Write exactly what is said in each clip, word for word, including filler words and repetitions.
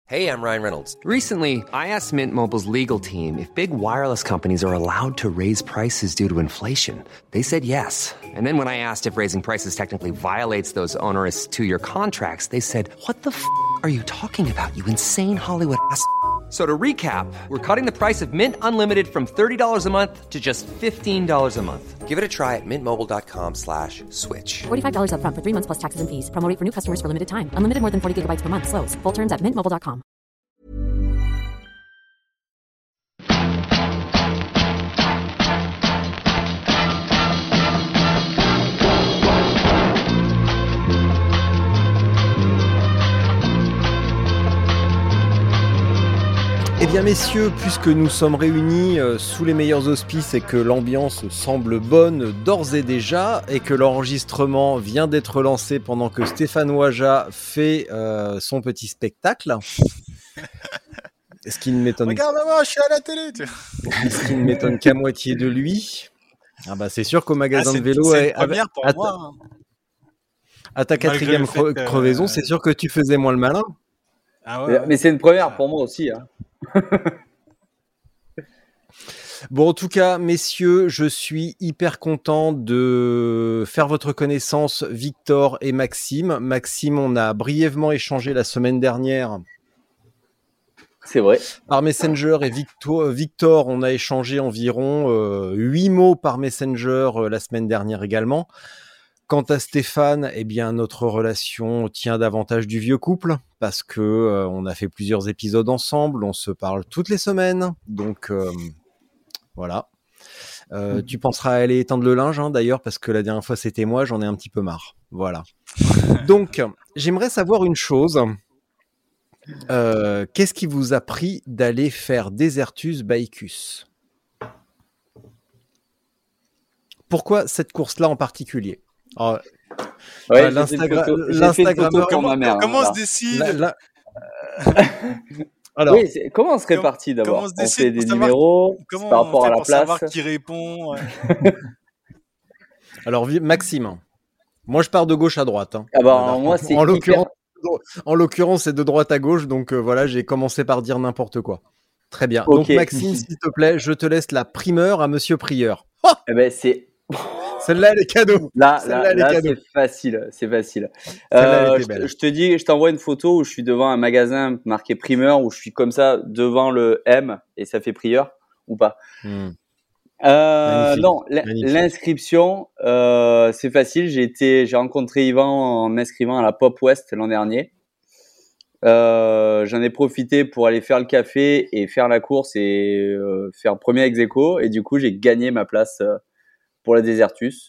Hey, I'm Ryan Reynolds. Recently, I asked Mint Mobile's legal team if big wireless companies are allowed to raise prices due to inflation. They said yes. And then when I asked if raising prices technically violates those onerous two-year contracts, they said, what the f*** are you talking about, you insane Hollywood ass f- So to recap, we're cutting the price of Mint Unlimited from thirty dollars a month to just fifteen dollars a month. Give it a try at mintmobile.com slash switch. forty-five dollars up front for three months plus taxes and fees. Promo rate for new customers for limited time. Unlimited more than forty gigabytes per month. Slows full terms at mint mobile dot com. Eh bien messieurs, puisque nous sommes réunis euh, sous les meilleurs auspices et que l'ambiance semble bonne d'ores et déjà et que l'enregistrement vient d'être lancé pendant que Stéphane Ouaja fait euh, son petit spectacle, ce qui ne m'étonne, Regarde-moi, je suis à la télé. Tu... ce qui ne m'étonne qu'à moitié de lui. Ah bah c'est sûr qu'au magasin ah, c'est, de vélo, c'est est, une première pour à, moi. Hein. À ta quatrième cre- que, crevaison, euh... c'est sûr que tu faisais moins le malin. Ah ouais, ouais. Mais c'est une première pour moi aussi. Hein. Bon, en tout cas, messieurs, je suis hyper content de faire votre connaissance, Victor et Maxime. Maxime, on a brièvement échangé la semaine dernière. C'est vrai. Par Messenger et Victor, Victor on a échangé environ euh, huit mots par Messenger euh, la semaine dernière également. Quant à Stéphane, eh bien notre relation tient davantage du vieux couple parce que euh, on a fait plusieurs épisodes ensemble, on se parle toutes les semaines, donc euh, voilà. Euh, mmh. Tu penseras à aller étendre le linge, hein, d'ailleurs, parce que la dernière fois c'était moi, j'en ai un petit peu marre. Voilà. Donc, j'aimerais savoir une chose. Euh, qu'est-ce qui vous a pris d'aller faire Desertus Baicus ? Pourquoi cette course-là en particulier ? Alors, ouais, euh, l'Instagra- l'Instagrammeur, comment, ma mère, comment hein, on se décide la, la... Alors, oui, c'est... comment on se répartit d'abord? On, se on fait des numéros comment par rapport on fait à la pour place. Savoir qui répond. Ouais. Alors, Maxime, moi je pars de gauche à droite. Hein. Ah bah, voilà. moi, c'est en, hyper... l'occurrence, en l'occurrence, c'est de droite à gauche, donc euh, voilà, j'ai commencé par dire n'importe quoi. Très bien. Okay. Donc, Maxime, s'il te plaît, je te laisse la primeur à Monsieur Prieur. Oh eh ben, c'est... Celle-là, elle est cadeau. Là, Celle-là, là, là c'est facile, c'est facile. Euh, je, je te dis, je t'envoie une photo où je suis devant un magasin marqué primeur, où je suis comme ça devant le M et ça fait prieur ou pas. Hmm. Euh, non, l'inscription, euh, c'est facile. J'ai été, j'ai rencontré Yvan en m'inscrivant à la Pop West l'an dernier. Euh, j'en ai profité pour aller faire le café et faire la course et euh, faire premier ex-aequo. Et du coup, j'ai gagné ma place euh, pour la Desertus.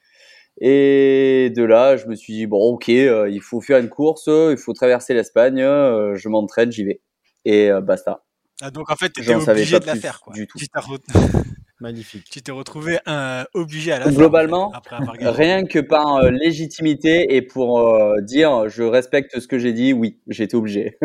Et de là, je me suis dit, bon, ok, euh, il faut faire une course, euh, il faut traverser l'Espagne, euh, je m'entraîne, j'y vais. Et euh, basta. Ah, donc en fait, tu étais obligé de la faire, quoi. Du tout. Tu t'es re... Magnifique. Tu t'es retrouvé euh, obligé à la Globalement, faire. Globalement, en fait, rien que par euh, légitimité et pour euh, dire, je respecte ce que j'ai dit, oui, j'étais obligé.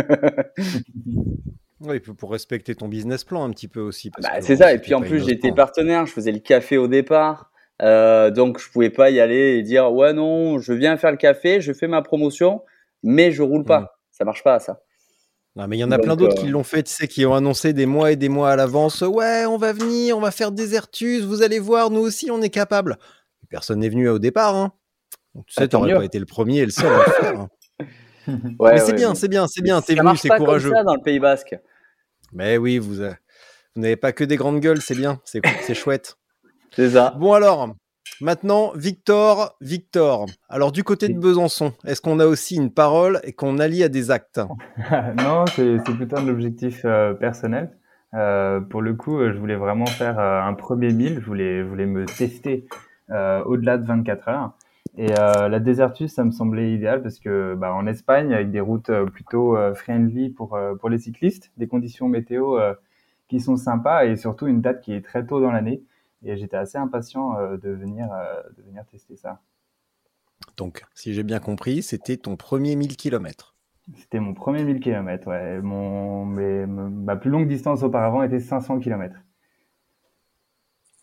Oui, pour respecter ton business plan un petit peu aussi. Parce bah, que c'est ça, et puis en plus, j'étais partenaire, je faisais le café au départ. Euh, donc je pouvais pas y aller et dire ouais non je viens faire le café, je fais ma promotion mais je roule pas, mmh. ça marche pas ça. Non mais il y en a donc, plein d'autres euh... qui l'ont fait, tu sais, qui ont annoncé des mois et des mois à l'avance, ouais on va venir, on va faire Desertus, vous allez voir, nous aussi on est capable. Personne n'est venu au départ, hein. Donc, tu sais, ah, t'aurais pas été le premier et le seul à le faire. Hein. Ouais, mais c'est ouais, bien, mais... c'est bien, c'est bien, t'es venu, c'est courageux. Ça dans le Pays Basque. Mais oui, vous, vous n'avez pas que des grandes gueules, c'est bien, c'est, c'est chouette. C'est ça. Bon alors, maintenant, Victor, Victor. Alors du côté de Besançon, est-ce qu'on a aussi une parole et qu'on allie à des actes ? Non, c'est, c'est plutôt un objectif euh, personnel. Euh, pour le coup, je voulais vraiment faire euh, un premier mille. Je voulais, je voulais me tester euh, au-delà de vingt-quatre heures. Et euh, la Desertus, ça me semblait idéal parce que, bah, en Espagne, avec des routes plutôt euh, friendly pour euh, pour les cyclistes, des conditions météo euh, qui sont sympas et surtout une date qui est très tôt dans l'année. Et j'étais assez impatient euh, de venir euh, de venir tester ça. Donc, si j'ai bien compris, c'était ton premier mille kilomètres. C'était mon premier mille kilomètres, ouais. Mon, mes, ma plus longue distance auparavant était cinq cents kilomètres.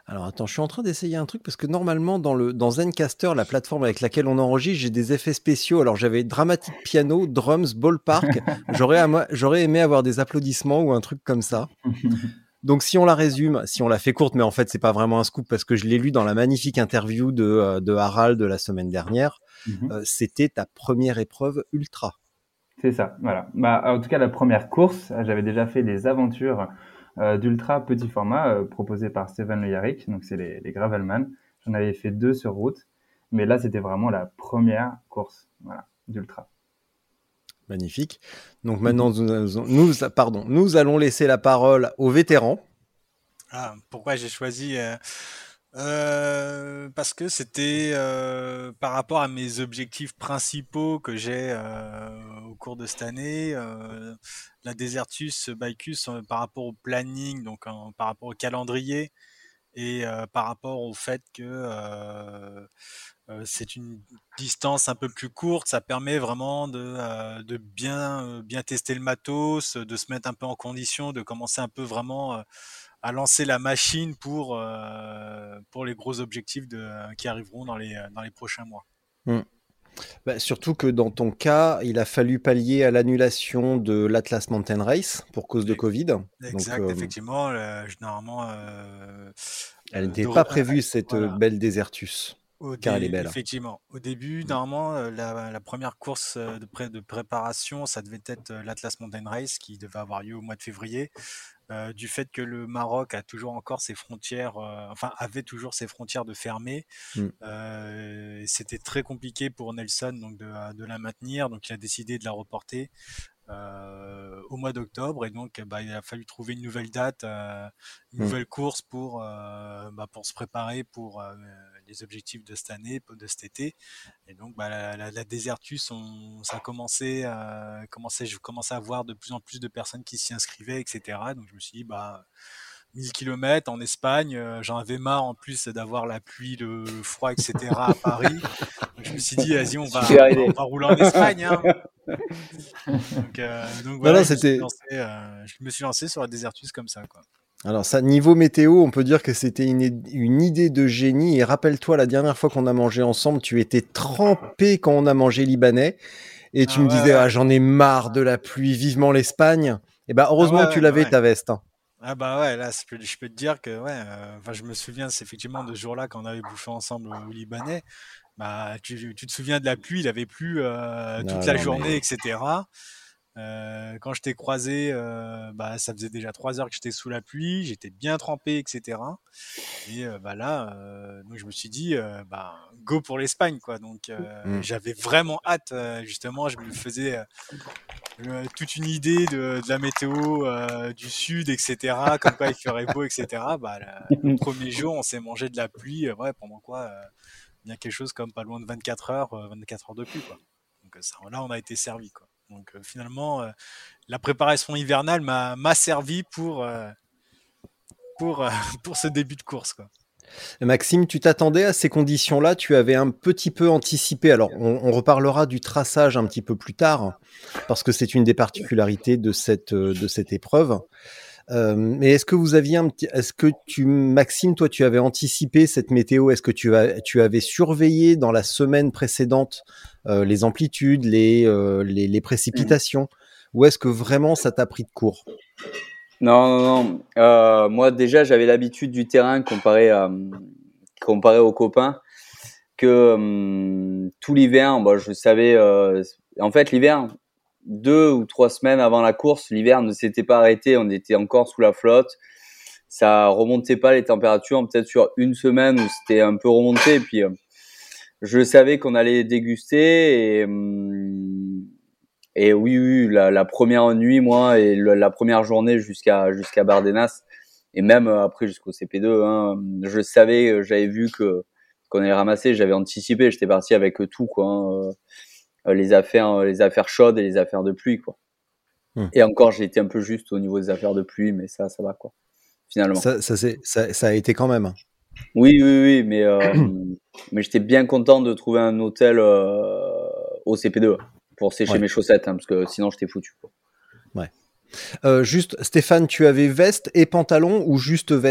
Alors attends, je suis en train d'essayer un truc parce que normalement dans le dans Zencastr, la plateforme avec laquelle on enregistre, j'ai des effets spéciaux. Alors j'avais dramatique piano, drums, ballpark. J'aurais ama- j'aurais aimé avoir des applaudissements ou un truc comme ça. Donc si on la résume, si on la fait courte, mais en fait c'est pas vraiment un scoop parce que je l'ai lu dans la magnifique interview de de Harald de la semaine dernière. Mm-hmm. Euh, c'était ta première épreuve ultra. C'est ça, voilà. Bah en tout cas la première course, j'avais déjà fait des aventures Euh, d'ultra petit format euh, proposé par Steven Le Yarrick, donc c'est les, les Gravelman. J'en avais fait deux sur route, mais là c'était vraiment la première course, voilà, d'ultra. Magnifique. Donc maintenant nous, nous, pardon, nous allons laisser la parole aux vétérans. Ah, pourquoi j'ai choisi euh, euh, parce que c'était euh, par rapport à mes objectifs principaux que j'ai euh, au cours de cette année. Euh, la Desertus Bicus euh, par rapport au planning, donc en, par rapport au calendrier et euh, par rapport au fait que euh, euh, c'est une distance un peu plus courte, ça permet vraiment de, euh, de bien, euh, bien tester le matos, de se mettre un peu en condition, de commencer un peu vraiment euh, à lancer la machine pour, euh, pour les gros objectifs de, qui arriveront dans les, dans les prochains mois. Mmh. Bah, surtout que dans ton cas, il a fallu pallier à l'annulation de l'Atlas Mountain Race pour cause de Covid. Exact, donc, euh, effectivement. Euh, généralement, euh, elle n'était pas prévue, cette voilà. belle Desertus. Au car dé- elle est belle. Effectivement. Au début, normalement, euh, la, la première course de, pré- de préparation, ça devait être l'Atlas Mountain Race qui devait avoir lieu au mois de février. Euh, du fait que le Maroc a toujours encore ses frontières, euh, enfin avait toujours ses frontières de fermées, mm. euh, c'était très compliqué pour Nelson donc de, de la maintenir, donc il a décidé de la reporter euh, au mois d'octobre et donc bah, il a fallu trouver une nouvelle date, euh, une mm. nouvelle course pour euh, bah, pour se préparer pour euh, les objectifs de cette année, de cet été. Et donc bah, la, la, la Desertus, on, ça a commencé, à, commencé, je commençais à voir de plus en plus de personnes qui s'y inscrivaient, et cetera. Donc je me suis dit, bah, mille kilomètres en Espagne, euh, j'en avais marre en plus d'avoir la pluie, le froid, et cetera à Paris. Donc je me suis dit, vas-y, on va, on va, on va rouler en Espagne. Hein. donc, euh, donc voilà, non, non, je, me suis lancé, euh, je me suis lancé sur la Desertus comme ça, quoi. Alors ça, niveau météo, on peut dire que c'était une, une idée de génie. Et rappelle-toi, la dernière fois qu'on a mangé ensemble, tu étais trempé quand on a mangé libanais. Et tu ah, me ouais, disais, ouais. ah, j'en ai marre de la pluie, vivement l'Espagne. Et bah heureusement ah, ouais, que tu l'avais, ouais. ta veste. Hein. Ah bah ouais, là, je peux, je peux te dire que, ouais, enfin, euh, je me souviens, c'est effectivement de ce jour-là quand on avait bouffé ensemble au Libanais. Bah, tu, tu te souviens de la pluie, il avait plu euh, toute non, la non, journée, mais... et cetera. Euh, quand je t'ai croisé, euh, bah, ça faisait déjà trois heures que j'étais sous la pluie, j'étais bien trempé, et cetera. Et euh, bah, là, euh, donc je me suis dit, euh, bah, go pour l'Espagne, quoi. Donc euh, mmh. j'avais vraiment hâte, euh, justement, je me faisais euh, toute une idée de, de la météo euh, du sud, et cetera. Comme quoi il ferait beau, et cetera. Bah, la, le premier jour, on s'est mangé de la pluie, euh, ouais, pendant quoi euh, bien quelque chose comme pas loin de vingt-quatre heures, euh, vingt-quatre heures de pluie, quoi. Donc ça, là, on a été servi, quoi. Donc euh, finalement, euh, la préparation hivernale m'a, m'a servi pour, euh, pour, euh, pour ce début de course, quoi. Maxime, tu t'attendais à ces conditions-là? Tu avais un petit peu anticipé. Alors, on, on reparlera du traçage un petit peu plus tard, parce que c'est une des particularités de cette, de cette épreuve. Euh, mais est-ce que vous aviez un petit, est-ce que tu, Maxime, toi, tu avais anticipé cette météo? Est-ce que tu as, tu avais surveillé dans la semaine précédente euh, les amplitudes, les, euh, les, les précipitations, mmh. ou est-ce que vraiment ça t'a pris de court? Non, non, non. Euh, moi, déjà, j'avais l'habitude du terrain comparé à, comparé aux copains, que hum, tout l'hiver, bah, je savais. Euh, en fait, l'hiver. Deux ou trois semaines avant la course, l'hiver ne s'était pas arrêté, on était encore sous la flotte, ça remontait pas les températures, peut-être sur une semaine où c'était un peu remonté, et puis euh, je savais qu'on allait déguster, et, hum, et oui, oui la, la première nuit, moi, et le, la première journée jusqu'à, jusqu'à Bardenas, et même après jusqu'au C P deux, hein, je savais, j'avais vu que, qu'on allait ramasser, j'avais anticipé, j'étais parti avec tout, quoi, hein, les affaires les affaires chaudes et les affaires de pluie, quoi. Mmh. Et encore j'ai été un peu juste au niveau des affaires de pluie, mais ça ça va, quoi, finalement. Ça ça c'est ça, ça a été quand même. Oui oui oui, mais euh, mais j'étais bien content de trouver un hôtel euh, au C P deux pour sécher ouais. mes chaussettes, hein, parce que sinon j'étais foutu, quoi. Ouais. Euh, juste Stéphane, tu avais veste et pantalon ou juste veste?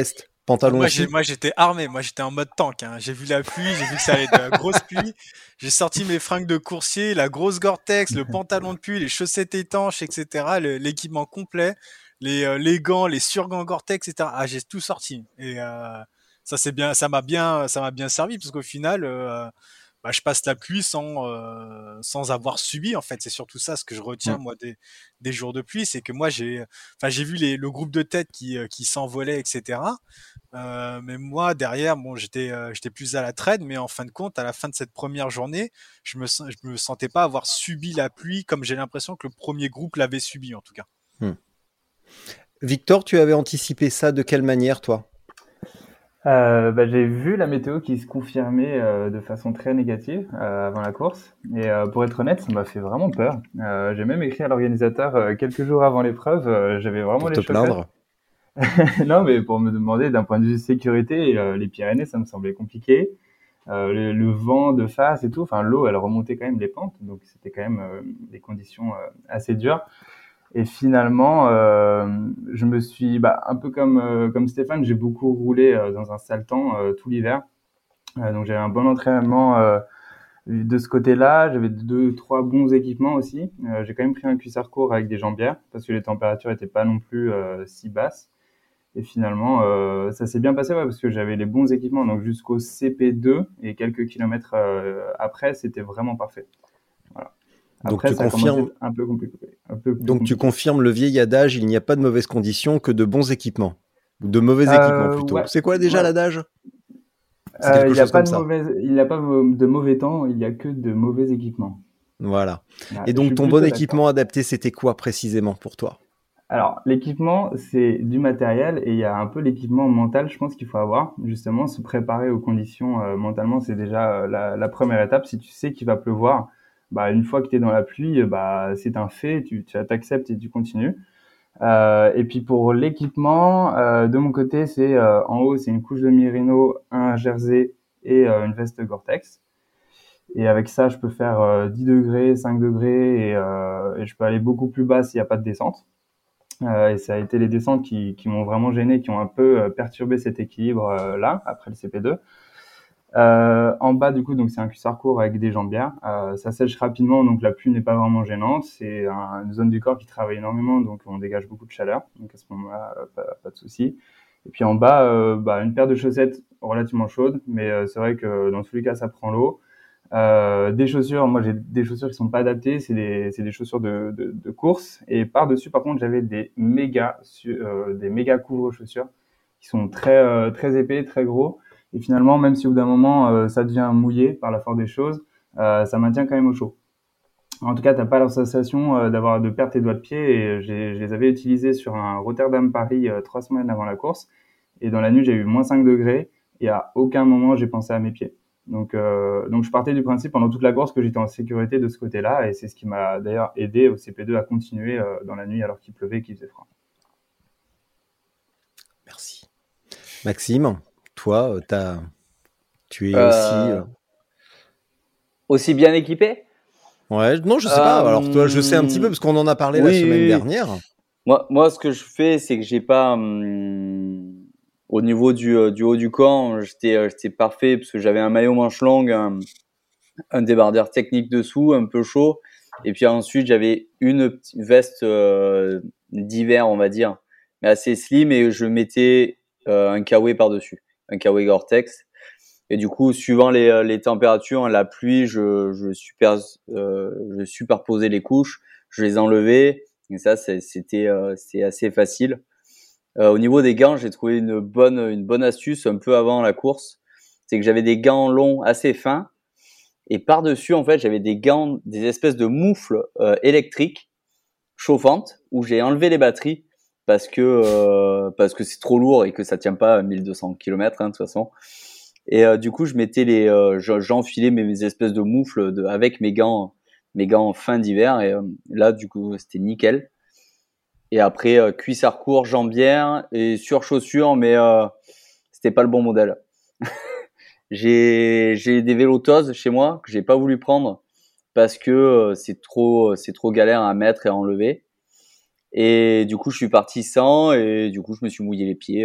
Pantalon moi, aussi. j'ai, moi, j'étais armé. Moi, j'étais en mode tank. Hein. J'ai vu la pluie, j'ai vu que ça allait être de la grosse pluie. J'ai sorti mes fringues de coursier, la grosse Gore-Tex, le pantalon de pluie, les chaussettes étanches, et cetera. Le, l'équipement complet, les, euh, les gants, les surgants Gore-Tex, et cetera. Ah, j'ai tout sorti. Et euh, ça, c'est bien, ça m'a bien, ça m'a bien servi parce qu'au final, euh, bah, je passe la pluie sans, euh, sans avoir subi. En fait, c'est surtout ça ce que je retiens Mm. moi des, des jours de pluie, c'est que moi j'ai, enfin, j'ai vu les, le groupe de tête qui, euh, qui s'envolait, et cetera. Euh, mais moi derrière, bon, j'étais euh, j'étais plus à la traîne, mais en fin de compte, à la fin de cette première journée, je me sen- je me sentais pas avoir subi la pluie comme j'ai l'impression que le premier groupe l'avait subi en tout cas. Hmm. Victor, tu avais anticipé ça de quelle manière, toi? Euh, bah, j'ai vu la météo qui se confirmait euh, de façon très négative euh, avant la course. Et euh, pour être honnête, ça m'a fait vraiment peur. Euh, j'ai même écrit à l'organisateur euh, quelques jours avant l'épreuve. Euh, j'avais vraiment Pour les te chaussettes. plaindre? Non, mais pour me demander d'un point de vue sécurité, euh, les Pyrénées, ça me semblait compliqué. Euh, le, le vent de face et tout, enfin l'eau, elle remontait quand même les pentes, donc c'était quand même euh, des conditions euh, assez dures. Et finalement, euh, je me suis, bah, un peu comme euh, comme Stéphane, j'ai beaucoup roulé euh, dans un sale temps euh, tout l'hiver. Euh, donc j'avais un bon entraînement euh, de ce côté-là. J'avais deux, trois bons équipements aussi. Euh, j'ai quand même pris un cuissard court avec des jambières parce que les températures étaient pas non plus euh, si basses. Et finalement, euh, ça s'est bien passé ouais, parce que j'avais les bons équipements. Donc jusqu'au C P deux et quelques kilomètres euh, après, c'était vraiment parfait. Voilà. Donc Après, tu ça a commencé à confirmes, être un peu compliqué. Un peu plus donc tu compliqué. confirmes le vieil adage, il n'y a pas de mauvaises conditions que de bons équipements. Ou de mauvais équipements Euh, plutôt. ouais, C'est quoi déjà ouais. l'adage? C'est Euh, quelque il n'y a chose pas comme de ça. mauvais, il n'y a pas de mauvais temps, il n'y a que de mauvais équipements. Voilà. Ouais, Et je donc suis ton bon plutôt d'accord. équipement adapté, c'était quoi précisément pour toi? Alors, l'équipement, c'est du matériel et il y a un peu l'équipement mental, je pense qu'il faut avoir. Justement, se préparer aux conditions euh, mentalement, c'est déjà euh, la, la première étape. Si tu sais qu'il va pleuvoir, bah, une fois que tu es dans la pluie, bah, c'est un fait, tu, tu t'acceptes et tu continues. Euh, et puis pour l'équipement, euh, de mon côté, c'est euh, en haut, c'est une couche de Merino, un jersey et euh, une veste Gore-Tex. Et avec ça, je peux faire euh, dix degrés, cinq degrés et, euh, et je peux aller beaucoup plus bas s'il n'y a pas de descente. Euh, et ça a été les descentes qui, qui m'ont vraiment gêné, qui ont un peu euh, perturbé cet équilibre euh, là, après le C P deux. Euh, en bas, du coup, donc c'est un cuissard court avec des jambières. Euh, ça sèche rapidement, donc la pluie n'est pas vraiment gênante. C'est un, une zone du corps qui travaille énormément, donc on dégage beaucoup de chaleur. Donc à ce moment-là, euh, pas, pas de souci. Et puis en bas, euh, bah, une paire de chaussettes relativement chaudes, mais euh, c'est vrai que dans tous les cas, ça prend l'eau. Euh, des chaussures, moi j'ai des chaussures qui sont pas adaptées, c'est des, c'est des chaussures de, de, de course. Et par-dessus, par contre, j'avais des méga, euh, des méga couvre-chaussures qui sont très, euh, très épais, très gros. Et finalement, même si au bout d'un moment, euh, ça devient mouillé par la force des choses, euh, ça maintient quand même au chaud. En tout cas, t'as pas la sensation euh, d'avoir de perdre tes doigts de pied. Et j'ai, je les avais utilisés sur un Rotterdam-Paris euh, trois semaines avant la course. Et dans la nuit, j'ai eu moins cinq degrés. Et à aucun moment, j'ai pensé à mes pieds. Donc, euh, donc je partais du principe pendant toute la course que j'étais en sécurité de ce côté-là. Et c'est ce qui m'a d'ailleurs aidé au C P deux à continuer euh, dans la nuit alors qu'il pleuvait et qu'il faisait froid. Merci. Maxime, toi, euh, t'as... tu es Euh, aussi... euh, Aussi bien équipé? Ouais, non, je sais pas. Alors toi, je sais un petit peu Euh, parce qu'on en a parlé la oui, semaine oui, oui. dernière. Moi, moi, ce que je fais, c'est que j'ai pas, hum, au niveau du, euh, du haut du corps, j'étais, euh, j'étais parfait parce que j'avais un maillot manche longue, un, un débardeur technique dessous, un peu chaud. Et puis ensuite, j'avais une petite veste euh, d'hiver, on va dire, mais assez slim, et je mettais euh, un K W par-dessus, un K W Gore-Tex. Et du coup, suivant les, les températures, la pluie, je, je, super, euh, je superposais les couches, je les enlevais. Et ça, c'est, c'était, euh, c'est assez facile. Euh, au niveau des gants, j'ai trouvé une bonne, une bonne astuce un peu avant la course. C'est que j'avais des gants longs assez fins. Et par-dessus, en fait, j'avais des gants, des espèces de moufles euh, électriques chauffantes où j'ai enlevé les batteries parce que euh, parce que c'est trop lourd et que ça tient pas à mille deux cents kilomètres hein, de toute façon. Et euh, du coup, je mettais les, euh, j'enfilais mes, mes espèces de moufles de, avec mes gants, mes gants fin d'hiver. Et euh, là, du coup, c'était nickel. Et après, euh, cuissard court, jambière et sur chaussures, mais euh, c'était pas le bon modèle. j'ai j'ai des vélotoses chez moi que j'ai pas voulu prendre parce que euh, c'est trop c'est trop galère à mettre et à enlever. Et du coup, je suis parti sans et du coup, je me suis mouillé les pieds. Euh,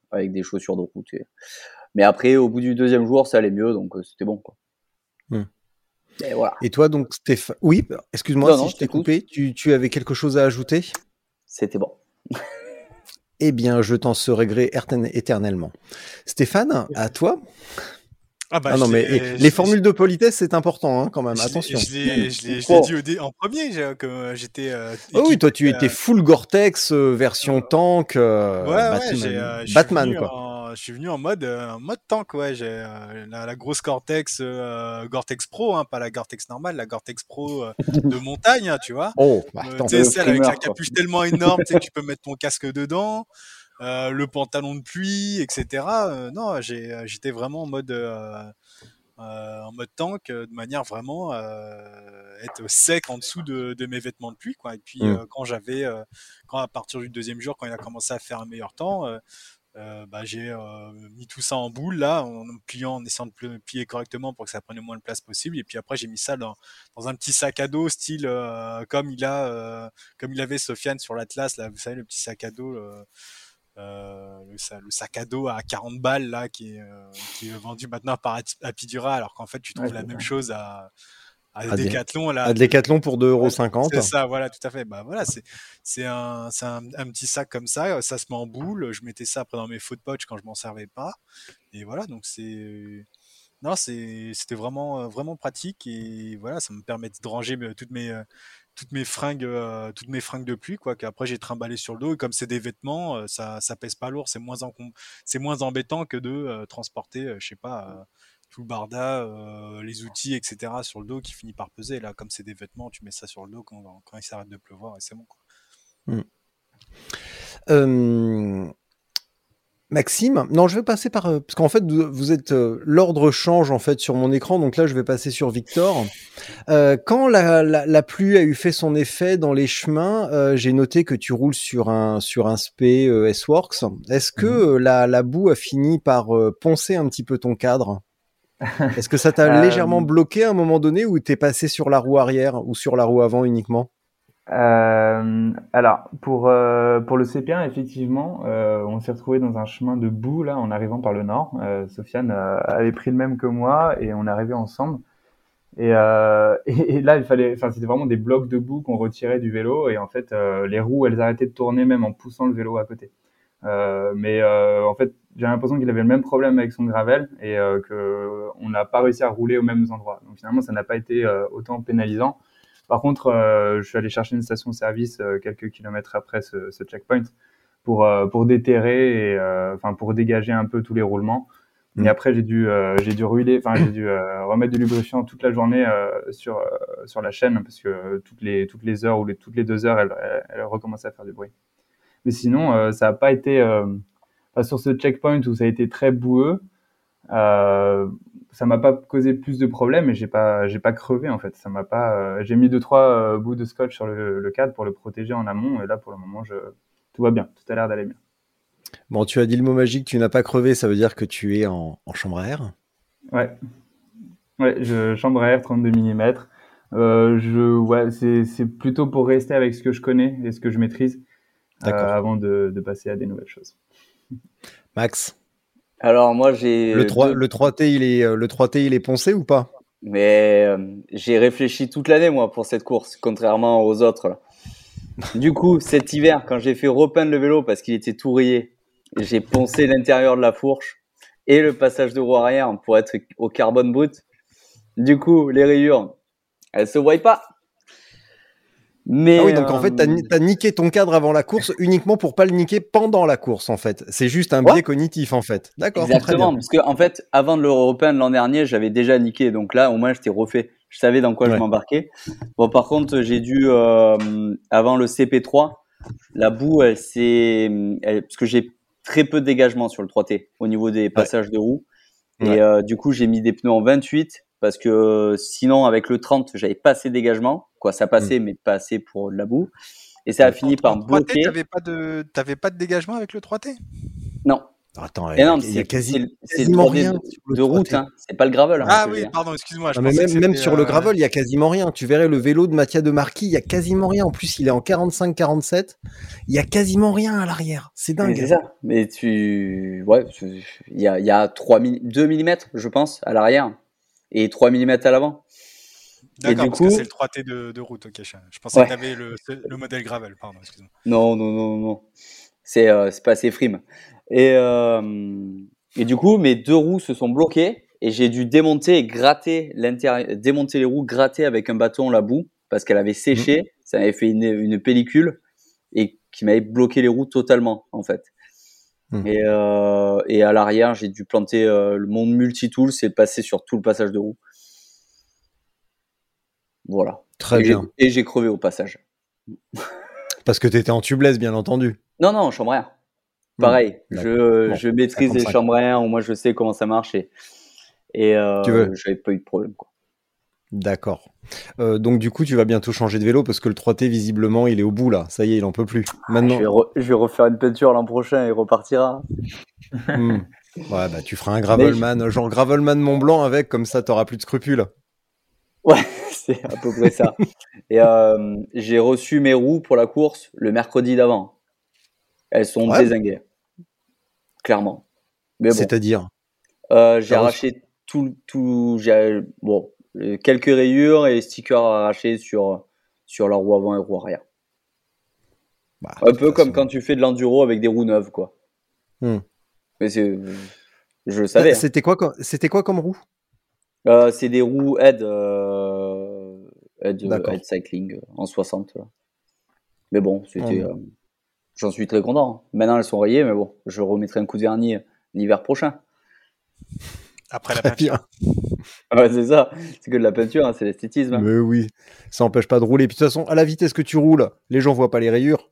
avec des chaussures de route. Et... Mais après, au bout du deuxième jour, ça allait mieux, donc euh, c'était bon, quoi. Hmm. Et voilà. Et toi, donc, Stéphane, oui, excuse-moi non, si non, je t'ai coupé, tu, tu avais quelque chose à ajouter? C'était bon. Eh bien, je t'en serai gré éternellement. Stéphane, à toi. Ah, bah, ah non, mais les, les formules de politesse, c'est important, hein, quand même. Je Attention. Je l'ai, je l'ai, je l'ai dit au dé, en premier, j'ai, que j'étais. Euh, oh oui, toi, tu euh, étais full Gore-Tex, euh, version euh, tank, euh, ouais, Batman, ouais, j'ai, euh, Batman quoi. En, je suis venu en mode, euh, en mode tank, ouais. J'ai euh, la, la grosse Gore-Tex, euh, Gore-Tex Pro, hein, pas la Gore-Tex normale, la Gore-Tex Pro euh, de montagne, hein, tu vois. Oh, bah, euh, tu sais, celle avec la capuche tellement énorme, tu sais, que tu peux mettre ton casque dedans. Euh, le pantalon de pluie, et cetera. Euh, non, j'ai, j'étais vraiment en mode, euh, euh, en mode tank, euh, de manière vraiment euh, être sec en dessous de, de mes vêtements de pluie, quoi. Et puis mmh. euh, quand j'avais, euh, quand à partir du deuxième jour, quand il a commencé à faire un meilleur temps, euh, euh, bah, j'ai euh, mis tout ça en boule là, en pliant, en essayant de plier correctement pour que ça prenne le moins de place possible. Et puis après, j'ai mis ça dans, dans un petit sac à dos, style euh, comme il a, euh, comme il avait Sofiane sur l'Atlas, là, vous savez, le petit sac à dos. Euh, Euh, le, le sac à dos à quarante balles là qui est, euh, qui est vendu maintenant par Apidura, alors qu'en fait tu trouves ouais, la même ça. chose à, à, à Decathlon là, à Decathlon pour deux euros cinquante. C'est ça, voilà, tout à fait. Bah voilà, c'est c'est un c'est un, un petit sac comme ça, ça se met en boule. Je mettais ça après dans mes foot pouch quand je m'en servais pas, et voilà, donc c'est non, c'est c'était vraiment vraiment pratique, et voilà, ça me permet de ranger toutes mes toutes mes fringues euh, toutes mes fringues de pluie, quoi, qu'après j'ai trimballé sur le dos, et comme c'est des vêtements, euh, ça ça pèse pas lourd, c'est moins en, c'est moins embêtant que de euh, transporter euh, je sais pas euh, tout le barda, euh, les outils, etc. sur le dos qui finit par peser. Là, comme c'est des vêtements, tu mets ça sur le dos quand, quand il s'arrête de pleuvoir et c'est bon, quoi. Mmh. Euh... Maxime, non, je vais passer par euh, parce qu'en fait vous, vous êtes euh, l'ordre change en fait sur mon écran, donc là je vais passer sur Victor. Euh, quand la, la, la pluie a eu fait son effet dans les chemins, euh, j'ai noté que tu roules sur un sur un spé euh, S-Works. Est-ce que euh, la, la boue a fini par euh, poncer un petit peu ton cadre? Est-ce que ça t'a euh... légèrement bloqué à un moment donné, ou t'es passé sur la roue arrière ou sur la roue avant uniquement? Euh, alors pour euh, pour le C P un, effectivement, euh, on s'est retrouvé dans un chemin de boue là en arrivant par le nord. Euh, Sofiane euh, avait pris le même que moi et on est arrivé ensemble. Et, euh, et, et là, il fallait, enfin, c'était vraiment des blocs de boue qu'on retirait du vélo, et en fait, euh, les roues, elles arrêtaient de tourner même en poussant le vélo à côté. Euh, mais euh, en fait, j'ai l'impression qu'il avait le même problème avec son gravel, et euh, que on n'a pas réussi à rouler aux mêmes endroits. Donc finalement, ça n'a pas été euh, autant pénalisant. Par contre, euh, je suis allé chercher une station-service euh, quelques kilomètres après ce, ce checkpoint pour euh, pour déterrer et euh, enfin pour dégager un peu tous les roulements. Et après, j'ai dû, euh, j'ai dû rouler, enfin, j'ai dû euh, remettre du lubrifiant toute la journée euh, sur euh, sur la chaîne, parce que euh, toutes les toutes les heures ou les, toutes les deux heures, elle, elle, elle recommençait à faire du bruit. Mais sinon, euh, ça a pas été, euh, enfin, sur ce checkpoint où ça a été très boueux, euh, ça m'a pas causé plus de problèmes, et j'ai pas j'ai pas crevé en fait. Ça m'a pas, euh, j'ai mis deux trois euh, bouts de scotch sur le, le cadre pour le protéger en amont, et là pour le moment, je tout va bien, tout a l'air d'aller bien. Bon, tu as dit le mot magique, tu n'as pas crevé, ça veut dire que tu es en, en chambre à air? Ouais. Ouais, je, chambre à air, trente-deux millimètres. Euh, je, ouais, c'est, c'est plutôt pour rester avec ce que je connais et ce que je maîtrise, euh, avant de, de passer à des nouvelles choses. Max? Alors, moi, j'ai. Le, trois, deux... le, trois T, il est, le trois T, il est poncé ou pas? Mais euh, j'ai réfléchi toute l'année, moi, pour cette course, contrairement aux autres, là. Du coup, cet hiver, quand j'ai fait repeindre le vélo parce qu'il était tout rayé, j'ai poncé l'intérieur de la fourche et le passage de roue arrière pour être au carbone brut. Du coup, les rayures, elles se voient pas. Mais ah oui, donc euh... en fait, t'as, t'as niqué ton cadre avant la course uniquement pour pas le niquer pendant la course, en fait. C'est juste un ouais. biais cognitif, en fait. D'accord. Exactement, parce que en fait, avant de le repeindre l'an dernier, j'avais déjà niqué. Donc là, au moins, j'étais refait. Je savais dans quoi ouais. je m'embarquais. Bon, par contre, j'ai dû euh, avant le C P trois, la boue, elle s'est, elle, parce que j'ai très peu de dégagement sur le trois T au niveau des passages ouais. de roues. Et ouais. euh, du coup, j'ai mis des pneus en vingt-huit parce que euh, sinon, avec le trente, j'avais pas assez de dégagement. Quoi, ça passait, mmh. mais pas assez pour de la boue. Et ça a fini par bloquer. T'avais pas de, t'avais pas de dégagement avec le trois T? Non. Attends, Et non, il y a c'est, quasi, c'est, c'est le quasiment trois D rien de, sur le de route, trois T. hein. C'est pas le gravel. Hein, Ah que je veux oui, dire. pardon, excuse-moi. Je Non, mais pensais même, que même c'était, sur le euh, gravel, il y a quasiment rien. Tu verrais le vélo de Mattia de Marquis, il y a quasiment rien. En plus, il est en quarante-cinq quarante-sept. Il y a quasiment rien à l'arrière. C'est Mais dingue. c'est ça. Mais tu, ouais, c'est- il y a, il y a trois milli- deux millimètres, je pense, à l'arrière et trois millimètres à l'avant. Et D'accord, du parce que c'est coup, le trois T de, de route. Ok, je, je pensais que ouais, tu avais le, le modèle gravel. Pardon, excuse-moi. non, non, non, non, c'est, euh, c'est pas assez frime. Et, euh, et du coup, mes deux roues se sont bloquées et j'ai dû démonter et gratter l'intérieur, démonter les roues, gratter avec un bâton la boue parce qu'elle avait Mm. séché, ça avait fait une, une pellicule et qui m'avait bloqué les roues totalement, en fait. Mm. Et, euh, et à l'arrière, j'ai dû planter euh, le mon multitool, c'est passé sur tout le passage de roue. Voilà. Très Et j'ai, bien. et j'ai crevé au passage. Parce que tu étais en tubeless, bien entendu. Non, non, chambre à air. Mm. Pareil, D'accord. je, Bon, je maîtrise les cinquante-cinq. chambres à air, moi je sais comment ça marche et, et Tu euh, veux? j'avais pas eu de problème, quoi. D'accord. Euh, donc du coup, tu vas bientôt changer de vélo parce que le trois T, visiblement, il est au bout là. Ça y est, il en peut plus. Je vais, Maintenant. re- je vais refaire une peinture l'an prochain et il repartira. Hmm. Ouais, bah tu feras un Mais je- Gravelman, genre Gravelman Mont Blanc avec, comme ça, t'auras plus de scrupules. Ouais, c'est à peu près ça. Et euh, j'ai reçu mes roues pour la course le mercredi d'avant. Elles sont Ouais. dézinguées, clairement. Mais bon, C'est-à-dire. euh, j'ai T'as reçu- arraché tout, tout, j'ai bon, euh, quelques rayures et stickers arrachés sur sur la roue avant et roue arrière. Bah, Un de toute peu comme façon. quand tu fais de l'enduro avec des roues neuves, quoi. Hmm. Mais c'est, je le savais. Ah, Hein. C'était quoi, comme- c'était quoi comme roue? Euh, c'est des roues Ed, euh, Ed, D'accord. Ed Cycling euh, en soixante. Là. Mais bon, c'était, Hmm. euh, j'en suis très content. Hein. Maintenant, elles sont rayées, mais bon, je remettrai un coup de vernis euh, l'hiver prochain. Après la Très peinture. bien. Ouais, c'est ça. C'est que de la peinture, hein, c'est l'esthétisme. Hein. Mais oui, ça empêche pas de rouler. Puis de toute façon, à la vitesse que tu roules, les gens voient pas les rayures.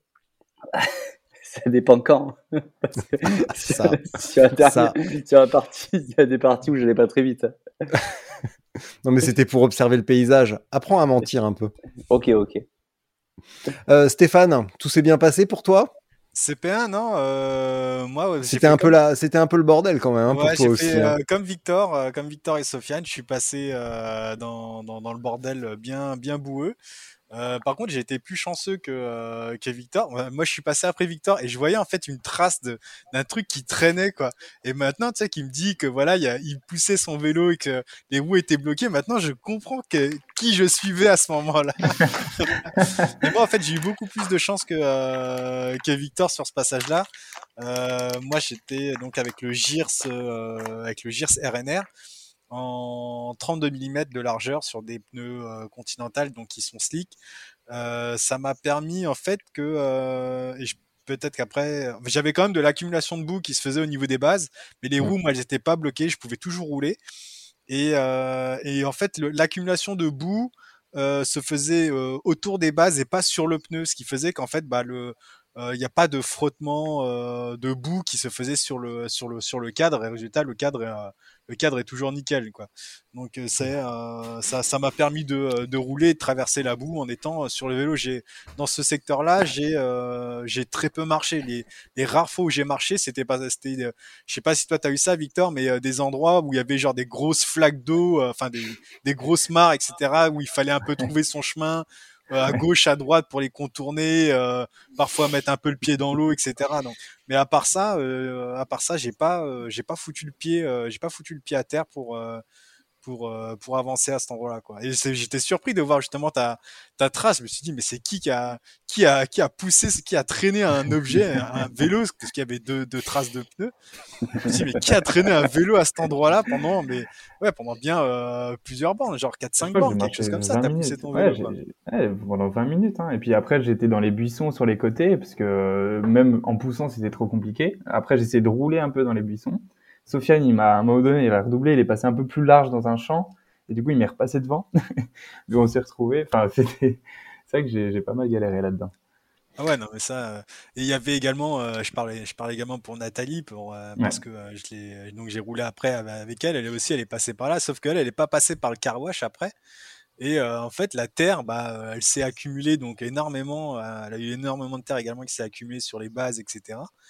Ça dépend quand. Parce que Ça, sur, la dernière- ça. sur la partie, il y a des parties où je n'allais pas très vite. Non, mais c'était pour observer le paysage. Apprends à mentir un peu. Ok, ok. Euh, Stéphane, tout s'est bien passé pour toi? C P un, non euh, Moi, ouais, j'ai C'était fait un peu comme- la, c'était un peu le bordel quand même hein, pour Ouais, toi j'ai aussi. fait hein. euh, comme Victor, euh, comme Victor et Sofiane, je suis passé euh, dans, dans, dans le bordel bien, bien boueux. Euh, par contre, j'ai été plus chanceux que, euh, que Victor. Ouais, moi, je suis passé après Victor et je voyais en fait une trace de d'un truc qui traînait quoi. Et maintenant, tu sais, qui me dit que voilà, il, y a, il poussait son vélo et que les roues étaient bloquées. Maintenant, je comprends que, qui je suivais à ce moment-là. Mais moi, en fait, j'ai eu beaucoup plus de chance que euh, que Victor sur ce passage-là. Euh, moi, j'étais donc avec le Girs, euh, avec le Girs R N R en trente-deux millimètres de largeur sur des pneus euh, Continental, donc qui sont slick. Euh, ça m'a permis en fait que, euh, et je, peut-être qu'après, j'avais quand même de l'accumulation de boue qui se faisait au niveau des bases, mais les roues, moi, elles n'étaient pas bloquées, je pouvais toujours rouler. Et, euh, et en fait, le, l'accumulation de boue euh, se faisait euh, autour des bases et pas sur le pneu, ce qui faisait qu'en fait, bah, le il n'y a pas de frottement euh, de boue qui se faisait sur le sur le sur le cadre et résultat le cadre est, euh, le cadre est toujours nickel quoi. Donc euh, c'est euh, ça ça m'a permis de de rouler et de traverser la boue en étant sur le vélo. J'ai dans ce secteur-là, j'ai euh, j'ai très peu marché. Les les rares fois où j'ai marché, c'était pas c'était euh, je sais pas si toi t'as eu ça Victor, mais euh, des endroits où il y avait genre des grosses flaques d'eau, euh, enfin des des grosses mares et cetera où il fallait un peu trouver son chemin. Euh, à gauche, à droite pour les contourner, euh, parfois mettre un peu le pied dans l'eau, et cetera. Donc, mais à part ça, euh, à part ça, j'ai pas, euh, j'ai pas foutu le pied, euh, j'ai pas foutu le pied à terre pour euh, pour euh, pour avancer à cet endroit-là, quoi. Et c'est, j'étais surpris de voir justement ta ta trace. Je me suis dit, mais c'est qui qui a qui a qui a poussé, qui a traîné un objet, un, un vélo, parce qu'il y avait deux deux traces de pneus. Je me suis dit, mais qui a traîné un vélo à cet endroit-là pendant, mais ouais, pendant bien euh, plusieurs bornes, genre quatre cinq bornes, quelque chose comme ça. T'as poussé ton ouais, vélo, quoi. Ouais, pendant vingt minutes. Hein. Et puis après, j'étais dans les buissons sur les côtés, parce que euh, même en poussant, c'était trop compliqué. Après, j'essayais de rouler un peu dans les buissons. Sofiane, il m'a, à un moment donné, il a redoublé, il est passé un peu plus large dans un champ, et du coup, il m'est repassé devant. Mais on s'est retrouvés. Enfin, c'était, c'est vrai que j'ai, j'ai pas mal galéré là-dedans. Ah ouais, non, mais ça. euh, Et il y avait également, euh, je parlais, je parlais également pour Nathalie, pour, euh, Ouais. parce que euh, je l'ai, donc j'ai roulé après avec avec elle. Elle aussi, elle est passée par là, sauf qu'elle, elle est pas passée par le car wash après. Et euh, en fait, la terre, bah, euh, elle s'est accumulée donc énormément. euh, Elle a eu énormément de terre également qui s'est accumulée sur les bases, et cetera.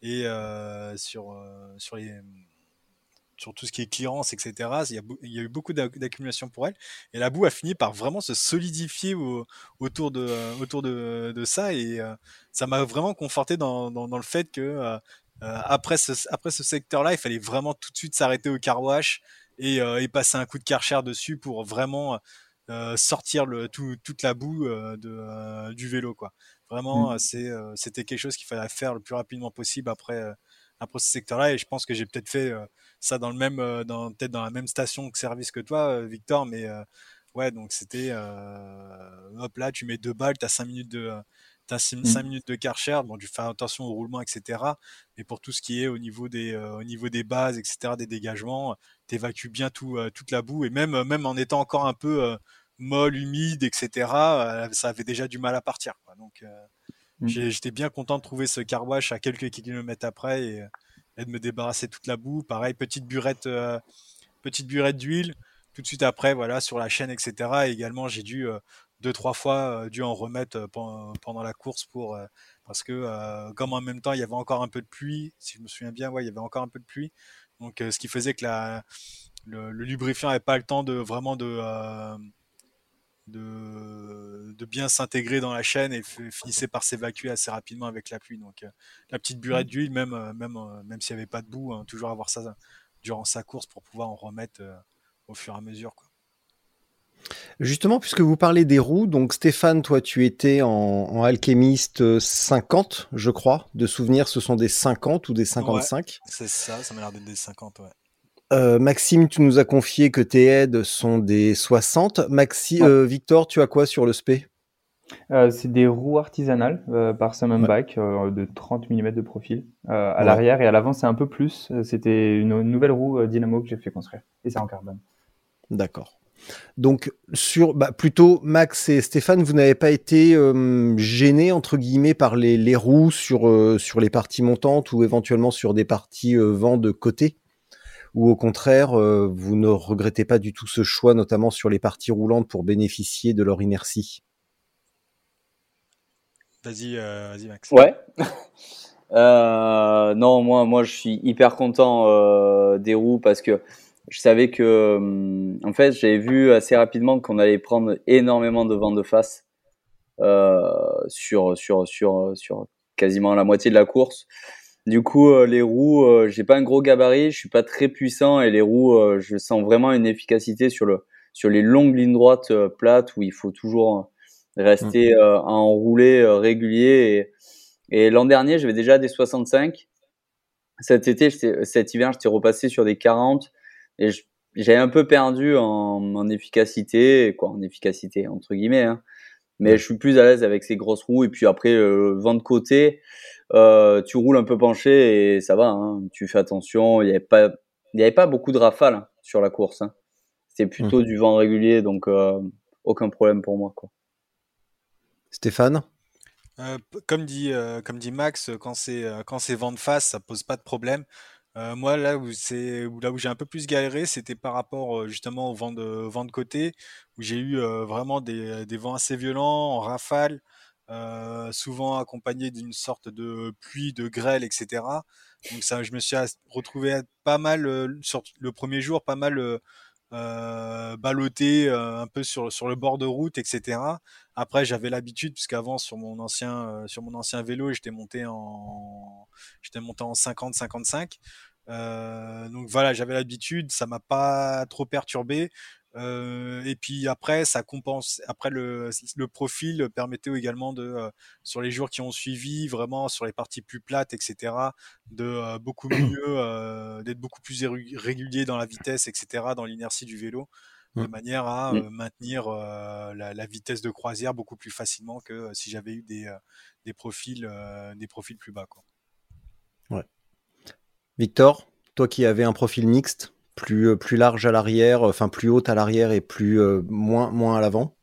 et euh, sur, euh, sur, les, sur tout ce qui est clearance, et cetera. Il y a, il y a eu beaucoup d'accumulation pour elle. Et la boue a fini par vraiment se solidifier au, autour, de, autour de, de ça. Et euh, ça m'a vraiment conforté dans, dans, dans le fait que euh, après ce, après ce secteur-là, il fallait vraiment tout de suite s'arrêter au car wash et, euh, et passer un coup de Karcher dessus pour vraiment euh, sortir le, tout, toute la boue euh, de, euh, du vélo, quoi. Vraiment, mmh. c'est, euh, c'était quelque chose qu'il fallait faire le plus rapidement possible après, euh, après ce secteur-là. Et je pense que j'ai peut-être fait euh, ça dans le même, euh, dans, peut-être dans la même station de service que toi, euh, Victor. Mais euh, ouais, donc c'était, euh, hop là, tu mets deux balles, t'as cinq minutes de, t'as cinq minutes de Karcher. Bon, tu fais attention au roulement, et cetera. Mais pour tout ce qui est au niveau des, euh, au niveau des bases, et cetera, des dégagements, t'évacues bien tout, euh, toute la boue. Et même, même en étant encore un peu euh, molle, humide, et cetera, euh, ça avait déjà du mal à partir, quoi. Donc, euh, mmh. j'étais bien content de trouver ce car wash à quelques kilomètres après et, et de me débarrasser de toute la boue. Pareil, petite burette, euh, petite burette d'huile. Tout de suite après, voilà, sur la chaîne, et cetera. Et également, j'ai dû euh, deux, trois fois euh, dû en remettre euh, pendant, pendant la course pour euh, parce que euh, comme en même temps, il y avait encore un peu de pluie. Si je me souviens bien, ouais, il y avait encore un peu de pluie. Donc, euh, ce qui faisait que la, le, le lubrifiant n'avait pas le temps de vraiment de euh, De, de bien s'intégrer dans la chaîne et f- finissait par s'évacuer assez rapidement avec la pluie. Donc euh, la petite burette d'huile, même, euh, même, euh, même s'il n'y avait pas de boue, hein, toujours avoir ça durant sa course pour pouvoir en remettre euh, au fur et à mesure, quoi. Justement, puisque vous parlez des roues, donc Stéphane, toi tu étais en, en alchimiste cinquante, je crois. De souvenir, ce sont des cinquante ou des cinquante-cinq. Ouais, c'est ça, ça m'a l'air d'être des cinquante, ouais. Euh, Maxime, tu nous as confié que tes aides sont des soixante. Maxi, ouais. euh, Victor, tu as quoi sur le S P ? euh, C'est des roues artisanales euh, par Summon ouais. Bike euh, de trente millimètres de profil. Euh, à ouais. l'arrière et à l'avant, c'est un peu plus. C'était une, une nouvelle roue euh, Dynamo que j'ai fait construire. Et c'est en carbone. D'accord. Donc, sur, bah, plutôt Max et Stéphane, vous n'avez pas été euh, gênés, entre guillemets, par les, les roues sur, euh, sur les parties montantes ou éventuellement sur des parties euh, vent de côté ? Ou au contraire, euh, vous ne regrettez pas du tout ce choix, notamment sur les parties roulantes, pour bénéficier de leur inertie ? Vas-y, euh, vas-y Max. Ouais. euh, non, moi, moi, je suis hyper content euh, des roues parce que je savais que, en fait, j'avais vu assez rapidement qu'on allait prendre énormément de vent de face euh, sur sur sur sur quasiment la moitié de la course. Du coup, euh, les roues, euh, j'ai pas un gros gabarit, je suis pas très puissant et les roues, euh, je sens vraiment une efficacité sur le sur les longues lignes droites euh, plates où il faut toujours rester euh, à enrouler euh, régulier. Et, et l'an dernier, j'avais déjà des soixante-cinq. Cet été, cet hiver, j'étais repassé sur des quarante et je, j'avais un peu perdu en, en efficacité, quoi, en efficacité entre guillemets. Hein. Mais je suis plus à l'aise avec ces grosses roues et puis après le vent de côté. Euh, tu roules un peu penché et ça va, hein. Tu fais attention. Il y avait pas, il y avait pas beaucoup de rafales hein, sur la course. Hein. C'était plutôt mmh. du vent régulier, donc euh, aucun problème pour moi, quoi. Stéphane, euh, comme dit, euh, comme dit Max, quand c'est euh, quand c'est vent de face, ça pose pas de problème. Euh, moi, là où c'est là où j'ai un peu plus galéré, c'était par rapport euh, justement au vent de vent de côté, où j'ai eu euh, vraiment des, des vents assez violents en rafale. Euh, souvent accompagné d'une sorte de pluie, de grêle, et cetera. Donc ça, je me suis retrouvé pas mal euh, sur le premier jour, pas mal euh, euh, ballotté euh, un peu sur sur le bord de route, et cetera. Après, j'avais l'habitude puisqu'avant sur mon ancien euh, sur mon ancien vélo, j'étais monté en j'étais monté en cinquante cinquante-cinq. Euh, donc voilà, j'avais l'habitude, ça m'a pas trop perturbé. Euh, et puis après, ça compense. Après, le, le profil permettait également de, euh, sur les jours qui ont suivi, vraiment sur les parties plus plates, et cetera, de euh, beaucoup mieux, euh, d'être beaucoup plus régulier dans la vitesse, et cetera, dans l'inertie du vélo, de manière à euh, maintenir euh, la, la vitesse de croisière beaucoup plus facilement que euh, si j'avais eu des, euh, des profils, euh, des profils plus bas, quoi. Ouais. Victor, toi qui avais un profil mixte, plus, plus large à l'arrière, enfin plus haute à l'arrière et plus euh, moins, moins à l'avant.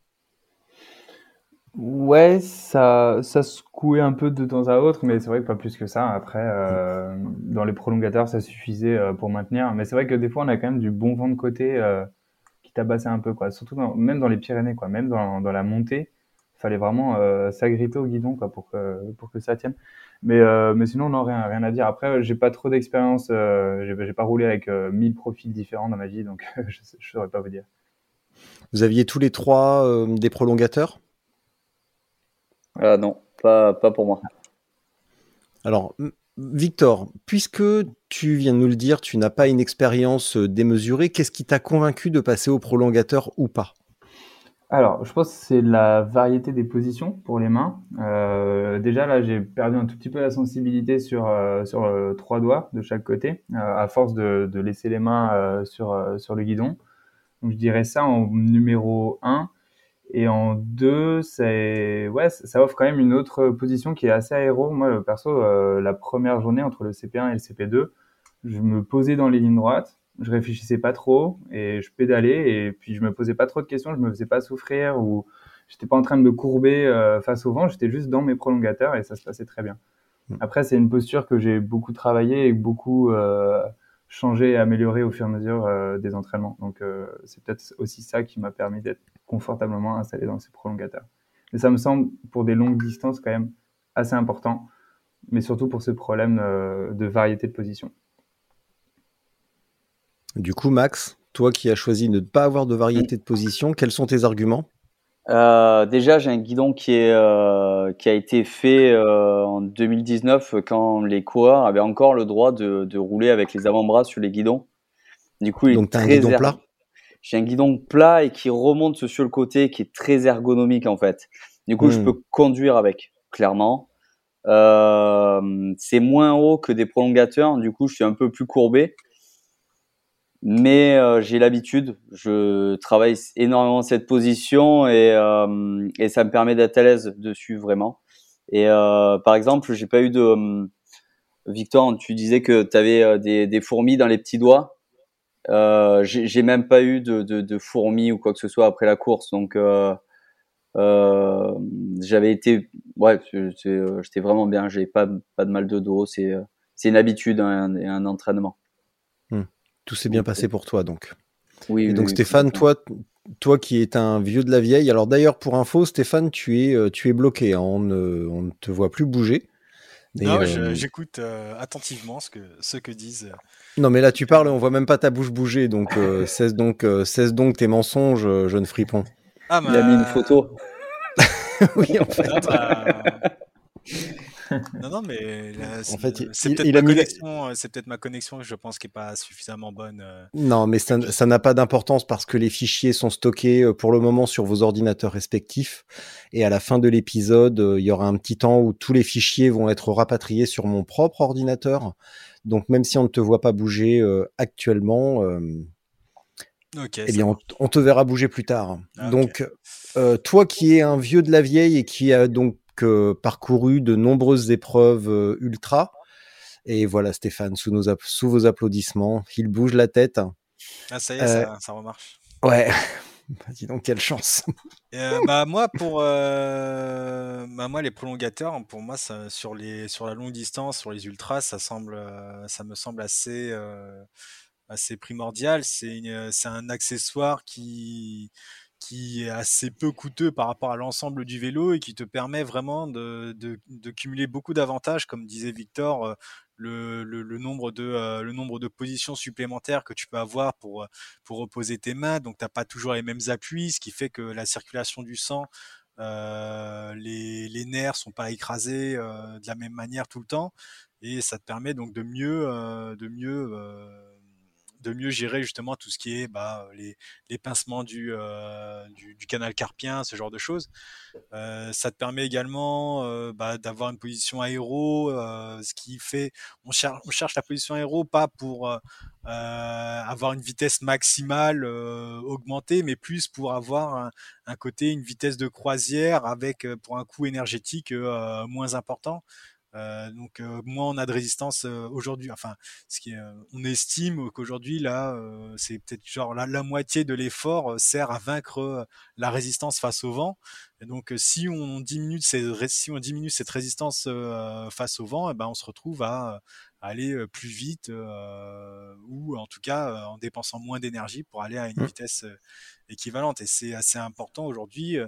Ouais, ça, ça secouait un peu de temps à autre, mais c'est vrai que pas plus que ça. Après, euh, dans les prolongateurs, ça suffisait euh, pour maintenir. Mais c'est vrai que des fois, on a quand même du bon vent de côté euh, qui tabassait un peu, quoi. Surtout dans, même dans les Pyrénées, quoi. Même dans, dans la montée, fallait vraiment euh, s'agripper au guidon quoi pour que pour que ça tienne. Mais euh, mais sinon non, rien rien à dire. Après j'ai pas trop d'expérience, euh, j'ai j'ai pas roulé avec euh, mille profils différents dans ma vie, donc je je saurais pas vous dire. Vous aviez tous les trois euh, des prolongateurs? Euh, non, pas pas pour moi. Alors Victor, puisque tu viens de nous le dire, tu n'as pas une expérience démesurée, qu'est-ce qui t'a convaincu de passer au prolongateur ou pas? Alors, je pense que c'est la variété des positions pour les mains. Euh, déjà, là, j'ai perdu un tout petit peu la sensibilité sur, euh, sur euh, trois doigts de chaque côté, euh, à force de, de laisser les mains euh, sur, euh, sur le guidon. Donc, je dirais ça en numéro un. Et en deux, c'est, ouais, ça offre quand même une autre position qui est assez aéro. Moi, perso, euh, la première journée entre le C P un et le C P deux, je me posais dans les lignes droites, je réfléchissais pas trop et je pédalais et puis je me posais pas trop de questions, je me faisais pas souffrir ou j'étais pas en train de me courber euh, face au vent, j'étais juste dans mes prolongateurs et ça se passait très bien. Après, c'est une posture que j'ai beaucoup travaillé et beaucoup euh, changé et amélioré au fur et à mesure euh, des entraînements. Donc, euh, c'est peut-être aussi ça qui m'a permis d'être confortablement installé dans ces prolongateurs. Mais ça me semble, pour des longues distances, quand même assez important, mais surtout pour ce problème euh, de variété de position. Du coup, Max, toi qui as choisi de ne pas avoir de variété de position, quels sont tes arguments? Euh, déjà, j'ai un guidon qui est euh, qui a été fait euh, en deux mille dix-neuf quand les coureurs avaient encore le droit de, de rouler avec les avant-bras sur les guidons. Du coup, il Donc, est tu as un très guidon er- plat? J'ai un guidon plat et qui remonte sur le côté, qui est très ergonomique en fait. Du coup, Hmm. je peux conduire avec, clairement. Euh, c'est moins haut que des prolongateurs, du coup, je suis un peu plus courbé. Mais euh, j'ai l'habitude, je travaille énormément cette position et, euh, et ça me permet d'être à l'aise dessus vraiment. Et euh, par exemple, j'ai pas eu de... Euh, Victor, tu disais que tu avais euh, des, des fourmis dans les petits doigts. Euh, j'ai, j'ai même pas eu de, de, de fourmis ou quoi que ce soit après la course. Donc, euh, euh, j'avais été... Ouais, c'est, c'est, j'étais vraiment bien. J'ai pas, pas de mal de dos. C'est, c'est une habitude, un, un entraînement. Hmm. Tout s'est bien passé pour toi, donc. Oui, Et oui, donc oui, Stéphane, toi, toi qui es un vieux de la vieille, alors d'ailleurs pour info, Stéphane, tu es, euh, tu es bloqué, hein, on, ne, on ne te voit plus bouger. Et, Non, euh, je- j'écoute euh, attentivement ce que, ce que disent. Non mais là tu parles et on voit même pas ta bouche bouger, donc euh, cesse donc, euh, cesse donc tes mensonges, euh, jeune fripon. Ah, Il a mis une ma... photo. Oui en fait. Ah, ma... Non, non, mais là, c'est En fait, il, c'est il- peut-être il ma a mis la- connexion, euh, c'est peut-être ma connexion, je pense, qui est pas suffisamment bonne. euh, Non mais ça, que- ça n'a pas d'importance parce que les fichiers sont stockés euh, pour le moment sur vos ordinateurs respectifs et à la fin de l'épisode, euh, il y aura un petit temps où tous les fichiers vont être rapatriés sur mon propre ordinateur. Donc même si on ne te voit pas bouger euh, actuellement, euh, Ok, eh ça bien on, marche. on te verra bouger plus tard. Ah, ok. Donc euh, toi qui es un vieux de la vieille et qui a donc euh, parcouru de nombreuses épreuves euh, ultra, et voilà Stéphane, sous, nos app- sous vos applaudissements, il bouge la tête. Ah, ça y est, Euh, ça, ça remarche. ouais, dis donc quelle chance. Euh, bah moi pour euh, bah moi les prolongateurs hein, pour moi ça, sur les sur la longue distance sur les ultras ça semble euh, ça me semble assez euh, assez primordial. C'est une- c'est un accessoire qui qui est assez peu coûteux par rapport à l'ensemble du vélo et qui te permet vraiment de, de, de cumuler beaucoup d'avantages, comme disait Victor, euh, le, le, le nombre de, euh, le nombre de positions supplémentaires que tu peux avoir pour, pour reposer tes mains. Donc, tu n'as pas toujours les mêmes appuis, ce qui fait que la circulation du sang, euh, les, les nerfs sont pas écrasés euh, de la même manière tout le temps. Et ça te permet donc de mieux, euh, de mieux euh, de mieux gérer justement tout ce qui est bah, les, les pincements du, euh, du, du canal carpien, ce genre de choses. Euh, ça te permet également euh, bah, d'avoir une position aéro, euh, ce qui fait, on, cher- on cherche la position aéro pas pour euh, avoir une vitesse maximale euh, augmentée, mais plus pour avoir un, un côté, une vitesse de croisière avec euh, pour un coût énergétique euh, moins important. Euh, donc euh, moins on a de résistance euh, aujourd'hui. Enfin, ce qui est, euh, on estime qu'aujourd'hui là, euh, c'est peut-être genre la, la moitié de l'effort euh, sert à vaincre euh, la résistance face au vent. Et donc euh, si on diminue ces, si on diminue cette résistance euh, face au vent, et ben on se retrouve à, à aller euh, plus vite euh, ou en tout cas euh, en dépensant moins d'énergie pour aller à une Mm. vitesse euh, équivalente. Et c'est assez important aujourd'hui. Euh,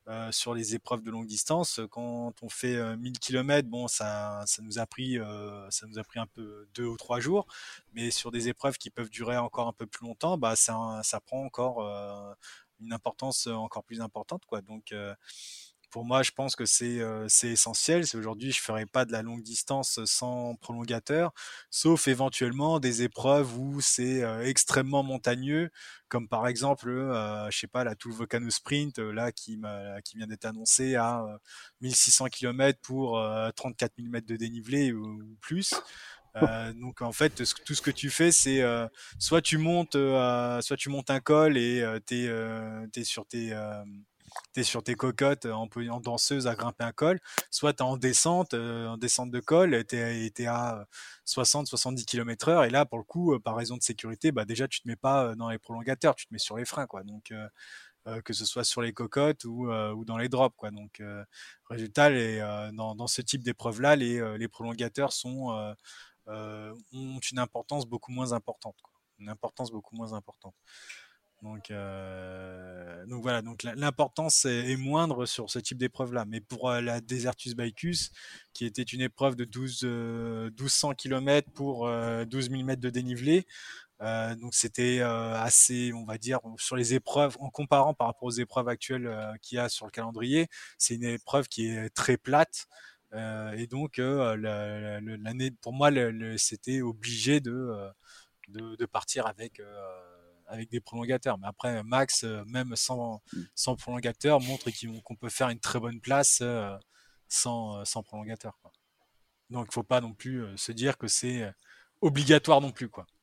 euh, sur les épreuves de longue distance. Quand on fait euh, mille kilomètres, bon, ça, ça nous a pris, euh, ça nous a pris un peu deux ou trois jours, mais sur des épreuves qui peuvent durer encore un peu plus longtemps, bah, ça, ça prend encore euh, une importance encore plus importante, quoi. Donc, euh, pour moi, je pense que c'est euh, c'est essentiel. C'est aujourd'hui, je ferai pas de la longue distance sans prolongateur, sauf éventuellement des épreuves où c'est euh, extrêmement montagneux, comme par exemple, euh, je sais pas, la Toul Volcano Sprint, euh, là qui m'a qui vient d'être annoncée à euh, mille six cents kilomètres pour euh, trente-quatre mille mètres de dénivelé ou, ou plus. Euh, donc en fait, tout ce que tu fais, c'est euh, soit tu montes, euh, soit tu montes un col et euh, t'es euh, t'es sur tes euh, t'es sur tes cocottes en, en danseuse à grimper un col, soit t'es en descente, euh, en descente de col, t'es, t'es à soixante à soixante-dix kilomètres heure, et là, pour le coup, euh, par raison de sécurité, bah déjà, tu te mets pas dans les prolongateurs, tu te mets sur les freins, quoi. Donc, euh, euh, que ce soit sur les cocottes ou, euh, ou dans les drops, quoi. Donc, euh, résultat, les, euh, dans, dans ce type d'épreuve-là, les, euh, les prolongateurs sont, euh, euh, ont une importance beaucoup moins importante, quoi. Une importance beaucoup moins importante. Donc, euh, donc voilà, donc l'importance est, est moindre sur ce type d'épreuve-là. Mais pour euh, la Desertus Baicus, qui était une épreuve de douze, euh, douze cents kilomètres pour euh, douze mille mètres de dénivelé, euh, donc c'était euh, assez, on va dire, sur les épreuves, en comparant par rapport aux épreuves actuelles euh, qu'il y a sur le calendrier, c'est une épreuve qui est très plate. Euh, et donc, euh, la, la, l'année, pour moi, le, le, c'était obligé de, euh, de, de partir avec... Euh, avec des prolongateurs. Mais après, Max, euh, même sans, sans prolongateur, montre qu'on peut faire une très bonne place euh, sans, euh, sans prolongateur, quoi. Donc, il ne faut pas non plus euh, se dire que c'est euh, obligatoire non plus, quoi.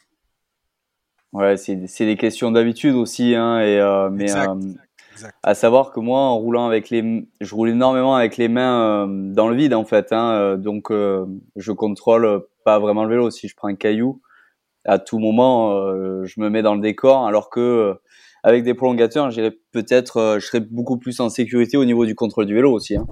Ouais, c'est, c'est des questions d'habitude aussi, hein, et, euh, mais exact, euh, exact. à savoir que moi, en roulant avec les, je roule énormément avec les mains euh, dans le vide, en fait, hein, euh, donc euh, je contrôle pas vraiment le vélo. Si je prends un caillou, à tout moment, euh, je me mets dans le décor, alors que euh, avec des prolongateurs, j'irais peut-être, euh, je serais beaucoup plus en sécurité au niveau du contrôle du vélo aussi, hein.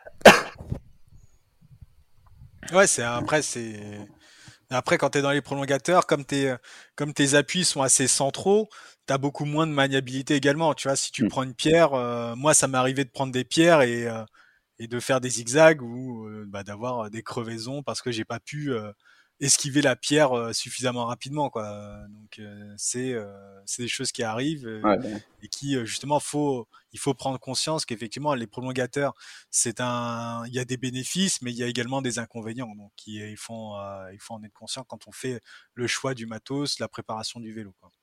Ouais, c'est après c'est après quand tu es dans les prolongateurs, comme tes comme tes appuis sont assez centraux, tu as beaucoup moins de maniabilité également, tu vois. Si tu Mm. prends une pierre, euh, moi ça m'est arrivé de prendre des pierres et euh, et de faire des zigzags ou euh, bah, d'avoir des crevaisons parce que j'ai pas pu euh, esquiver la pierre euh, suffisamment rapidement, quoi. Donc euh, c'est euh, c'est des choses qui arrivent euh, Ouais. et qui euh, justement faut il faut prendre conscience qu'effectivement les prolongateurs, c'est un il y a des bénéfices mais il y a également des inconvénients, donc il, il faut euh, il faut en être conscient quand on fait le choix du matos, la préparation du vélo, quoi.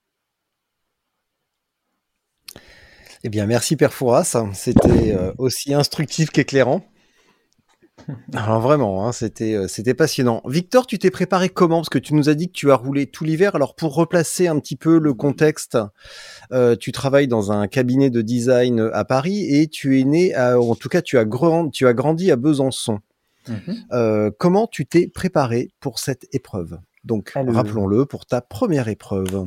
Eh bien, merci Père Fouras, c'était euh, aussi instructif qu'éclairant. Alors vraiment, hein, c'était euh, c'était passionnant. Victor, tu t'es préparé comment? Parce que tu nous as dit que tu as roulé tout l'hiver. Alors pour replacer un petit peu le contexte, euh, tu travailles dans un cabinet de design à Paris et tu es né, à, en tout cas tu as, grand, tu as grandi à Besançon. Mm-hmm. Euh, comment tu t'es préparé pour cette épreuve? Donc Alors... rappelons-le, pour ta première épreuve.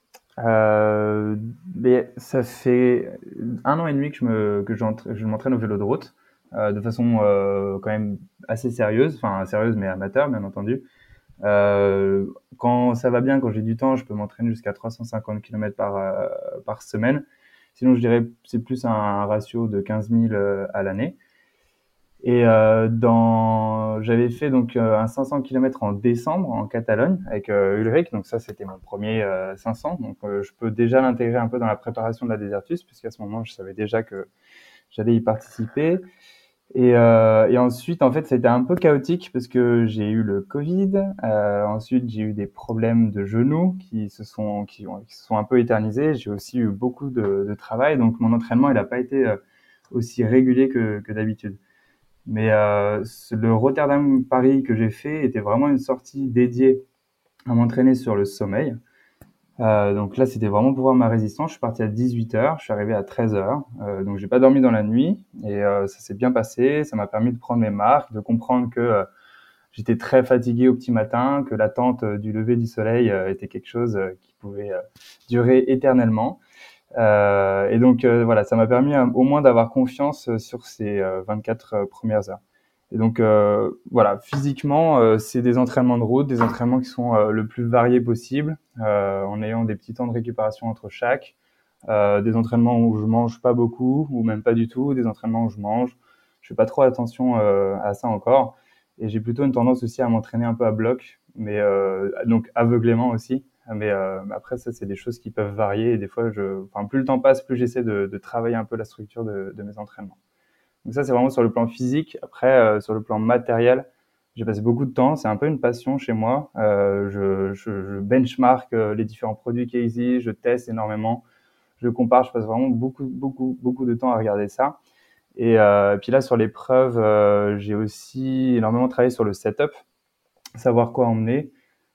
Euh, mais ça fait un an et demi que je me que je m'entraîne au vélo de route. Euh, de façon euh, quand même assez sérieuse, enfin sérieuse mais amateur bien entendu. Euh, quand ça va bien, quand j'ai du temps, je peux m'entraîner jusqu'à trois cent cinquante kilomètres par euh, par semaine. Sinon, je dirais c'est plus un, un ratio de quinze mille euh, à l'année. Et euh, dans, j'avais fait donc euh, un cinq cents kilomètres en décembre en Catalogne avec euh, Ulrich. Donc ça, c'était mon premier euh, cinq cents. Donc euh, je peux déjà l'intégrer un peu dans la préparation de la Desertus, puisqu'à ce moment, je savais déjà que j'allais y participer. Et, euh, et ensuite, en fait, ça a été un peu chaotique parce que j'ai eu le Covid. Euh, ensuite, j'ai eu des problèmes de genoux qui se sont qui, ont, qui se sont un peu éternisés. J'ai aussi eu beaucoup de, de travail, donc mon entraînement, il n'a pas été euh, aussi régulier que, que d'habitude. Mais euh, le Rotterdam-Paris que j'ai fait était vraiment une sortie dédiée à m'entraîner sur le sommeil. Euh, donc là, c'était vraiment pour voir ma résistance. Je suis parti à dix-huit heures, je suis arrivé à treize heures. Euh, donc j'ai pas dormi dans la nuit et euh, ça s'est bien passé. Ça m'a permis de prendre mes marques, de comprendre que euh, j'étais très fatigué au petit matin, que l'attente euh, du lever du soleil euh, était quelque chose euh, qui pouvait euh, durer éternellement. Euh, et donc euh, voilà, ça m'a permis euh, au moins d'avoir confiance sur ces euh, vingt-quatre euh, premières heures. Et donc euh, voilà, physiquement, euh, c'est des entraînements de route, des entraînements qui sont euh, le plus variés possible, euh, en ayant des petits temps de récupération entre chaque, Euh, des entraînements où je mange pas beaucoup ou même pas du tout, des entraînements où je mange. Je fais pas trop attention euh, à ça encore. Et j'ai plutôt une tendance aussi à m'entraîner un peu à bloc, mais euh, donc aveuglément aussi. Mais euh, après, ça, c'est des choses qui peuvent varier. Et des fois, je, enfin, plus le temps passe, plus j'essaie de, de travailler un peu la structure de, de mes entraînements. Donc ça, c'est vraiment sur le plan physique. Après, euh, sur le plan matériel, j'ai passé beaucoup de temps. C'est un peu une passion chez moi. Euh, je, je, je benchmark euh, les différents produits Casey. Je teste énormément. Je compare. Je passe vraiment beaucoup, beaucoup, beaucoup de temps à regarder ça. Et euh, puis là, sur les preuves, euh, j'ai aussi énormément travaillé sur le setup, savoir quoi emmener,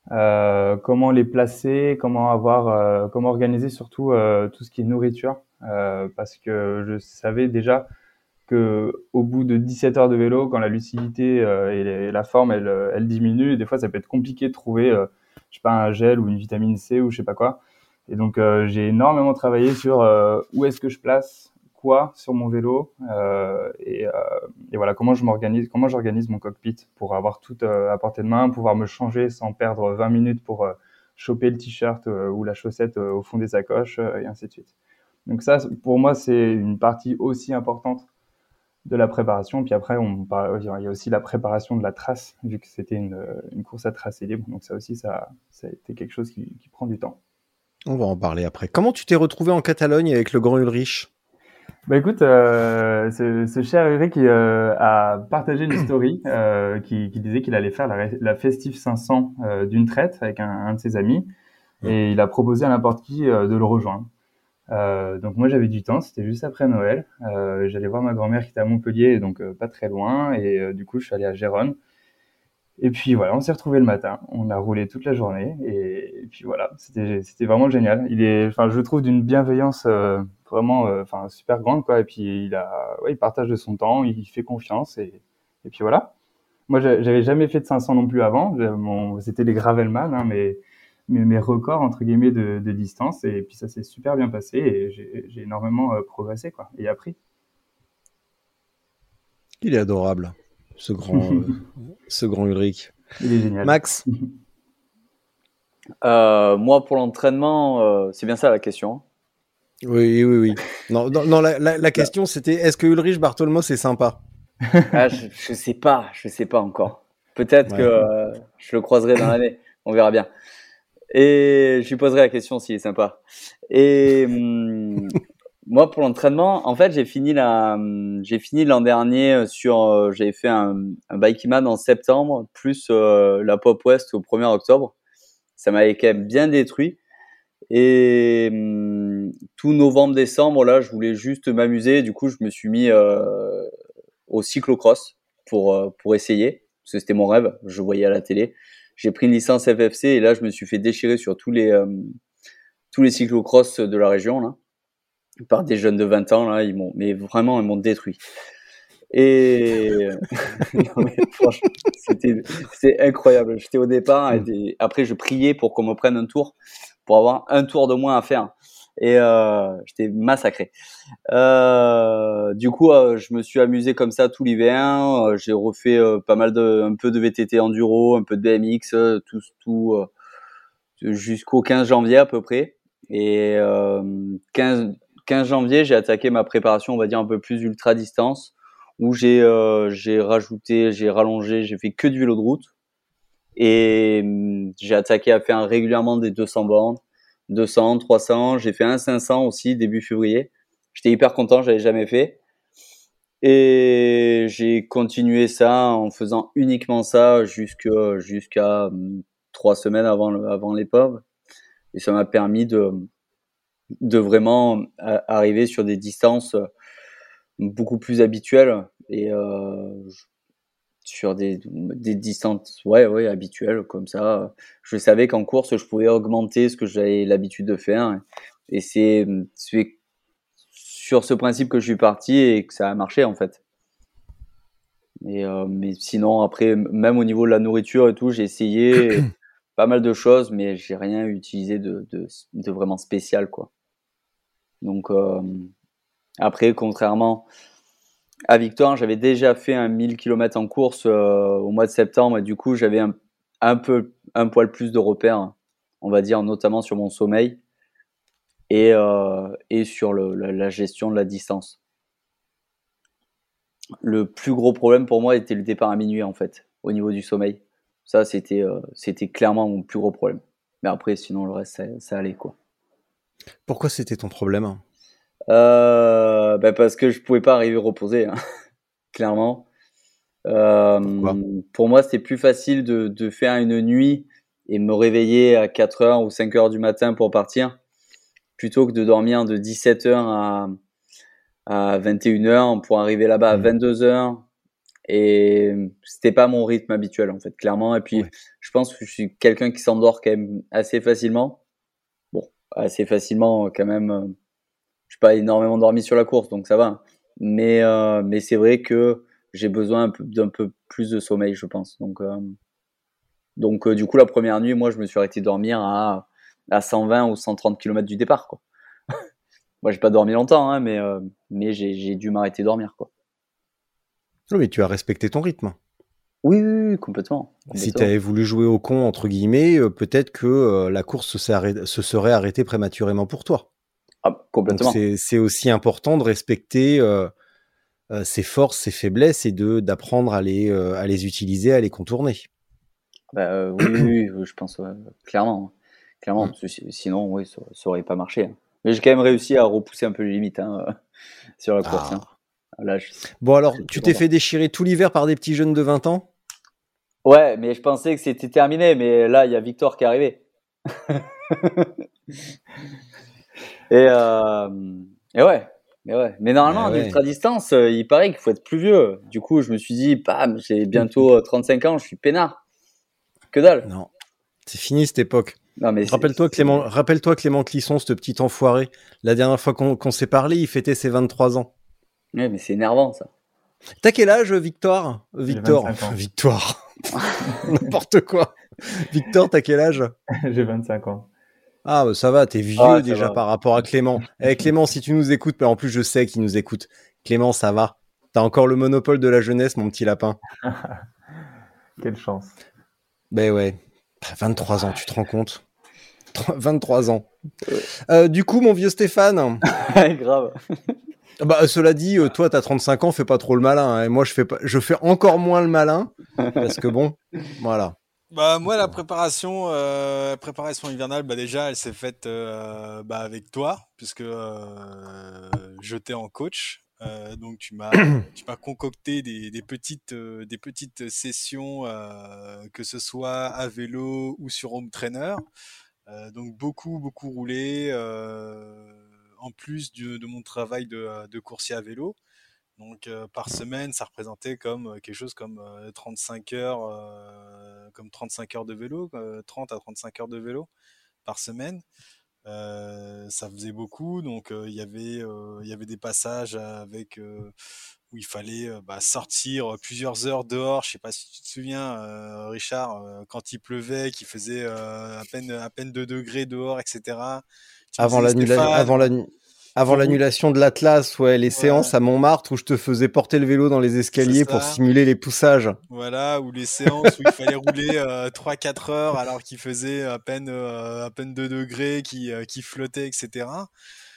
euh, comment les placer, comment avoir, euh, comment organiser surtout euh, tout ce qui est nourriture, euh, parce que je savais déjà que au bout de dix-sept heures de vélo, quand la lucidité euh, et, les, et la forme elle, elle diminue, et des fois ça peut être compliqué de trouver, euh, je sais pas, un gel ou une vitamine C ou je sais pas quoi. Et donc euh, j'ai énormément travaillé sur euh, où est-ce que je place quoi sur mon vélo euh, et, euh, et voilà comment je m'organise, comment j'organise mon cockpit pour avoir tout euh, à portée de main, pouvoir me changer sans perdre vingt minutes pour euh, choper le t-shirt euh, ou la chaussette euh, au fond des sacoches euh, et ainsi de suite. Donc ça, pour moi, c'est une partie aussi importante de la préparation. Puis après, on parle, il y a aussi la préparation de la trace, vu que c'était une, une course à tracé libre. Donc ça aussi, ça, ça a été quelque chose qui, qui prend du temps. On va en parler après. Comment tu t'es retrouvé en Catalogne avec le grand Ulrich ? Bah écoute, euh, ce, ce cher Ulrich euh, a partagé une story euh, qui, qui disait qu'il allait faire la, la Festive cinq cents euh, d'une traite avec un, un de ses amis. Et il a proposé à n'importe qui euh, de le rejoindre. Euh, donc moi j'avais du temps, c'était juste après Noël. Euh, j'allais voir ma grand-mère qui était à Montpellier, donc euh, pas très loin, et euh, du coup je suis allé à Gérone. Et puis voilà, on s'est retrouvés le matin, on a roulé toute la journée, et, et puis voilà, c'était c'était vraiment génial. Il est, enfin je le trouve d'une bienveillance euh, vraiment, enfin euh, super grande quoi. Et puis il a, ouais, il partage de son temps, il fait confiance, et et puis voilà. Moi j'avais jamais fait de cinq cents non plus avant, mon, c'était les Gravelman, hein, mais Mes, mes records entre guillemets de, de distance, et puis ça s'est super bien passé et j'ai, j'ai énormément euh, progressé quoi et appris. Il est adorable, ce grand, euh, ce grand Ulrich. Il est génial. Max. euh, Moi pour l'entraînement, euh, c'est bien ça la question. Oui, oui, oui. Non, non, non la, la, la question c'était est-ce que Ulrich Bartolmo c'est sympa ? Ah, je, je sais pas, je sais pas encore. Peut-être ouais. que euh, je le croiserai dans l'année, on verra bien. Et je lui poserai la question s'il est sympa. Et hum, moi, pour l'entraînement, en fait, j'ai fini la, j'ai fini l'an dernier sur, euh, j'avais fait un, un Bikeman en septembre, plus euh, la Pop West au premier octobre. Ça m'avait quand même bien détruit. Et hum, tout novembre, décembre, là, je voulais juste m'amuser. Du coup, je me suis mis euh, au cyclocross pour euh, pour essayer, parce que c'était mon rêve. Je voyais à la télé. J'ai pris une licence F F C et là, je me suis fait déchirer sur tous les euh, tous les cyclocross de la région là, par des jeunes de vingt ans là. Ils m'ont, mais vraiment, ils m'ont détruit. Et non, mais franchement, c'était c'est incroyable. J'étais au départ et après, je priais pour qu'on me prenne un tour, pour avoir un tour de moins à faire. Et euh, j'étais massacré. Euh, du coup, euh, je me suis amusé comme ça tout l'hiver. Euh, j'ai refait euh, pas mal de, un peu de V T T enduro, un peu de B M X, euh, tout, tout euh, jusqu'au quinze janvier à peu près. Et euh, quinze, quinze janvier, j'ai attaqué ma préparation, on va dire un peu plus ultra distance, où j'ai euh, j'ai rajouté, j'ai rallongé, j'ai fait que du vélo de route. Et euh, j'ai attaqué à faire régulièrement des deux cents bornes. deux cents, trois cents, j'ai fait un cinq cents aussi début février. J'étais hyper content, j'avais jamais fait. Et j'ai continué ça en faisant uniquement ça jusqu'à jusqu'à trois semaines avant le, avant l'épreuve. Et ça m'a permis de de vraiment arriver sur des distances beaucoup plus habituelles et euh, sur des, des distances ouais, ouais, habituelles comme ça. Je savais qu'en course, je pouvais augmenter ce que j'avais l'habitude de faire. Et c'est, c'est sur ce principe que je suis parti et que ça a marché en fait. Et, euh, mais sinon, après, même au niveau de la nourriture et tout, j'ai essayé pas mal de choses, mais j'ai rien utilisé de, de, de vraiment spécial, quoi. Donc, euh, après, contrairement à Victor, j'avais déjà fait un mille kilomètres en course euh, au mois de septembre et du coup, j'avais un, un peu, un poil plus de repères, on va dire, notamment sur mon sommeil. et, euh, et sur le, la, la gestion de la distance. Le plus gros problème pour moi était le départ à minuit, en fait, au niveau du sommeil. Ça, c'était, euh, c'était clairement mon plus gros problème. Mais après, sinon, le reste, ça, ça allait, quoi. Pourquoi c'était ton problème? euh, bah Parce que je pouvais pas arriver reposé, hein, clairement. Euh, Pourquoi? Pour moi, c'était plus facile de, de faire une nuit et me réveiller à quatre heures ou cinq heures du matin pour partir, plutôt que de dormir de dix-sept heures à, à vingt et une heures pour arriver là-bas à vingt-deux heures. Et c'était pas mon rythme habituel, en fait, clairement. Et puis, ouais. Je pense que je suis quelqu'un qui s'endort quand même assez facilement. Bon, assez facilement, quand même. Je n'ai pas énormément dormi sur la course, donc ça va. Mais, euh, mais c'est vrai que j'ai besoin un peu, d'un peu plus de sommeil, je pense. Donc, euh, donc euh, du coup, la première nuit, moi, je me suis arrêté dormir à, à cent vingt ou cent trente kilomètres du départ, quoi. Moi, j'ai pas dormi longtemps, hein, mais, euh, mais j'ai, j'ai dû m'arrêter dormir, quoi. Oui, mais tu as respecté ton rythme. Oui, oui, oui, complètement, complètement. Si tu avais voulu jouer au con, entre guillemets, euh, peut-être que euh, la course se, arrêt- se serait arrêtée prématurément pour toi. Ah, complètement. Donc c'est, c'est aussi important de respecter euh, euh, ses forces, ses faiblesses et de, d'apprendre à les, euh, à les utiliser, à les contourner. Bah, euh, oui, oui, oui, je pense, ouais, clairement. Clairement, mm. Sinon, oui, ça, ça aurait pas marché. Hein. Mais j'ai quand même réussi à repousser un peu les limites, hein, sur la course. Ah. Hein. Là, je... Bon, alors, tu t'es fait déchirer tout l'hiver par des petits jeunes de vingt ans ? Ouais, mais je pensais que c'était terminé, mais là, il y a Victor qui est arrivé. et, euh, et ouais, mais ouais. Mais normalement, en ouais. ultra-distance, euh, il paraît qu'il faut être plus vieux. Du coup, je me suis dit, bam, j'ai bientôt trente-cinq ans, je suis peinard. Que dalle. Non, c'est fini cette époque. Non, mais rappelle-toi, c'est, Clément, c'est... rappelle-toi Clément Clisson, ce petit enfoiré. La dernière fois qu'on, qu'on s'est parlé, il fêtait ses vingt-trois ans. Ouais, mais c'est énervant, ça. T'as quel âge, Victor ? Victor. Victoire. N'importe quoi. Victor, t'as quel âge ? J'ai vingt-cinq ans. Ah, bah ça va, t'es vieux ah, déjà par rapport à Clément. Eh, hey, Clément, si tu nous écoutes, bah, en plus, je sais qu'il nous écoute. Clément, ça va. T'as encore le monopole de la jeunesse, mon petit lapin. Quelle chance. Ben ouais. vingt-trois ans, tu te rends compte ? vingt-trois ans. Euh, du coup, mon vieux Stéphane. Grave. Bah, cela dit, euh, toi, t'as trente-cinq ans, fais pas trop le malin. Hein, et moi, je fais pas, je fais encore moins le malin parce que bon, voilà. Bah moi, la préparation, euh, préparation hivernale, bah déjà, elle s'est faite euh, bah, avec toi, puisque euh, je t'ai en coach. Euh, donc tu m'as, tu m'as concocté des, des petites, euh, des petites sessions, euh, que ce soit à vélo ou sur home trainer. Euh, donc beaucoup, beaucoup roulé. Euh, en plus de, de mon travail de, de coursier à vélo. Donc euh, par semaine, ça représentait comme euh, quelque chose comme euh, trente-cinq heures, euh, comme trente-cinq heures de vélo, euh, trente à trente-cinq heures de vélo par semaine. Euh, ça faisait beaucoup, donc il euh, y avait, il euh, y avait des passages avec euh, où il fallait euh, bah, sortir plusieurs heures dehors. Je sais pas si tu te souviens, euh, Richard, euh, quand il pleuvait, qu'il faisait euh, à peine, à peine deux degrés dehors, et cetera. Avant, l'annula... avant, la... avant l'annulation de l'Atlas, ouais, les ouais. séances à Montmartre où je te faisais porter le vélo dans les escaliers pour simuler les poussages. Voilà, ou les séances où il fallait rouler euh, trois à quatre heures alors qu'il faisait à peine, euh, à peine deux degrés, qui, euh, qui flottait, et cetera.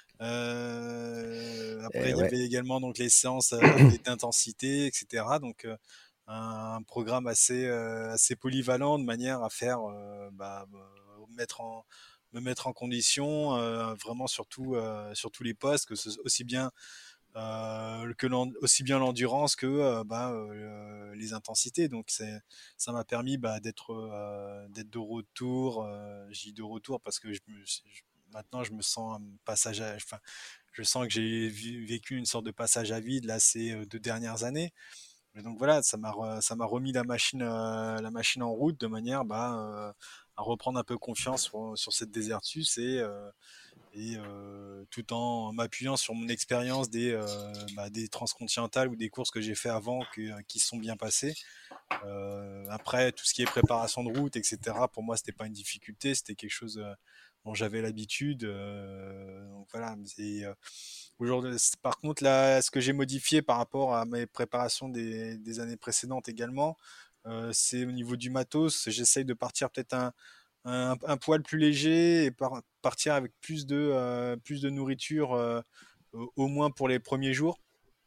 Euh, après, Et il ouais. y avait également donc, les séances euh, d'intensité, et cetera. Donc, euh, un programme assez, euh, assez polyvalent de manière à faire, euh, bah, mettre en... me mettre en condition euh, vraiment surtout euh, sur tous les postes, que ce, aussi bien euh, que aussi bien l'endurance que euh, bah, euh, les intensités. Donc c'est, ça m'a permis bah, d'être euh, d'être de retour. Euh, j'ai de retour parce que je me, je, maintenant je me sens un passage à, enfin je sens que j'ai vécu une sorte de passage à vide là ces deux dernières années. Et donc voilà, ça m'a ça m'a remis la machine euh, la machine en route de manière bah euh, à reprendre un peu confiance sur, sur cette Desertus et, euh, et euh, tout en m'appuyant sur mon expérience des, euh, bah, des transcontinentales ou des courses que j'ai fait avant que, qui sont bien passées. Euh, après, tout ce qui est préparation de route, et cetera, pour moi, c'était pas une difficulté, c'était quelque chose euh, dont j'avais l'habitude. Euh, donc voilà. Et, euh, aujourd'hui, par contre, là, ce que j'ai modifié par rapport à mes préparations des, des années précédentes également, Euh, c'est au niveau du matos. J'essaye de partir peut-être un, un, un poil plus léger et par, partir avec plus de, euh, plus de nourriture, euh, au, au moins pour les premiers jours.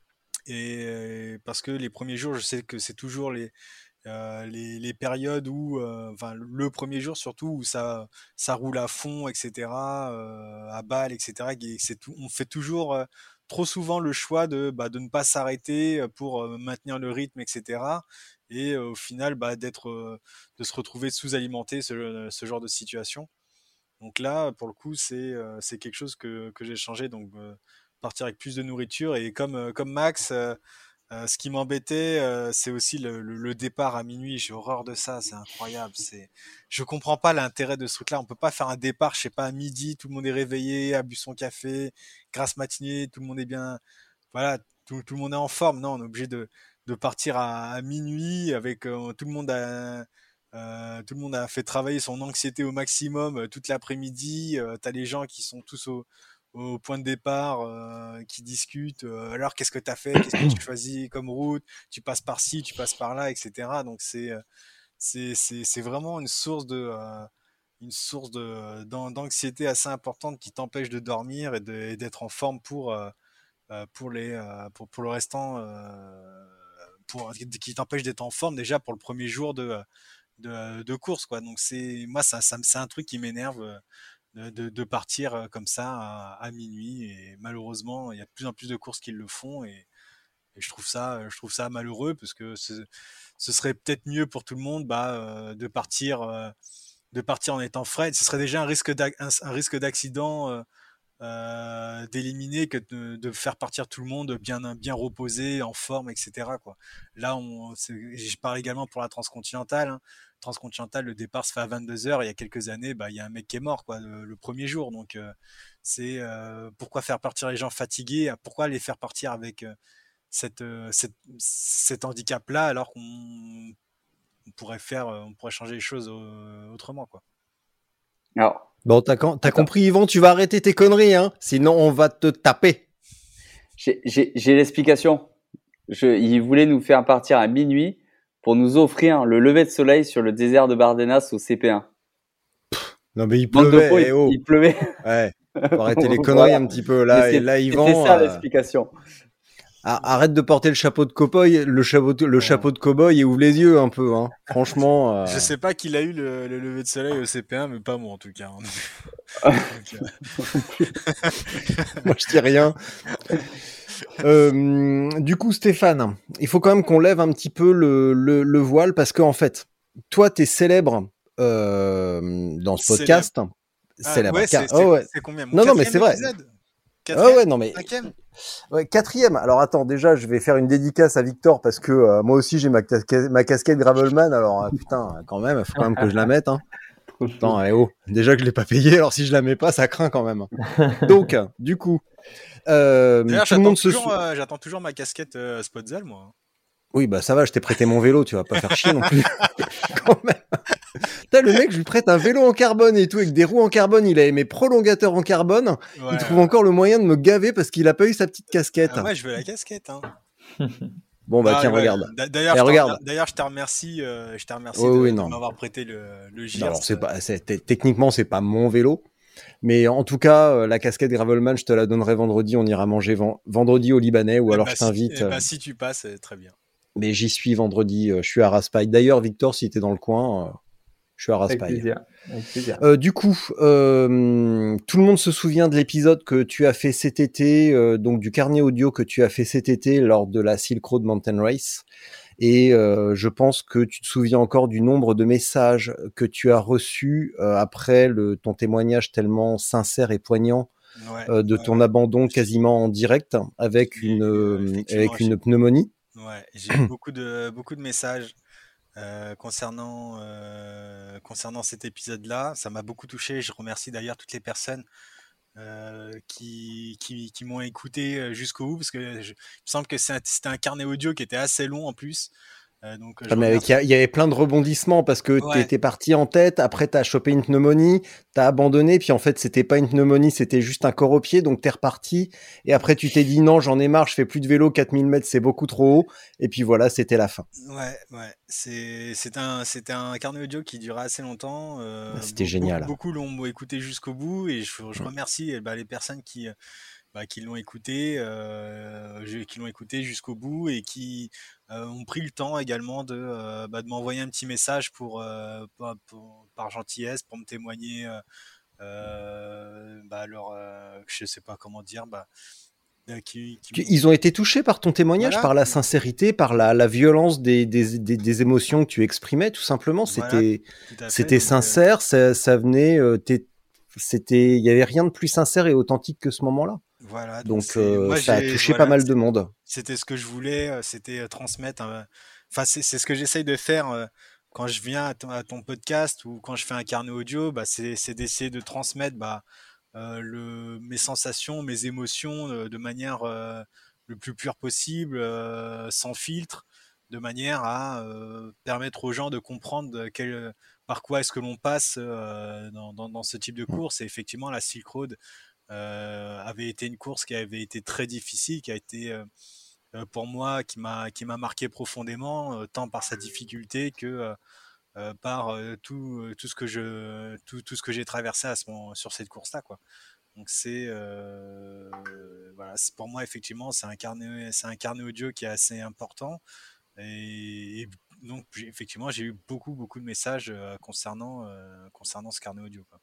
Et euh, parce que les premiers jours, je sais que c'est toujours les, euh, les, les périodes où, euh, enfin, le premier jour surtout, où ça, ça roule à fond, et cetera, euh, à balle, et cetera. Et c'est tout, on fait toujours euh, trop souvent le choix de, bah, de ne pas s'arrêter pour euh, maintenir le rythme, et cetera. Et euh, au final, bah, d'être, euh, de se retrouver sous-alimenté, ce, ce genre de situation. Donc là, pour le coup, c'est euh, c'est quelque chose que, que j'ai changé. Donc euh, partir avec plus de nourriture. Et comme, euh, comme Max, euh, euh, ce qui m'embêtait, euh, c'est aussi le, le- le départ à minuit. J'ai horreur de ça, c'est incroyable. C'est, je comprends pas l'intérêt de ce truc-là. On peut pas faire un départ, je sais pas, à midi, tout le monde est réveillé, a bu son café, grasse matinée, tout le monde est bien, voilà, tout, tout le monde est en forme. Non, on est obligé de, de partir à, à minuit avec euh, tout le monde a, euh, tout le monde a fait travailler son anxiété au maximum euh, toute l'après-midi. Euh, t'as les gens qui sont tous au, au point de départ, euh, qui discutent. Euh, alors, qu'est-ce que tu as fait? Qu'est-ce que tu choisis comme route? Tu passes par ci, tu passes par là, et cetera. Donc, c'est, euh, c'est, c'est, c'est vraiment une source de, euh, une source de, d'an- d'anxiété assez importante qui t'empêche de dormir et, de, et d'être en forme pour, euh, euh, pour, les, euh, pour, pour le restant, euh, pour, qui t'empêche d'être en forme déjà pour le premier jour de, de, de course, quoi. Donc, c'est, moi, ça, ça, me- c'est un truc qui m'énerve. euh, de, de- de partir euh, comme ça à, à minuit. Et malheureusement, il y a de plus en plus de courses qui le font. Et, et je trouve ça, je trouve ça malheureux parce que ce, ce serait peut-être mieux pour tout le monde bah, euh, de partir, euh, de partir en étant frais. Ce serait déjà un risque d'ac- un, un risque d'accident euh, euh, d'éliminer que de, de faire partir tout le monde bien, bien reposé, en forme, et cetera, quoi. Là, on, c'est- je parle également pour la transcontinentale. Hein. Transcontinentale, le départ se fait à vingt-deux heures. Il y a quelques années, bah, il y a un mec qui est mort quoi, le, le premier jour. Donc, euh, c'est euh, pourquoi faire partir les gens fatigués? Pourquoi les faire partir avec euh, cette, euh, cette, cet handicap-là alors qu'on on pourrait faire, euh, on pourrait changer les choses euh, autrement, quoi. Alors, Bon, t'as, com- t'as attends. compris, Yvan, tu vas arrêter tes conneries, hein. Sinon, on va te taper. J'ai, j'ai, j'ai l'explication. Je, il voulait nous faire partir à minuit pour nous offrir le lever de soleil sur le désert de Bardenas au C P un. Non, mais il Bande de pleuvait, faux, eh il, oh. il pleuvait. Ouais. Faut arrêter les conneries Voilà. un petit peu, Mais là. c'est- Et là, c'était Yvan, ça euh, l'explication. a- arrête de porter le chapeau de cow-boy, le chapeau, de- le Ouais. chapeau de cow-boy et ouvre les yeux un peu, hein. Franchement. euh, Je sais pas qu'il a eu le, le lever de soleil au C P un, mais pas moi en tout cas. Donc, euh, Moi, je dis rien. Euh, du coup, Stéphane, il faut quand même qu'on lève un petit peu le, le, le voile parce qu'en fait, toi, t'es célèbre euh, dans ce podcast. Ah, Célèbre. ouais, Car- c'est c'est- oh, ouais. c'est combien? Mon Non, non, mais quatrième c'est vrai. épisode? Ah Quatrième? ouais, non, mais Cinquième? ouais, quatrième. Alors attends, déjà, je vais faire une dédicace à Victor parce que euh, moi aussi j'ai ma, casquette- ma casquette Gravelman. Alors euh, putain, quand même, il faut quand même que je la mette. Hein. Trop chaud. Attends, eh oh, déjà que je l'ai pas payé, alors si je la mets pas, ça craint quand même. Donc, du coup, euh, D'ailleurs, tout le j'attends monde se toujours, sou- euh, j'attends toujours ma casquette euh, Spotzel, moi. Oui, bah ça va, je t'ai prêté mon vélo, tu vas pas faire chier non plus. Quand même. T'as le mec, je lui prête un vélo en carbone et tout, avec des roues en carbone, il a mes prolongateurs en carbone, Ouais, il trouve ouais. encore le moyen de me gaver parce qu'il a pas eu sa petite casquette. Ah, moi, je veux la casquette. Hein. Bon bah Ah, tiens, ouais. regarde. D'a- D'ailleurs, Eh, je, te regarde. remer- d'ailleurs, je te remercie, euh, je te remercie Oui, de, oui, de non. m'avoir prêté le, le Non, G I R alors S. c'est pas, c'est, t- techniquement c'est pas mon vélo, mais en tout cas euh, la casquette Gravelman, je te la donnerai vendredi, on ira manger ven- vendredi au Libanais ou Eh alors bah, je si, t'invite. eh euh, bah, si tu passes, euh, très bien. Mais j'y suis vendredi, euh, je suis à Raspail. D'ailleurs, Victor, si t'es dans le coin, euh, je suis à Avec Raspail. plaisir. Avec plaisir. Euh, du coup, euh, tout le monde se souvient de l'épisode que tu as fait cet été, euh, donc du carnet audio que tu as fait cet été lors de la Silk Road Mountain Race. Et euh, je pense que tu te souviens encore du nombre de messages que tu as reçus euh, après le, ton témoignage tellement sincère et poignant Ouais, euh, de ouais, ton ouais. abandon quasiment en direct avec J'ai une, eu, euh, euh, effectivement, avec une j'ai- pneumonie. Ouais, j'ai eu beaucoup de, beaucoup de messages euh, concernant, euh, concernant cet épisode-là. Ça m'a beaucoup touché. Je remercie d'ailleurs toutes les personnes euh, qui, qui, qui m'ont écouté euh, jusqu'au bout parce que je- il me semble que c'est un- c'était un carnet audio qui était assez long en plus. Euh, donc, ah, mais il y, y avait plein de rebondissements parce que ouais. tu étais parti en tête, après tu as chopé une pneumonie, tu as abandonné, puis en fait c'était pas une pneumonie, c'était juste un corps au pied, donc tu es reparti, et après tu t'es dit non, j'en ai marre, je fais plus de vélo, quatre mille mètres c'est beaucoup trop haut, et puis voilà, c'était la fin. Ouais, ouais, c'est, c'est un, c'était un carnet audio qui durait assez longtemps. Euh, ah, c'était beaucoup, génial. Beaucoup l'ont écouté jusqu'au bout, et je, je remercie bah, les personnes qui. Bah, qui l'ont écouté, euh, qui l'ont écouté jusqu'au bout et qui euh, ont pris le temps également de, euh, bah, de m'envoyer un petit message pour, euh, pour, pour par gentillesse pour me témoigner euh, bah, leur, euh, je sais pas comment dire, bah, qui, qui... Ils ont été touchés par ton témoignage, voilà. Par la sincérité, par la, la violence des, des, des, des émotions que tu exprimais, tout simplement. C'était, voilà, c'était fait, sincère, donc, euh... ça, ça venait, euh, c'était, il y avait rien de plus sincère et authentique que ce moment-là. Voilà, donc, donc euh, moi, ça a touché voilà, pas mal de monde. C'était ce que je voulais, c'était transmettre. Enfin, c'est, c'est ce que j'essaye de faire euh, quand je viens à ton, à ton podcast ou quand je fais un carnet audio. Bah, c'est, c'est d'essayer de transmettre bah, euh, le, mes sensations, mes émotions euh, de manière euh, le plus pure possible, euh, sans filtre, de manière à euh, permettre aux gens de comprendre quel, par quoi est-ce que l'on passe euh, dans, dans, dans ce type de course. Et effectivement, la Silk Road Euh, avait été une course qui avait été très difficile, qui a été euh, pour moi, qui m'a qui m'a marqué profondément, euh, tant par sa difficulté que euh, par euh, tout tout ce que je tout, tout ce que j'ai traversé à ce moment, sur cette course-là, quoi. Donc c'est euh, voilà, c'est, pour moi effectivement c'est un carnet c'est un carnet audio qui est assez important et, et donc j'ai, effectivement j'ai eu beaucoup beaucoup de messages euh, concernant euh, concernant ce carnet audio, quoi.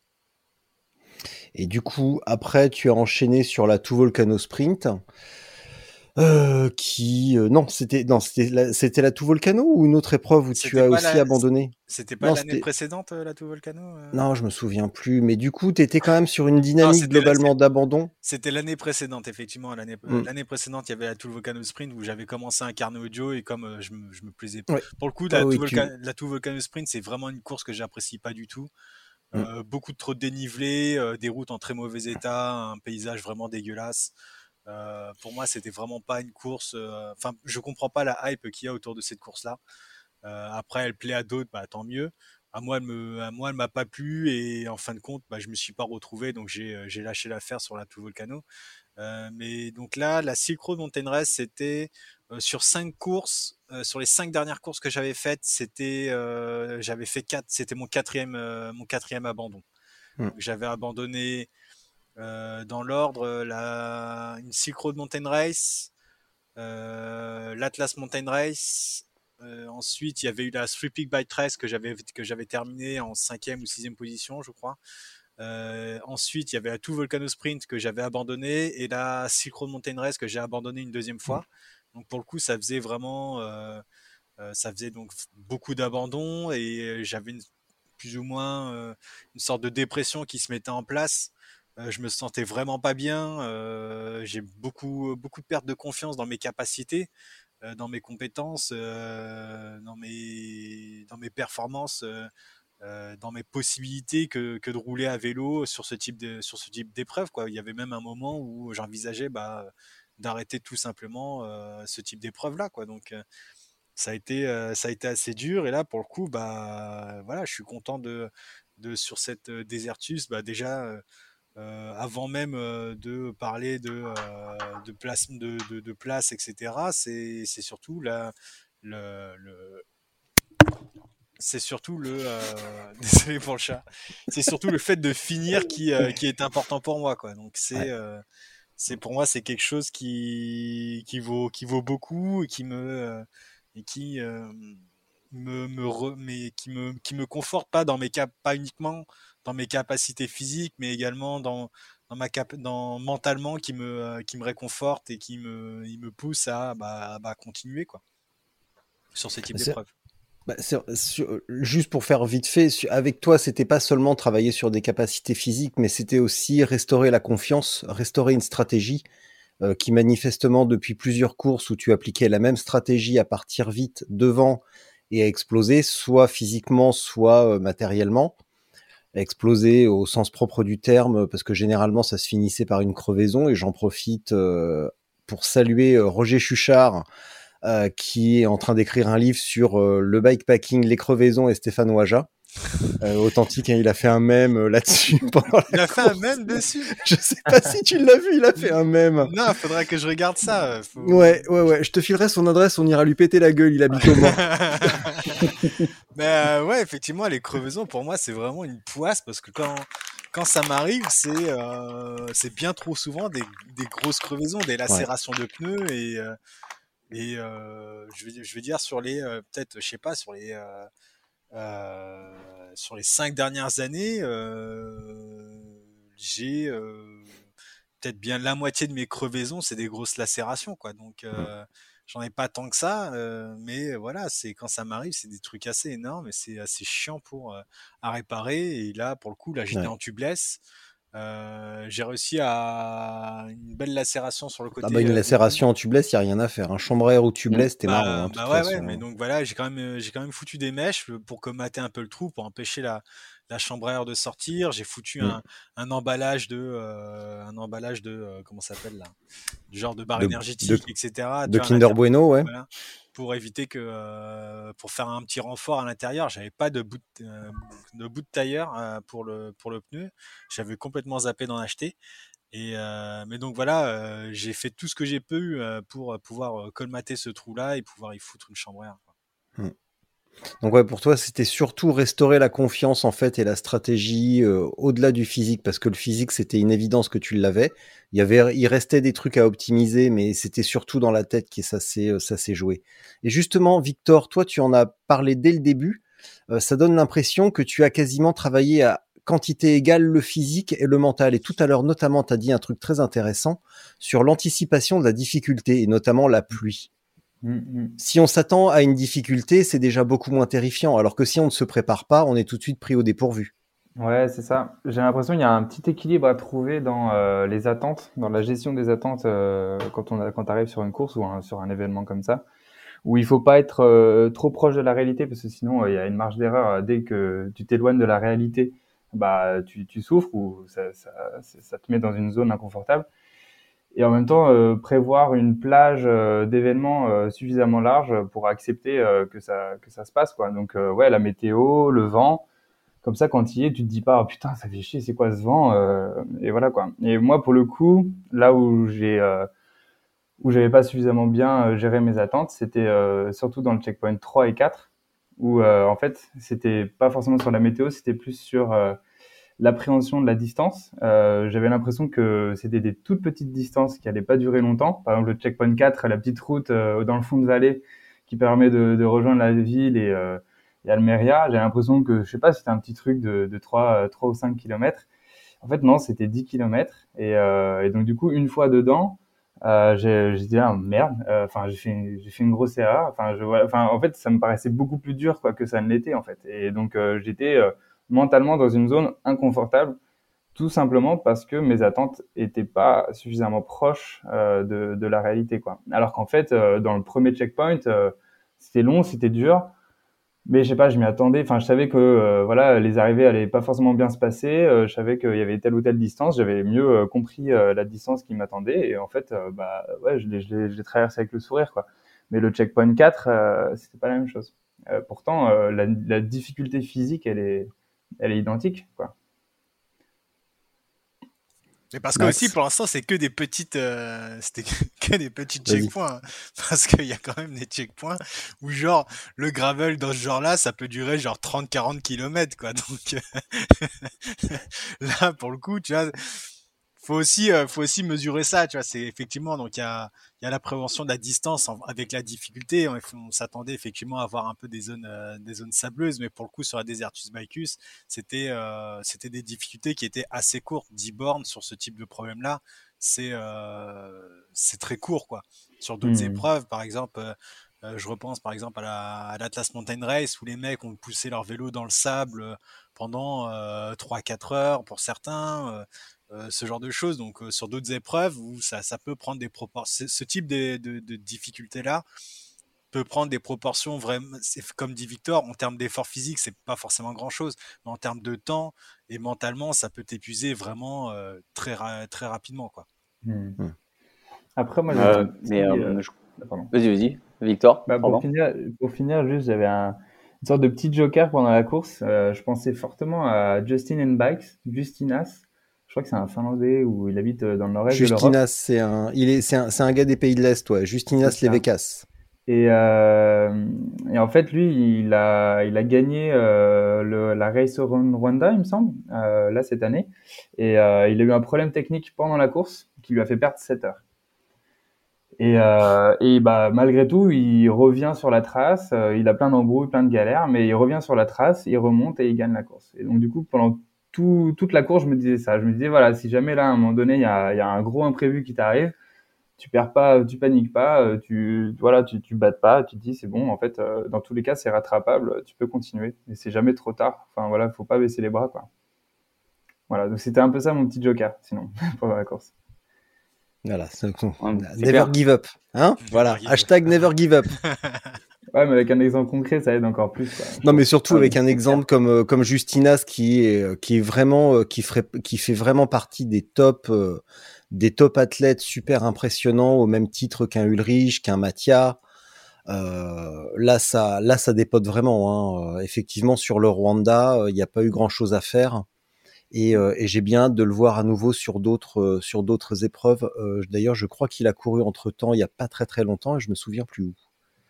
Et du coup, après, tu as enchaîné sur la Two Volcano Sprint, euh, qui euh, non, c'était non, c'était la, c'était la Two Volcano ou une autre épreuve où c'était tu as aussi la, abandonné. C'était pas non, l'année c'était... précédente la Two Volcano euh... Non, je me souviens plus. Mais du coup, tu étais quand même sur une dynamique non, globalement la, d'abandon. C'était l'année précédente, effectivement. L'année, mm. l'année précédente, il y avait la Two Volcano Sprint où j'avais commencé un carnet audio et comme euh, je, me, je me plaisais pas. Ouais. Pour le coup, la, ah, oui, Volca- tu... la Two Volcano Sprint, c'est vraiment une course que j'apprécie pas du tout. Mm. Euh, beaucoup de trop de dénivelé, euh, des routes en très mauvais état, un paysage vraiment dégueulasse. Euh, pour moi, c'était vraiment pas une course. Enfin, euh, je comprends pas la hype qu'il y a autour de cette course-là. Euh, après, elle plaît à d'autres, bah, tant mieux. À moi, elle me, à moi, elle m'a pas plu et en fin de compte, bah, je me suis pas retrouvé, donc j'ai, j'ai lâché l'affaire sur la Two Volcano. Euh, mais donc là, la Silk Road Mountain Race, c'était euh, sur cinq courses, euh, sur les cinq dernières courses que j'avais faites, c'était, euh, j'avais fait quatre, c'était mon quatrième, euh, mon quatrième abandon. Mmh. Donc, j'avais abandonné euh, dans l'ordre la, une Silk Road Mountain Race, euh, l'Atlas Mountain Race. Euh, ensuite, il y avait eu la Three Peaks Bike Race que j'avais que j'avais terminé en cinquième ou sixième position, je crois. Euh, ensuite, il y avait la Two Volcano Sprint que j'avais abandonné et la Silk Road Mountain Race que j'ai abandonné une deuxième fois. Donc pour le coup, ça faisait vraiment, euh, euh, ça faisait donc beaucoup d'abandon et j'avais une, plus ou moins euh, une sorte de dépression qui se mettait en place. Euh, je me sentais vraiment pas bien. Euh, j'ai beaucoup beaucoup de perte de confiance dans mes capacités. Dans mes compétences, euh, dans mes dans mes performances, euh, euh, dans mes possibilités que, que de rouler à vélo sur ce type de sur ce type d'épreuve, quoi. Il y avait même un moment où j'envisageais bah, d'arrêter tout simplement euh, ce type d'épreuve là, quoi. Donc euh, ça a été euh, ça a été assez dur et là pour le coup bah voilà, je suis content de de sur cette Desertus, bah déjà euh, Euh, avant même euh, de parler de, euh, de, place, de, de, de place, et cetera, c'est, c'est surtout la, le, le... C'est surtout le euh... désolé pour le chat. C'est surtout le fait de finir qui, euh, qui est important pour moi, quoi. Donc c'est, ouais. euh, c'est pour moi c'est quelque chose qui, qui vaut qui vaut beaucoup et qui me euh, et qui euh, me, me re, mais qui me qui me conforte pas dans mes cap pas uniquement dans mes capacités physiques, mais également dans, dans ma cap, dans mentalement qui me, qui me réconforte et qui me, il me pousse à, bah, bah, continuer, quoi, sur ces types c'est, d'épreuves. Bah c'est, sur, juste pour faire vite fait, avec toi, c'était pas seulement travailler sur des capacités physiques, mais c'était aussi restaurer la confiance, restaurer une stratégie euh, qui manifestement, depuis plusieurs courses où tu appliquais la même stratégie à partir vite devant et à exploser, soit physiquement, soit euh, matériellement, exploser au sens propre du terme, parce que généralement ça se finissait par une crevaison, et j'en profite euh, pour saluer euh, Roger Chuchard, euh, qui est en train d'écrire un livre sur euh, le bikepacking, les crevaisons et Stéphane Ouaja. Euh, authentique, hein, il a fait un mème euh, là-dessus. Pendant Il la a fait course. un mème dessus. Je sais pas si tu l'as vu, il a fait un mème. Non, il faudrait que je regarde ça. Faut... Ouais, ouais, ouais. Je te filerai son adresse, on ira lui péter la gueule. Il habite au Mans. Mais euh, ouais, effectivement, les crevaisons, pour moi, c'est vraiment une poisse parce que quand, quand ça m'arrive, c'est euh, c'est bien trop souvent des, des grosses crevaisons, des lacérations ouais. de pneus et, euh, et euh, je, vais, je vais dire sur les, euh, peut-être, je sais pas, sur les, euh, euh, sur les cinq dernières années, euh, j'ai euh, peut-être bien la moitié de mes crevaisons, c'est des grosses lacérations, quoi. Donc, euh, j'en ai pas tant que ça, euh, mais voilà, c'est quand ça m'arrive, c'est des trucs assez énormes et c'est assez chiant pour euh, à réparer. Et là, pour le coup, là, j'étais ouais. en tubeless. Euh, j'ai réussi à une belle lacération sur le côté. Ah bah une lacération euh, en tubeless, il y a rien à faire. Un hein. Chambre à air ou tubeless, t'es bah, marrant. Hein, bah ouais, ouais, mais donc voilà, j'ai quand même, j'ai quand même foutu des mèches pour comater un peu le trou, pour empêcher la, la chambre à air de sortir. J'ai foutu mm. un, un emballage de, euh, un emballage de, euh, comment ça s'appelle là, du genre de barre de, énergétique, de, et cetera. De Kinder Bueno, ouais. Voilà, pour éviter que, euh, pour faire un petit renfort à l'intérieur, j'avais pas de bout de, euh, de bout de tailleur euh, pour le, pour le pneu. J'avais complètement zappé d'en acheter. Et euh, mais donc voilà, euh, j'ai fait tout ce que j'ai pu euh, pour pouvoir colmater ce trou-là et pouvoir y foutre une chambre à air. Quoi. Mmh. Donc ouais, pour toi, c'était surtout restaurer la confiance en fait et la stratégie euh, au-delà du physique, parce que le physique, c'était une évidence que tu l'avais. Il y avait, il restait des trucs à optimiser, mais c'était surtout dans la tête que ça s'est, ça s'est joué. Et justement, Victor, toi, tu en as parlé dès le début. Euh, ça donne l'impression que tu as quasiment travaillé à quantité égale le physique et le mental. Et tout à l'heure, notamment, tu as dit un truc très intéressant sur l'anticipation de la difficulté, et notamment la pluie. Mmh. Si on s'attend à une difficulté, c'est déjà beaucoup moins terrifiant, alors que si on ne se prépare pas, on est tout de suite pris au dépourvu. Ouais, c'est ça. J'ai l'impression qu'il y a un petit équilibre à trouver dans euh, les attentes, dans la gestion des attentes euh, quand on a, quand arrive sur une course ou un, sur un événement comme ça, où il faut pas être euh, trop proche de la réalité, parce que sinon il euh, y a une marge d'erreur. Dès que tu t'éloignes de la réalité, bah tu, tu souffres ou ça, ça, ça te met dans une zone inconfortable. Et en même temps, euh, prévoir une plage euh, d'événements euh, suffisamment large pour accepter euh, que ça que ça se passe, quoi. Donc euh, ouais, la météo, le vent, comme ça quand il y es, tu te dis pas oh, putain ça fait chier, c'est quoi ce vent euh, et voilà quoi. Et moi pour le coup, là où j'ai euh, où j'avais pas suffisamment bien euh, géré mes attentes, c'était euh, surtout dans le checkpoint trois et quatre, où euh, en fait c'était pas forcément sur la météo, c'était plus sur euh, l'appréhension de la distance. Euh, j'avais l'impression que c'était des toutes petites distances qui allaient pas durer longtemps. Par exemple, le checkpoint quatre, la petite route euh, dans le fond de vallée qui permet de, de rejoindre la ville et, euh, et Almeria. J'ai l'impression que, je sais pas, c'était un petit truc de, de trois, trois ou cinq kilomètres. En fait, non, c'était dix kilomètres. Et, euh, et donc, du coup, une fois dedans, euh, j'ai, j'ai dit, ah, merde, enfin, euh, j'ai fait une, j'ai fait une grosse erreur. Enfin, je, enfin, en fait, ça me paraissait beaucoup plus dur, quoi, que ça ne l'était, en fait. Et donc, euh, j'étais, euh, mentalement dans une zone inconfortable, tout simplement parce que mes attentes étaient pas suffisamment proches euh, de, de la réalité, quoi. Alors qu'en fait, euh, dans le premier checkpoint, euh, c'était long, c'était dur, mais je sais pas, je m'y attendais. Enfin, je savais que euh, voilà, les arrivées allaient pas forcément bien se passer. Euh, je savais qu'il y avait telle ou telle distance. J'avais mieux euh, compris euh, la distance qui m'attendait, et en fait, euh, bah ouais, je l'ai, je l'ai, je l'ai traversé avec le sourire, quoi. Mais le checkpoint quatre, euh, c'était pas la même chose. Euh, pourtant, euh, la, la difficulté physique, elle est elle est identique, quoi. Mais parce que Max. Aussi, pour l'instant, c'est que des petites, euh, c'était que des petits checkpoints. Hein, parce qu'il y a quand même des checkpoints où, genre, le gravel dans ce genre-là, ça peut durer genre trente à quarante kilomètres, quoi. Donc, là, pour le coup, tu vois, faut aussi, euh, faut aussi mesurer ça, tu vois. C'est effectivement, donc il y a, il y a la prévention de la distance en, avec la difficulté. On, on s'attendait effectivement à avoir un peu des zones, euh, des zones sableuses, mais pour le coup sur la Desertus Bicus, c'était, euh, c'était des difficultés qui étaient assez courtes. dix bornes sur ce type de problème-là, c'est, euh, c'est très court, quoi. Sur d'autres mmh. épreuves, par exemple. Euh, Euh, je repense par exemple à, la, à l'Atlas Mountain Race où les mecs ont poussé leur vélo dans le sable pendant euh, trois à quatre heures pour certains, euh, euh, ce genre de choses. Donc euh, sur d'autres épreuves où ça, ça peut prendre des proportions, ce type de, de, de difficultés-là peut prendre des proportions vraiment, c'est comme dit Victor, en termes d'effort physique, c'est pas forcément grand-chose, mais en termes de temps et mentalement, ça peut t'épuiser vraiment euh, très, ra- très rapidement, quoi. Mmh. Après, moi, euh, mais euh, je... vas-y, vas-y. Victor, bah, pour, finir, pour finir, juste, j'avais un, une sorte de petit joker pendant la course. Euh, je pensais fortement à Justin Bikes, Justinas. Je crois que c'est un Finlandais où il habite dans le nord-est de l'Europe. Justinas, c'est un, il est, c'est un, c'est un gars des pays de l'Est, ouais. Justinas Levekas. Et, euh, et en fait, lui, il a, il a gagné euh, le, la Race Around Rwanda, il me semble, euh, là cette année. Et euh, il a eu un problème technique pendant la course qui lui a fait perdre sept heures. Et, euh, et bah, malgré tout, il revient sur la trace. Euh, il a plein d'embrouilles, plein de galères, mais il revient sur la trace, il remonte et il gagne la course. Et donc, du coup, pendant tout, toute la course, je me disais ça. Je me disais, voilà, si jamais là, à un moment donné, il y a, il y a un gros imprévu qui t'arrive, tu perds pas, tu paniques pas, tu, voilà, tu, tu battes pas, tu te dis, c'est bon, en fait, euh, dans tous les cas, c'est rattrapable, tu peux continuer. Et c'est jamais trop tard. Enfin, voilà, faut pas baisser les bras, quoi. Voilà, donc c'était un peu ça mon petit joker, sinon, pendant la course. Voilà, c'est, c'est never clair. give up, hein. Never voilà, hashtag up. Never give up. Ouais, mais avec un exemple concret, ça aide encore plus, quoi. Non, mais surtout avec un exemple comme comme Justinas qui est qui est vraiment qui ferait qui fait vraiment partie des top euh, des top athlètes super impressionnants au même titre qu'un Ulrich, qu'un Mathia. Euh, là, ça là ça dépote vraiment. Hein. Effectivement, sur le Rwanda, il n'y a pas eu grand chose à faire. Et, euh, et j'ai bien hâte de le voir à nouveau sur d'autres euh, sur d'autres épreuves. Euh, d'ailleurs, je crois qu'il a couru entre temps il y a pas très très longtemps et je me souviens plus où.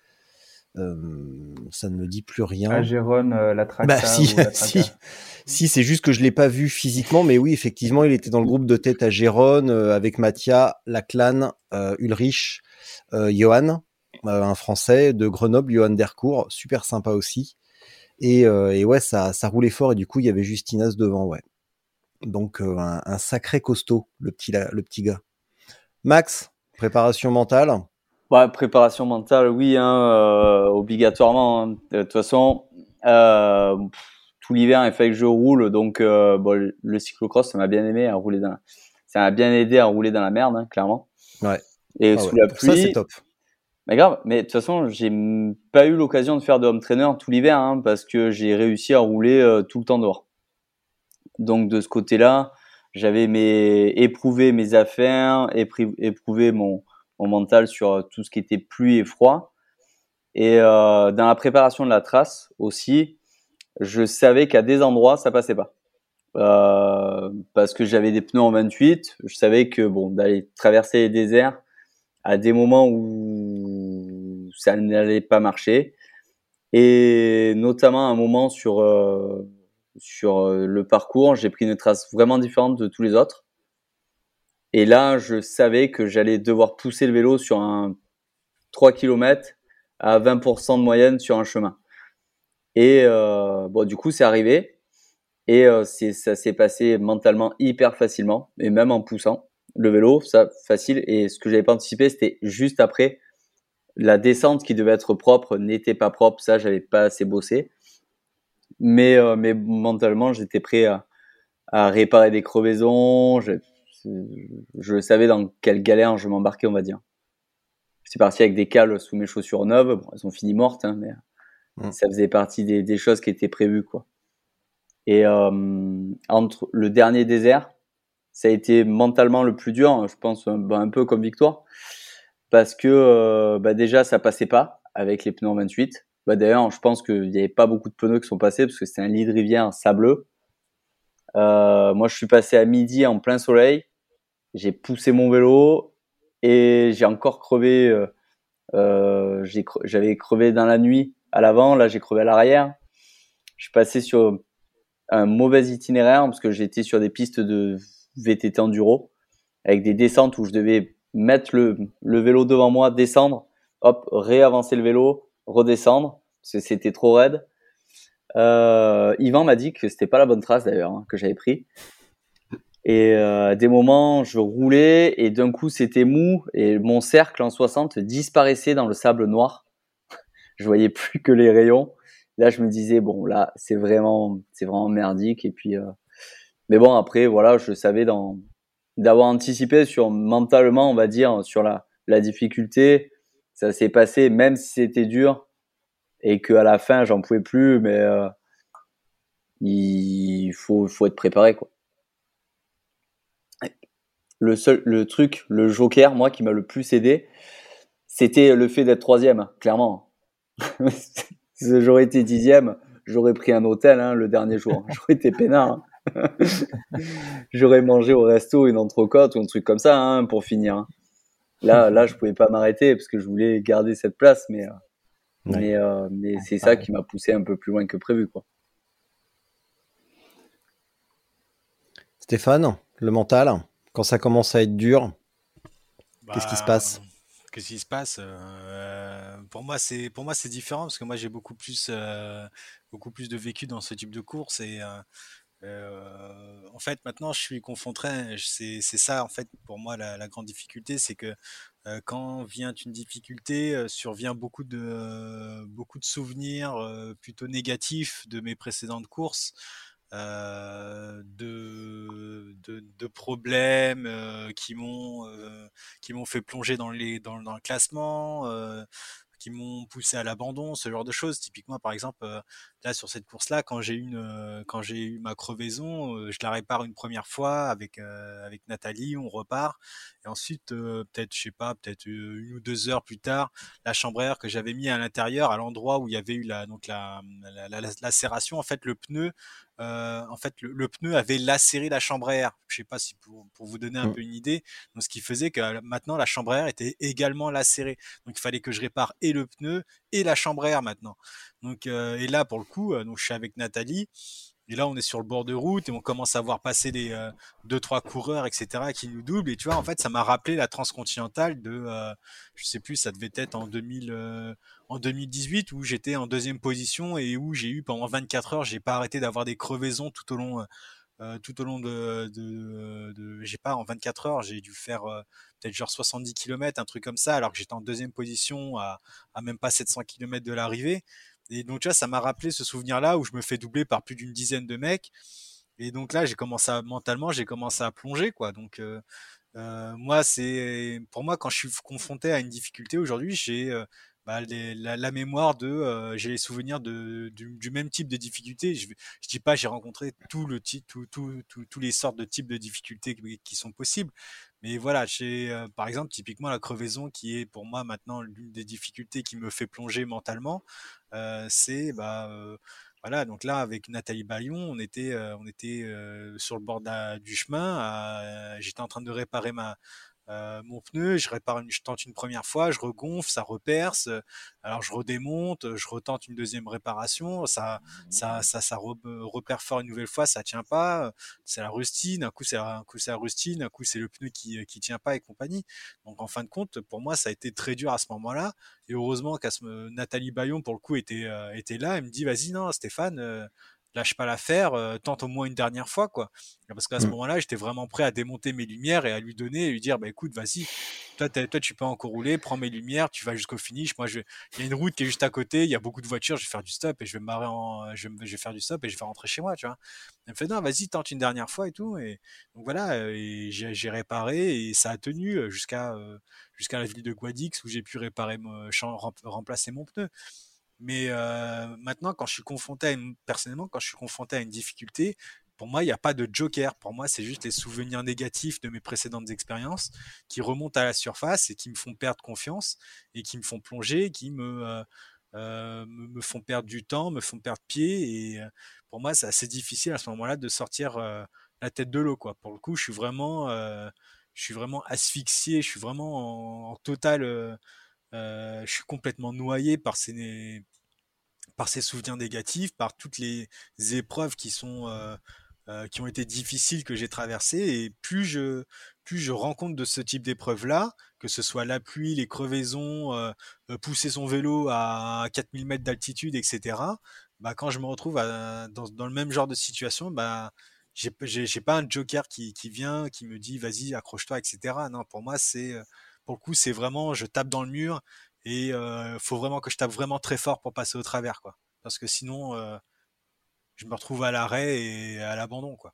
Euh, ça ne me dit plus rien. À Gérone, euh, la Tracta. Bah si, ou la si, si, c'est juste que je l'ai pas vu physiquement, mais oui, effectivement, il était dans le groupe de tête à Gérone euh, avec Mathia, Lachlan, euh, Ulrich, euh, Johan, euh, un Français de Grenoble, Johan Dercourt, super sympa aussi. Et, euh, et ouais, ça, ça roulait fort et du coup, il y avait Justinas devant, ouais. Donc euh, un, un sacré costaud, le petit, le petit gars. Max, préparation mentale. Ouais, préparation mentale, oui, hein, euh, obligatoirement. Hein. De toute façon, euh, tout l'hiver, il fallait que je roule, donc euh, bon, le cyclocross, ça m'a bien aimé à rouler dans, la... ça m'a bien aidé à rouler dans la merde, hein, clairement. Ouais. Et ah sous ouais. la Pour pluie. Ça, c'est top. Mais grave, mais de toute façon, j'ai pas eu l'occasion de faire de home trainer tout l'hiver, hein, parce que j'ai réussi à rouler euh, tout le temps dehors. Donc de ce côté-là, j'avais mes éprouvé mes affaires, épri... éprouvé mon mon mental sur tout ce qui était pluie et froid. Et euh, dans la préparation de la trace aussi, je savais qu'à des endroits ça passait pas, euh, parce que j'avais des pneus en vingt-huit. Je savais que bon, d'aller traverser les déserts à des moments où ça n'allait pas marcher, et notamment un moment sur euh, sur le parcours, j'ai pris une trace vraiment différente de tous les autres. Et là, je savais que j'allais devoir pousser le vélo sur un trois kilomètres à vingt pour cent de moyenne sur un chemin. Et euh, bon, du coup, c'est arrivé. Et euh, c'est, ça s'est passé mentalement hyper facilement, et même en poussant le vélo, ça facile. Et ce que j'avais pas anticipé, c'était juste après la descente qui devait être propre n'était pas propre. Ça, j'avais pas assez bossé. Mais euh, mais mentalement, j'étais prêt à, à réparer des crevaisons. Je, je savais dans quelle galère je m'embarquais, on va dire. J'étais parti avec des cales sous mes chaussures neuves. Bon, elles ont fini mortes, hein, mais mmh. ça faisait partie des, des choses qui étaient prévues, quoi. Et euh, entre le dernier désert, ça a été mentalement le plus dur, je pense, ben, un peu comme Victoire, parce que euh, bah déjà ça passait pas avec les pneus en vingt-huit. Bah d'ailleurs, je pense qu'il y avait pas beaucoup de pneus qui sont passés parce que c'était un lit de rivière sableux. Euh, moi, je suis passé à midi en plein soleil. J'ai poussé mon vélo et j'ai encore crevé. Euh, euh, j'ai cre- j'avais crevé dans la nuit à l'avant. Là, j'ai crevé à l'arrière. Je suis passé sur un mauvais itinéraire parce que j'étais sur des pistes de V T T enduro avec des descentes où je devais mettre le, le vélo devant moi, descendre, hop, réavancer le vélo, redescendre parce que c'était trop raide. Euh, Yvan m'a dit que c'était pas la bonne trace d'ailleurs, hein, que j'avais pris. Et euh, à des moments, je roulais et d'un coup, c'était mou et mon cercle en soixante disparaissait dans le sable noir. Je voyais plus que les rayons. Là, je me disais bon, là, c'est vraiment, c'est vraiment merdique. Et puis, euh... mais bon, après, voilà, je savais dans, d'avoir anticipé sur mentalement, on va dire, sur la, la difficulté. Ça s'est passé, même si c'était dur et que à la fin, j'en pouvais plus. Mais euh, il faut, faut être préparé, quoi. Le seul, le truc, le joker, moi, qui m'a le plus aidé, c'était le fait d'être troisième, clairement. Si j'aurais été dixième, j'aurais pris un hôtel hein, le dernier jour. J'aurais été peinard. Hein. J'aurais mangé au resto une entrecôte ou un truc comme ça hein, pour finir. Hein. Là, là, je pouvais pas m'arrêter parce que je voulais garder cette place, mais euh, ouais. mais, euh, mais c'est ah, ça ouais. qui m'a poussé un peu plus loin que prévu, quoi. Stéphane, le mental, quand ça commence à être dur, bah, qu'est-ce qui se passe ? Qu'est-ce qui se passe euh, Pour moi, c'est pour moi c'est différent parce que moi j'ai beaucoup plus euh, beaucoup plus de vécu dans ce type de course et euh, euh, en fait maintenant je suis confronté. C'est c'est ça en fait pour moi la, la grande difficulté, c'est que euh, quand vient une difficulté, euh, survient beaucoup de euh, beaucoup de souvenirs euh, plutôt négatifs de mes précédentes courses. Euh, de, de, de problèmes euh, qui m'ont euh, qui m'ont fait plonger dans les dans, dans le classement, euh, qui m'ont poussé à l'abandon, ce genre de choses. Typiquement, par exemple, euh, là sur cette course-là, quand j'ai eu une euh, quand j'ai eu ma crevaison, euh, je la répare une première fois avec euh, avec Nathalie, on repart, et ensuite euh, peut-être je sais pas, peut-être une ou deux heures plus tard, la chambre à air que j'avais mis à l'intérieur, à l'endroit où il y avait eu la donc la la, la, la lacération, en fait le pneu Euh, en fait, le, le pneu avait lacéré la chambre à air. Je sais pas si pour, pour vous donner un mmh. peu une idée. Donc, ce qui faisait que maintenant la chambre à air était également lacérée. Donc, il fallait que je répare et le pneu et la chambre à air maintenant. Donc, euh, et là, pour le coup, euh, donc je suis avec Nathalie. Et là, on est sur le bord de route et on commence à voir passer les euh, deux, trois coureurs, et cetera, qui nous doublent. Et tu vois, en fait, ça m'a rappelé la transcontinentale de, euh, je sais plus, ça devait être en deux mille, euh, en deux mille dix-huit où j'étais en deuxième position et où j'ai eu pendant vingt-quatre heures, j'ai pas arrêté d'avoir des crevaisons tout au long, euh, tout au long de, de, de, j'ai pas en vingt-quatre heures, j'ai dû faire euh, peut-être genre soixante-dix kilomètres, un truc comme ça, alors que j'étais en deuxième position à, à même pas sept cents kilomètres de l'arrivée. Et donc, tu vois, ça m'a rappelé ce souvenir-là où je me fais doubler par plus d'une dizaine de mecs. Et donc là, j'ai commencé à, mentalement, j'ai commencé à plonger, quoi. Donc, euh, euh, moi, c'est, pour moi, quand je suis confronté à une difficulté aujourd'hui, j'ai euh, bah, les, la, la mémoire de, euh, j'ai les souvenirs de, du, du même type de difficulté. Je, je dis pas, j'ai rencontré tout le type, tout, tout, tout, tous les sortes de types de difficultés qui, qui sont possibles. Mais voilà, j'ai, euh, par exemple, typiquement la crevaison qui est pour moi maintenant l'une des difficultés qui me fait plonger mentalement. Euh, c'est bah euh, voilà, donc là avec Nathalie Baillon, on était euh, on était euh, sur le bord du chemin. À, j'étais en train de réparer ma euh, mon pneu, je répare une, je tente une première fois, je regonfle, ça reperce, alors je redémonte, je retente une deuxième réparation, ça ça ça ça re, reperfore une nouvelle fois, ça tient pas, c'est la rustine, un coup c'est un coup c'est la rustine, un coup c'est le pneu qui qui tient pas et compagnie. Donc en fin de compte, pour moi ça a été très dur à ce moment-là, et heureusement qu'à ce, Nathalie Baillon pour le coup était euh, était là, elle me dit vas-y non Stéphane, euh, lâche pas l'affaire, euh, tente au moins une dernière fois, quoi. Parce qu'à ce mmh. moment-là, j'étais vraiment prêt à démonter mes lumières et à lui donner et lui dire, bah écoute, vas-y, toi, toi tu peux encore rouler, prends mes lumières, tu vas jusqu'au finish. Moi, je, il y a une route qui est juste à côté, il y a beaucoup de voitures, je vais faire du stop et je vais me barrer en, je vais, je vais faire du stop et je vais rentrer chez moi, tu vois. Elle me fait, non, vas-y, tente une dernière fois et tout. Et donc voilà, et j'ai, j'ai réparé et ça a tenu jusqu'à, euh, jusqu'à la ville de Guadix où j'ai pu réparer, mon, remplacer mon pneu. Mais euh, maintenant, quand je suis confronté à une, personnellement, quand je suis confronté à une difficulté, pour moi, il n'y a pas de joker. Pour moi, c'est juste les souvenirs négatifs de mes précédentes expériences qui remontent à la surface et qui me font perdre confiance et qui me font plonger, qui me, euh, euh, me font perdre du temps, me font perdre pied. Et euh, pour moi, c'est assez difficile à ce moment-là de sortir euh, la tête de l'eau, quoi. Pour le coup, je suis vraiment, euh, je suis vraiment asphyxié, je suis vraiment en, en total. Euh, Euh, je suis complètement noyé par ces, par ces souvenirs négatifs, par toutes les épreuves qui sont euh, euh, qui ont été difficiles que j'ai traversées. Et plus je plus je rencontre de ce type d'épreuves-là, que ce soit la pluie, les crevaisons, euh, pousser son vélo à quatre mille mètres d'altitude, et cetera. Bah, quand je me retrouve à, dans, dans le même genre de situation, bah j'ai, j'ai, j'ai pas un joker qui, qui vient, qui me dit vas-y accroche-toi, et cetera. Non, pour moi c'est pour le coup, c'est vraiment, je tape dans le mur et il euh, faut vraiment que je tape vraiment très fort pour passer au travers, quoi. Parce que sinon, euh, je me retrouve à l'arrêt et à l'abandon, quoi.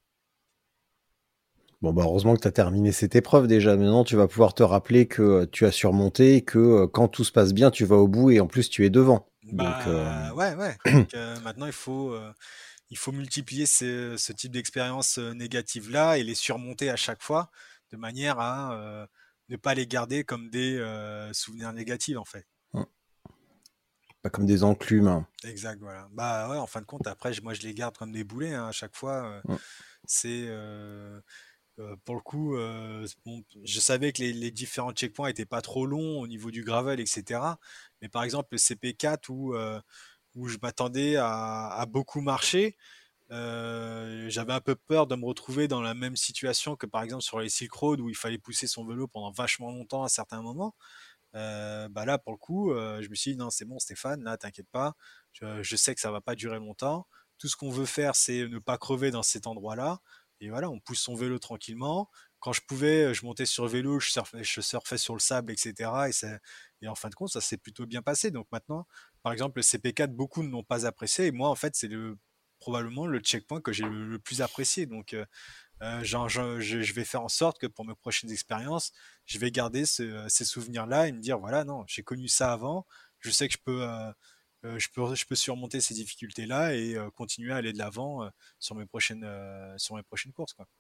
Bon, bah heureusement que tu as terminé cette épreuve déjà. Maintenant, tu vas pouvoir te rappeler que tu as surmonté, que quand tout se passe bien, tu vas au bout et en plus, tu es devant. Bah, Donc, euh... ouais, ouais. Donc, euh, maintenant, il faut, euh, il faut multiplier ce, ce type d'expériences négatives-là et les surmonter à chaque fois de manière à... Euh, ne pas les garder comme des euh, souvenirs négatifs en fait. Pas comme des enclumes. Hein. Exact, voilà. Bah ouais, en fin de compte, après, je- moi je les garde comme des boulets hein, à chaque fois. euh, Mm. c'est euh, euh, pour le coup, euh, bon, je savais que les, les différents checkpoints étaient pas trop longs au niveau du gravel, et cetera. Mais par exemple, le C P quatre où, euh, où je m'attendais à, à beaucoup marcher, euh, j'avais un peu peur de me retrouver dans la même situation que par exemple sur les Silk Road où il fallait pousser son vélo pendant vachement longtemps à certains moments. Euh, bah là, pour le coup, euh, je me suis dit, non, c'est bon, Stéphane, là, t'inquiète pas, je, je sais que ça va pas durer longtemps. Tout ce qu'on veut faire, c'est ne pas crever dans cet endroit-là. Et voilà, on pousse son vélo tranquillement. Quand je pouvais, je montais sur le vélo, je surfais, je surfais sur le sable, et cetera. Et, ça- et en fin de compte, ça s'est plutôt bien passé. Donc maintenant, par exemple, le C P quatre, beaucoup ne l'ont pas apprécié. Et moi, en fait, c'est le, probablement le checkpoint que j'ai le, le plus apprécié. Donc, euh, euh, genre, je, je- je vais faire en sorte que pour mes prochaines expériences, je vais garder ce- ces souvenirs-là et me dire, voilà, non, j'ai connu ça avant, je sais que je peux, euh, euh, je peux, je peux surmonter ces difficultés-là et euh, continuer à aller de l'avant euh, sur mes prochaines, euh, sur mes prochaines courses, quoi.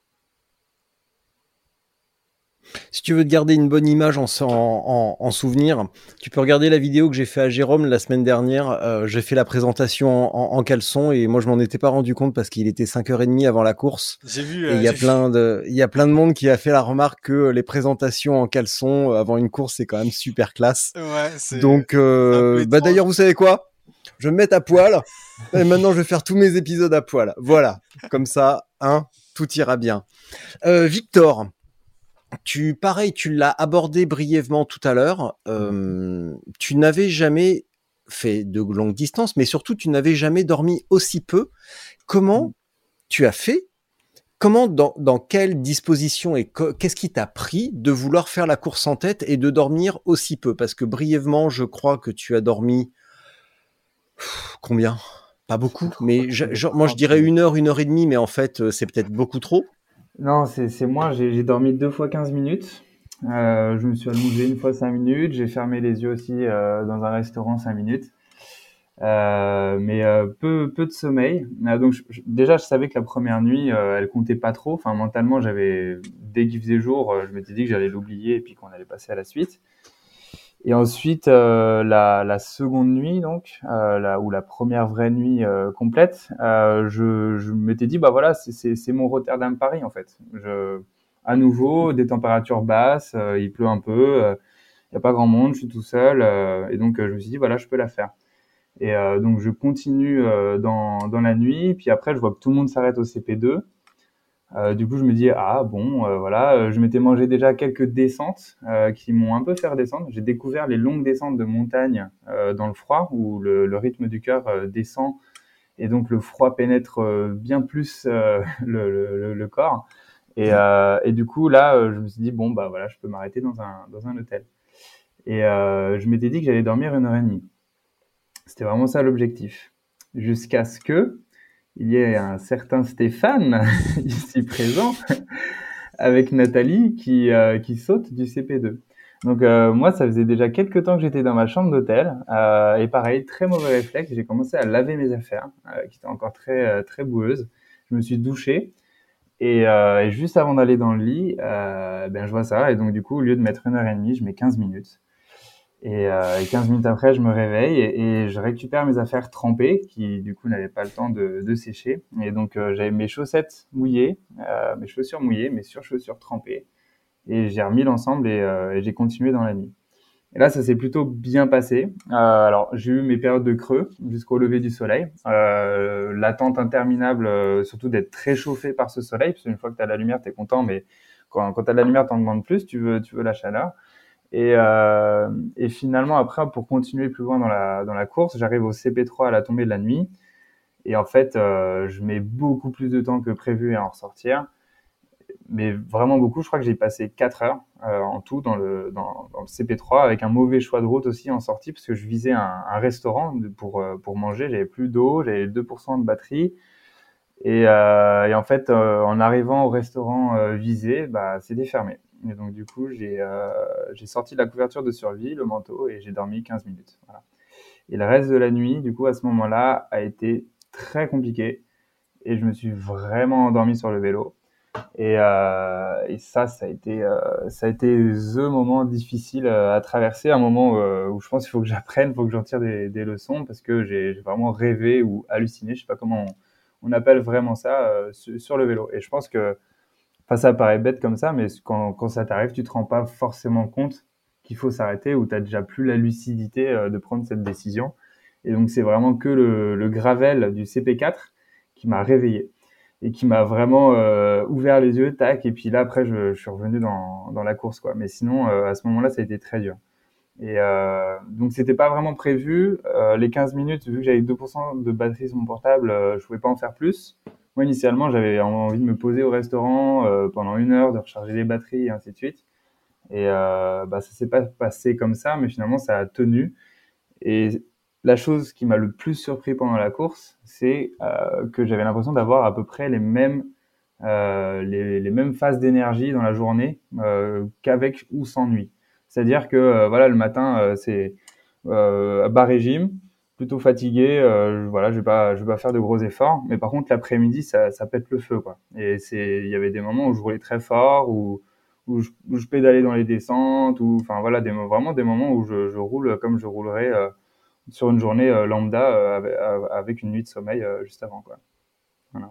Si tu veux te garder une bonne image en, en, en, en souvenir, tu peux regarder la vidéo que j'ai fait à Jérôme la semaine dernière. Euh, j'ai fait la présentation en, en, en caleçon et moi je m'en étais pas rendu compte parce qu'il était cinq heures trente avant la course. J'ai vu, Et il euh, y a j'ai vu. plein de, il y a plein de monde qui a fait la remarque que les présentations en caleçon avant une course c'est quand même super classe. Ouais, c'est Donc, c'est un peu euh, bah étrange. d'ailleurs vous savez quoi? Je vais me mettre à poil et maintenant je vais faire tous mes épisodes à poil. Voilà, comme ça, hein, tout ira bien. Euh, Victor. Tu, pareil, tu l'as abordé brièvement tout à l'heure. Euh, tu n'avais jamais fait de longue distance, mais surtout, tu n'avais jamais dormi aussi peu. Comment tu as fait? Comment, dans, dans quelle disposition et co- qu'est-ce qui t'a pris de vouloir faire la course en tête et de dormir aussi peu? Parce que brièvement, je crois que tu as dormi pff, combien? Pas beaucoup, mais je, je, moi je dirais une heure, une heure et demie, mais en fait, euh, c'est peut-être beaucoup trop. Non, c'est c'est moi, j'ai j'ai dormi deux fois quinze minutes. Euh, je me suis allongé une fois cinq minutes. J'ai fermé les yeux aussi euh, dans un restaurant cinq minutes. Euh, mais euh, peu peu de sommeil. Euh, donc je- je- déjà, je savais que la première nuit, euh, elle comptait pas trop. Enfin, mentalement, j'avais dès qu'il faisait jour, euh, je m'étais dit que j'allais l'oublier et puis qu'on allait passer à la suite. Et ensuite, euh, la, la seconde nuit, donc, euh, la, ou la première vraie nuit euh, complète, euh, je, je m'étais dit, bah voilà, c'est, c'est, c'est mon Rotterdam Paris en fait. Je, à nouveau, des températures basses, euh, il pleut un peu, il euh, n'y a pas grand monde, je suis tout seul, euh, et donc euh, je me suis dit, voilà, je peux la faire. Et euh, donc je continue euh, dans, dans la nuit, puis après je vois que tout le monde s'arrête au C P deux. Euh, du coup, je me dis ah bon, euh, voilà, euh, je m'étais mangé déjà quelques descentes euh, qui m'ont un peu fait redescendre. J'ai découvert les longues descentes de montagne euh, dans le froid où le, le rythme du cœur euh, descend et donc le froid pénètre euh, bien plus euh, le, le, le corps. Et, euh, et du coup là, euh, je me suis dit bon bah voilà, je peux m'arrêter dans un dans un hôtel. Et euh, je m'étais dit que j'allais dormir une heure et demie. C'était vraiment ça l'objectif. Jusqu'à ce que il y ait un certain Stéphane ici présent avec Nathalie qui, euh, qui saute du C P deux. Donc euh, moi, ça faisait déjà quelques temps que j'étais dans ma chambre d'hôtel euh, et pareil, très mauvais réflexe, j'ai commencé à laver mes affaires euh, qui étaient encore très euh, très boueuses. Je me suis douché et, euh, et juste avant d'aller dans le lit, euh, ben je vois ça et donc du coup, au lieu de mettre une heure et demie, je mets quinze minutes. Et, euh, et quinze minutes après, je me réveille et, et je récupère mes affaires trempées qui, du coup, n'avaient pas le temps de, de sécher. Et donc, euh, j'avais mes chaussettes mouillées, euh, mes chaussures mouillées, mes surchaussures trempées. Et j'ai remis l'ensemble et, euh, et j'ai continué dans la nuit. Et là, ça s'est plutôt bien passé. Euh, alors, j'ai eu mes périodes de creux jusqu'au lever du soleil. Euh, l'attente interminable, euh, surtout d'être très chauffé par ce soleil, parce qu'une fois que tu as la lumière, tu es content, mais quand, quand tu as la lumière, tu en demandes plus, tu veux, tu veux la chaleur. Et, euh, et finalement, après, pour continuer plus loin dans la, dans la course, j'arrive au C P trois à la tombée de la nuit. Et en fait, euh, je mets beaucoup plus de temps que prévu à en ressortir. Mais vraiment beaucoup. Je crois que j'ai passé quatre heures euh, en tout dans le, dans, dans le C P trois avec un mauvais choix de route aussi en sortie parce que je visais un, un restaurant pour, euh, pour manger. J'avais plus d'eau, j'avais deux pour cent de batterie. Et, euh, et en fait, euh, en arrivant au restaurant euh, visé, bah, c'était fermé. Et donc, du coup, j'ai, euh, j'ai sorti la couverture de survie, le manteau, et j'ai dormi quinze minutes. Voilà. Et le reste de la nuit, du coup, à ce moment-là, a été très compliqué. Et je me suis vraiment endormi sur le vélo. Et, euh, et ça, ça a été, euh, ça a été the moment difficile à traverser, un moment euh, où je pense qu'il faut que j'apprenne, il faut que j'en tire des, des leçons, parce que j'ai, j'ai vraiment rêvé ou halluciné, je sais pas comment on, on appelle vraiment ça, euh, sur, sur le vélo. Et je pense que, enfin, ça paraît bête comme ça, mais quand, quand ça t'arrive, tu te rends pas forcément compte qu'il faut s'arrêter, ou t'as déjà plus la lucidité euh, de prendre cette décision. Et donc, c'est vraiment que le, le gravel du C P quatre qui m'a réveillé et qui m'a vraiment euh, ouvert les yeux, tac. Et puis là, après, je, je suis revenu dans, dans la course, quoi. Mais sinon, euh, à ce moment-là, ça a été très dur. Et euh, donc, c'était pas vraiment prévu. Euh, les quinze minutes, vu que j'avais deux pour cent de batterie sur mon portable, euh, je pouvais pas en faire plus. Moi, initialement, j'avais envie de me poser au restaurant euh, pendant une heure, de recharger les batteries et ainsi de suite. Et euh, bah, ça s'est pas passé comme ça, mais finalement, ça a tenu. Et la chose qui m'a le plus surpris pendant la course, c'est euh, que j'avais l'impression d'avoir à peu près les mêmes, euh, les, les mêmes phases d'énergie dans la journée euh, qu'avec ou sans nuit. C'est-à-dire que euh, voilà, le matin, euh, c'est euh, bas régime, plutôt fatigué. Euh, voilà, je vais pas, je vais pas faire de gros efforts. Mais par contre, l'après-midi, ça, ça pète le feu, quoi. Et c'est, il y avait des moments où je roulais très fort, où où je, où je pédalais dans les descentes, ou enfin voilà, des, vraiment des moments où je, je roule comme je roulerais euh, sur une journée euh, lambda euh, avec, avec une nuit de sommeil euh, juste avant, quoi. Voilà.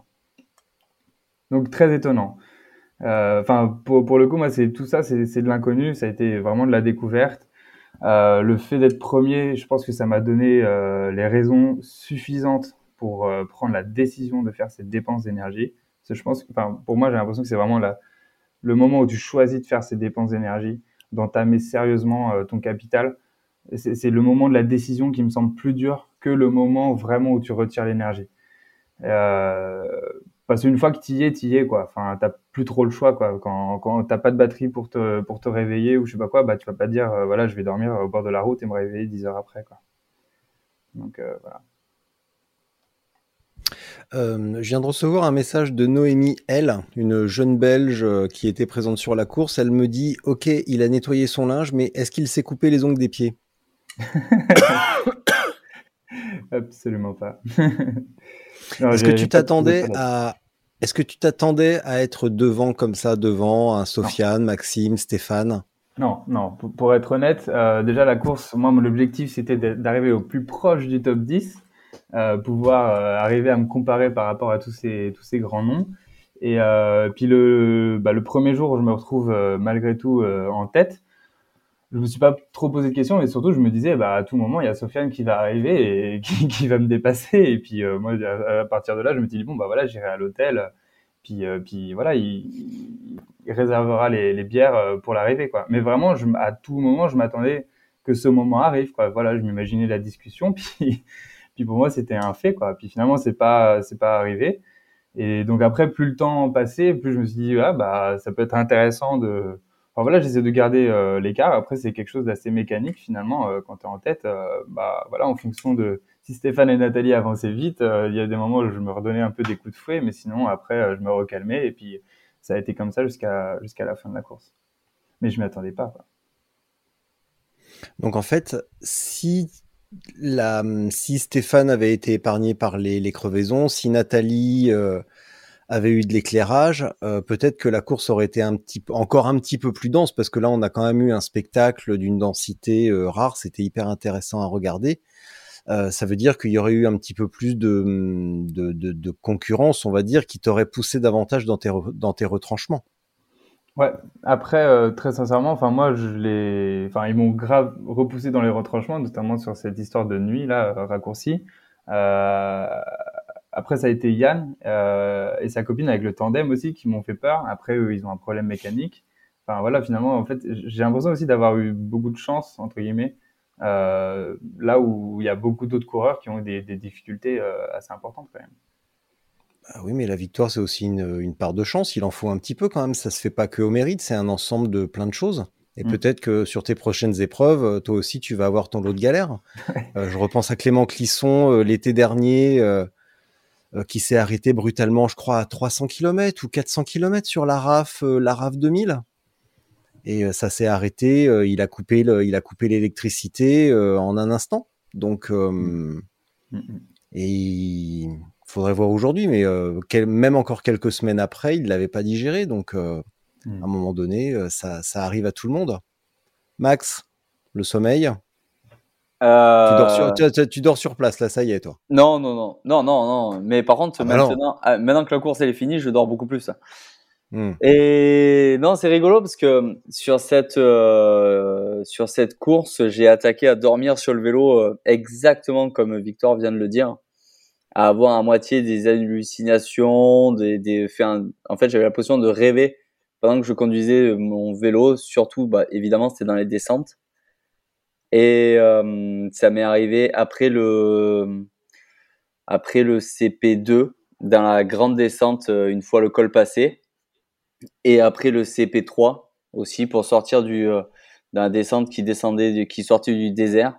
Donc très étonnant. Enfin, euh, pour pour le coup, moi, c'est tout ça, c'est c'est de l'inconnu. Ça a été vraiment de la découverte. Euh, le fait d'être premier, je pense que ça m'a donné euh, les raisons suffisantes pour euh, prendre la décision de faire cette dépense d'énergie. Parce que je pense, enfin, pour moi, j'ai l'impression que c'est vraiment la le moment où tu choisis de faire ces dépenses d'énergie, d'entamer sérieusement euh, ton capital. C'est, c'est le moment de la décision qui me semble plus dur que le moment vraiment où tu retires l'énergie. Euh, parce qu'une fois que tu y es, tu y es, quoi. Enfin, t'as plus trop le choix, quoi. Quand, quand t'as pas de batterie pour te, pour te réveiller ou je sais pas quoi, bah, tu vas pas te dire, euh, voilà, je vais dormir au bord de la route et me réveiller dix heures après, quoi. Donc, euh, voilà. Euh, je viens de recevoir un message de Noémie L, une jeune Belge qui était présente sur la course. Elle me dit « Ok, il a nettoyé son linge, mais est-ce qu'il s'est coupé les ongles des pieds ?» Absolument pas. Non, est-ce que tu t'attendais à... Est-ce que tu t'attendais à être devant comme ça, devant un Sofiane, Maxime, Stéphane ? Non, non. Pour, pour être honnête, euh, déjà la course, moi, mon objectif, c'était d'arriver au plus proche du top dix. Euh, pouvoir euh, arriver à me comparer par rapport à tous ces tous ces grands noms. Et euh, puis le bah, le premier jour où je me retrouve euh, malgré tout euh, en tête, je me suis pas trop posé de questions, mais surtout je me disais bah à tout moment il y a Sofiane qui va arriver et qui, qui va me dépasser. Et puis euh, moi à, à partir de là je me suis dit bon bah voilà, j'irai à l'hôtel. Puis euh, puis voilà, il, il réservera les, les bières pour l'arrivée, quoi. Mais vraiment je, à tout moment je m'attendais que ce moment arrive, quoi. Voilà, je m'imaginais la discussion puis Puis pour moi, c'était un fait, quoi. Puis finalement, c'est pas, c'est pas arrivé. Et donc après, plus le temps passait, plus je me suis dit, ah, bah, ça peut être intéressant de, enfin voilà, j'essaie de garder euh, l'écart. Après, c'est quelque chose d'assez mécanique, finalement, euh, quand t'es en tête, euh, bah, voilà, en fonction de, si Stéphane et Nathalie avançaient vite, euh, il y a des moments où je me redonnais un peu des coups de fouet, mais sinon, après, euh, je me recalmais. Et puis, ça a été comme ça jusqu'à, jusqu'à la fin de la course. Mais je m'y attendais pas, quoi. Donc en fait, si La, si Stéphane avait été épargné par les, les crevaisons, si Nathalie euh, avait eu de l'éclairage, euh, peut-être que la course aurait été un petit, encore un petit peu plus dense, parce que là, on a quand même eu un spectacle d'une densité euh, rare, c'était hyper intéressant à regarder. Euh, ça veut dire qu'il y aurait eu un petit peu plus de, de, de, de concurrence, on va dire, qui t'aurait poussé davantage dans tes, dans tes retranchements. Ouais. Après, euh, très sincèrement, enfin moi, je les, enfin ils m'ont grave repoussé dans les retranchements, notamment sur cette histoire de nuit là raccourcie. Euh, après, ça a été Yann euh, et sa copine avec le tandem aussi qui m'ont fait peur. Après, eux, ils ont un problème mécanique. Enfin voilà, finalement, en fait, j'ai l'impression aussi d'avoir eu beaucoup de chance entre guillemets. Euh, là où il y a beaucoup d'autres coureurs qui ont eu des, des difficultés euh, assez importantes quand même. Ah oui, mais la victoire, c'est aussi une, une part de chance. Il en faut un petit peu quand même. Ça se fait pas que au mérite. C'est un ensemble de plein de choses. Et mmh. peut-être que sur tes prochaines épreuves, toi aussi, tu vas avoir ton lot de galères. euh, je repense à Clément Clisson euh, l'été dernier, euh, euh, qui s'est arrêté brutalement, je crois, à trois cents kilomètres ou quatre cents kilomètres sur la R A F, euh, la R A F deux mille. Et euh, ça s'est arrêté. Euh, il a coupé, le, il a coupé l'électricité euh, en un instant. Donc, euh, mmh. et il faudrait voir aujourd'hui, mais euh, quel, même encore quelques semaines après, il l'avait pas digéré. Donc, euh, mmh. à un moment donné, euh, ça, ça arrive à tout le monde. Max, le sommeil. Euh... Tu, dors sur, tu, tu dors sur place, là, ça y est, toi. Non, non, non, non, non, non. Mais par contre, ah bah maintenant, ah, maintenant que la course elle est finie, je dors beaucoup plus. Mmh. Et non, c'est rigolo parce que sur cette euh, sur cette course, j'ai attaqué à dormir sur le vélo euh, exactement comme Victor vient de le dire, à avoir à moitié des hallucinations, des, des fait un... en fait, j'avais l'impression de rêver pendant que je conduisais mon vélo. Surtout, bah, évidemment, c'était dans les descentes. Et euh, ça m'est arrivé après le après le C P deux dans la grande descente une fois le col passé. Et après le C P trois aussi pour sortir du euh, d'un descente qui descendait du, qui sortait du désert.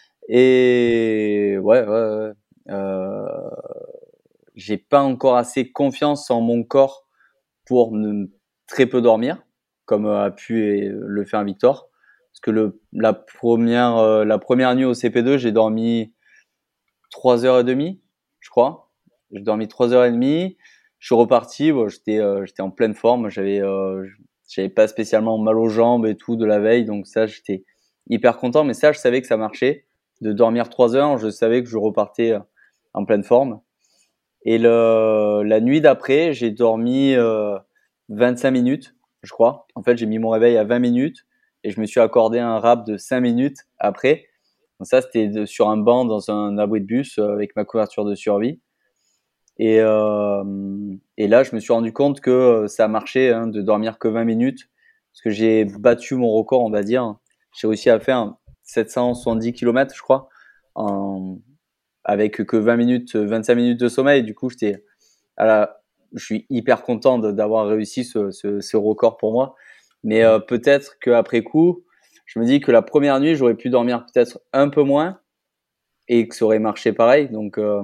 Et ouais, ouais, ouais. Euh, j'ai pas encore assez confiance en mon corps pour ne très peu dormir comme a pu le faire Victor, parce que le la première euh, la première nuit au C P deux, j'ai dormi trois heures et demie, je crois. J'ai dormi trois heures et demie. Je suis reparti, bon, j'étais euh, j'étais en pleine forme, j'avais euh, j'avais pas spécialement mal aux jambes et tout de la veille, donc ça j'étais hyper content, mais ça je savais que ça marchait de dormir trois heures, je savais que je repartais en pleine forme. Et le la nuit d'après, j'ai dormi euh, vingt-cinq minutes, je crois. En fait, j'ai mis mon réveil à vingt minutes et je me suis accordé un rap de cinq minutes après. Donc ça c'était de, sur un banc dans un abri de bus euh, avec ma couverture de survie. Et, euh, et là, je me suis rendu compte que ça marchait hein, de dormir que vingt minutes, parce que j'ai battu mon record, on va dire. J'ai réussi à faire sept cent soixante-dix kilomètres, je crois, en, avec que vingt minutes, vingt-cinq minutes de sommeil. Du coup, j'étais, à la, je suis hyper content de, d'avoir réussi ce, ce, ce record pour moi. Mais euh, peut-être qu'après coup, je me dis que la première nuit, j'aurais pu dormir peut-être un peu moins et que ça aurait marché pareil. Donc euh,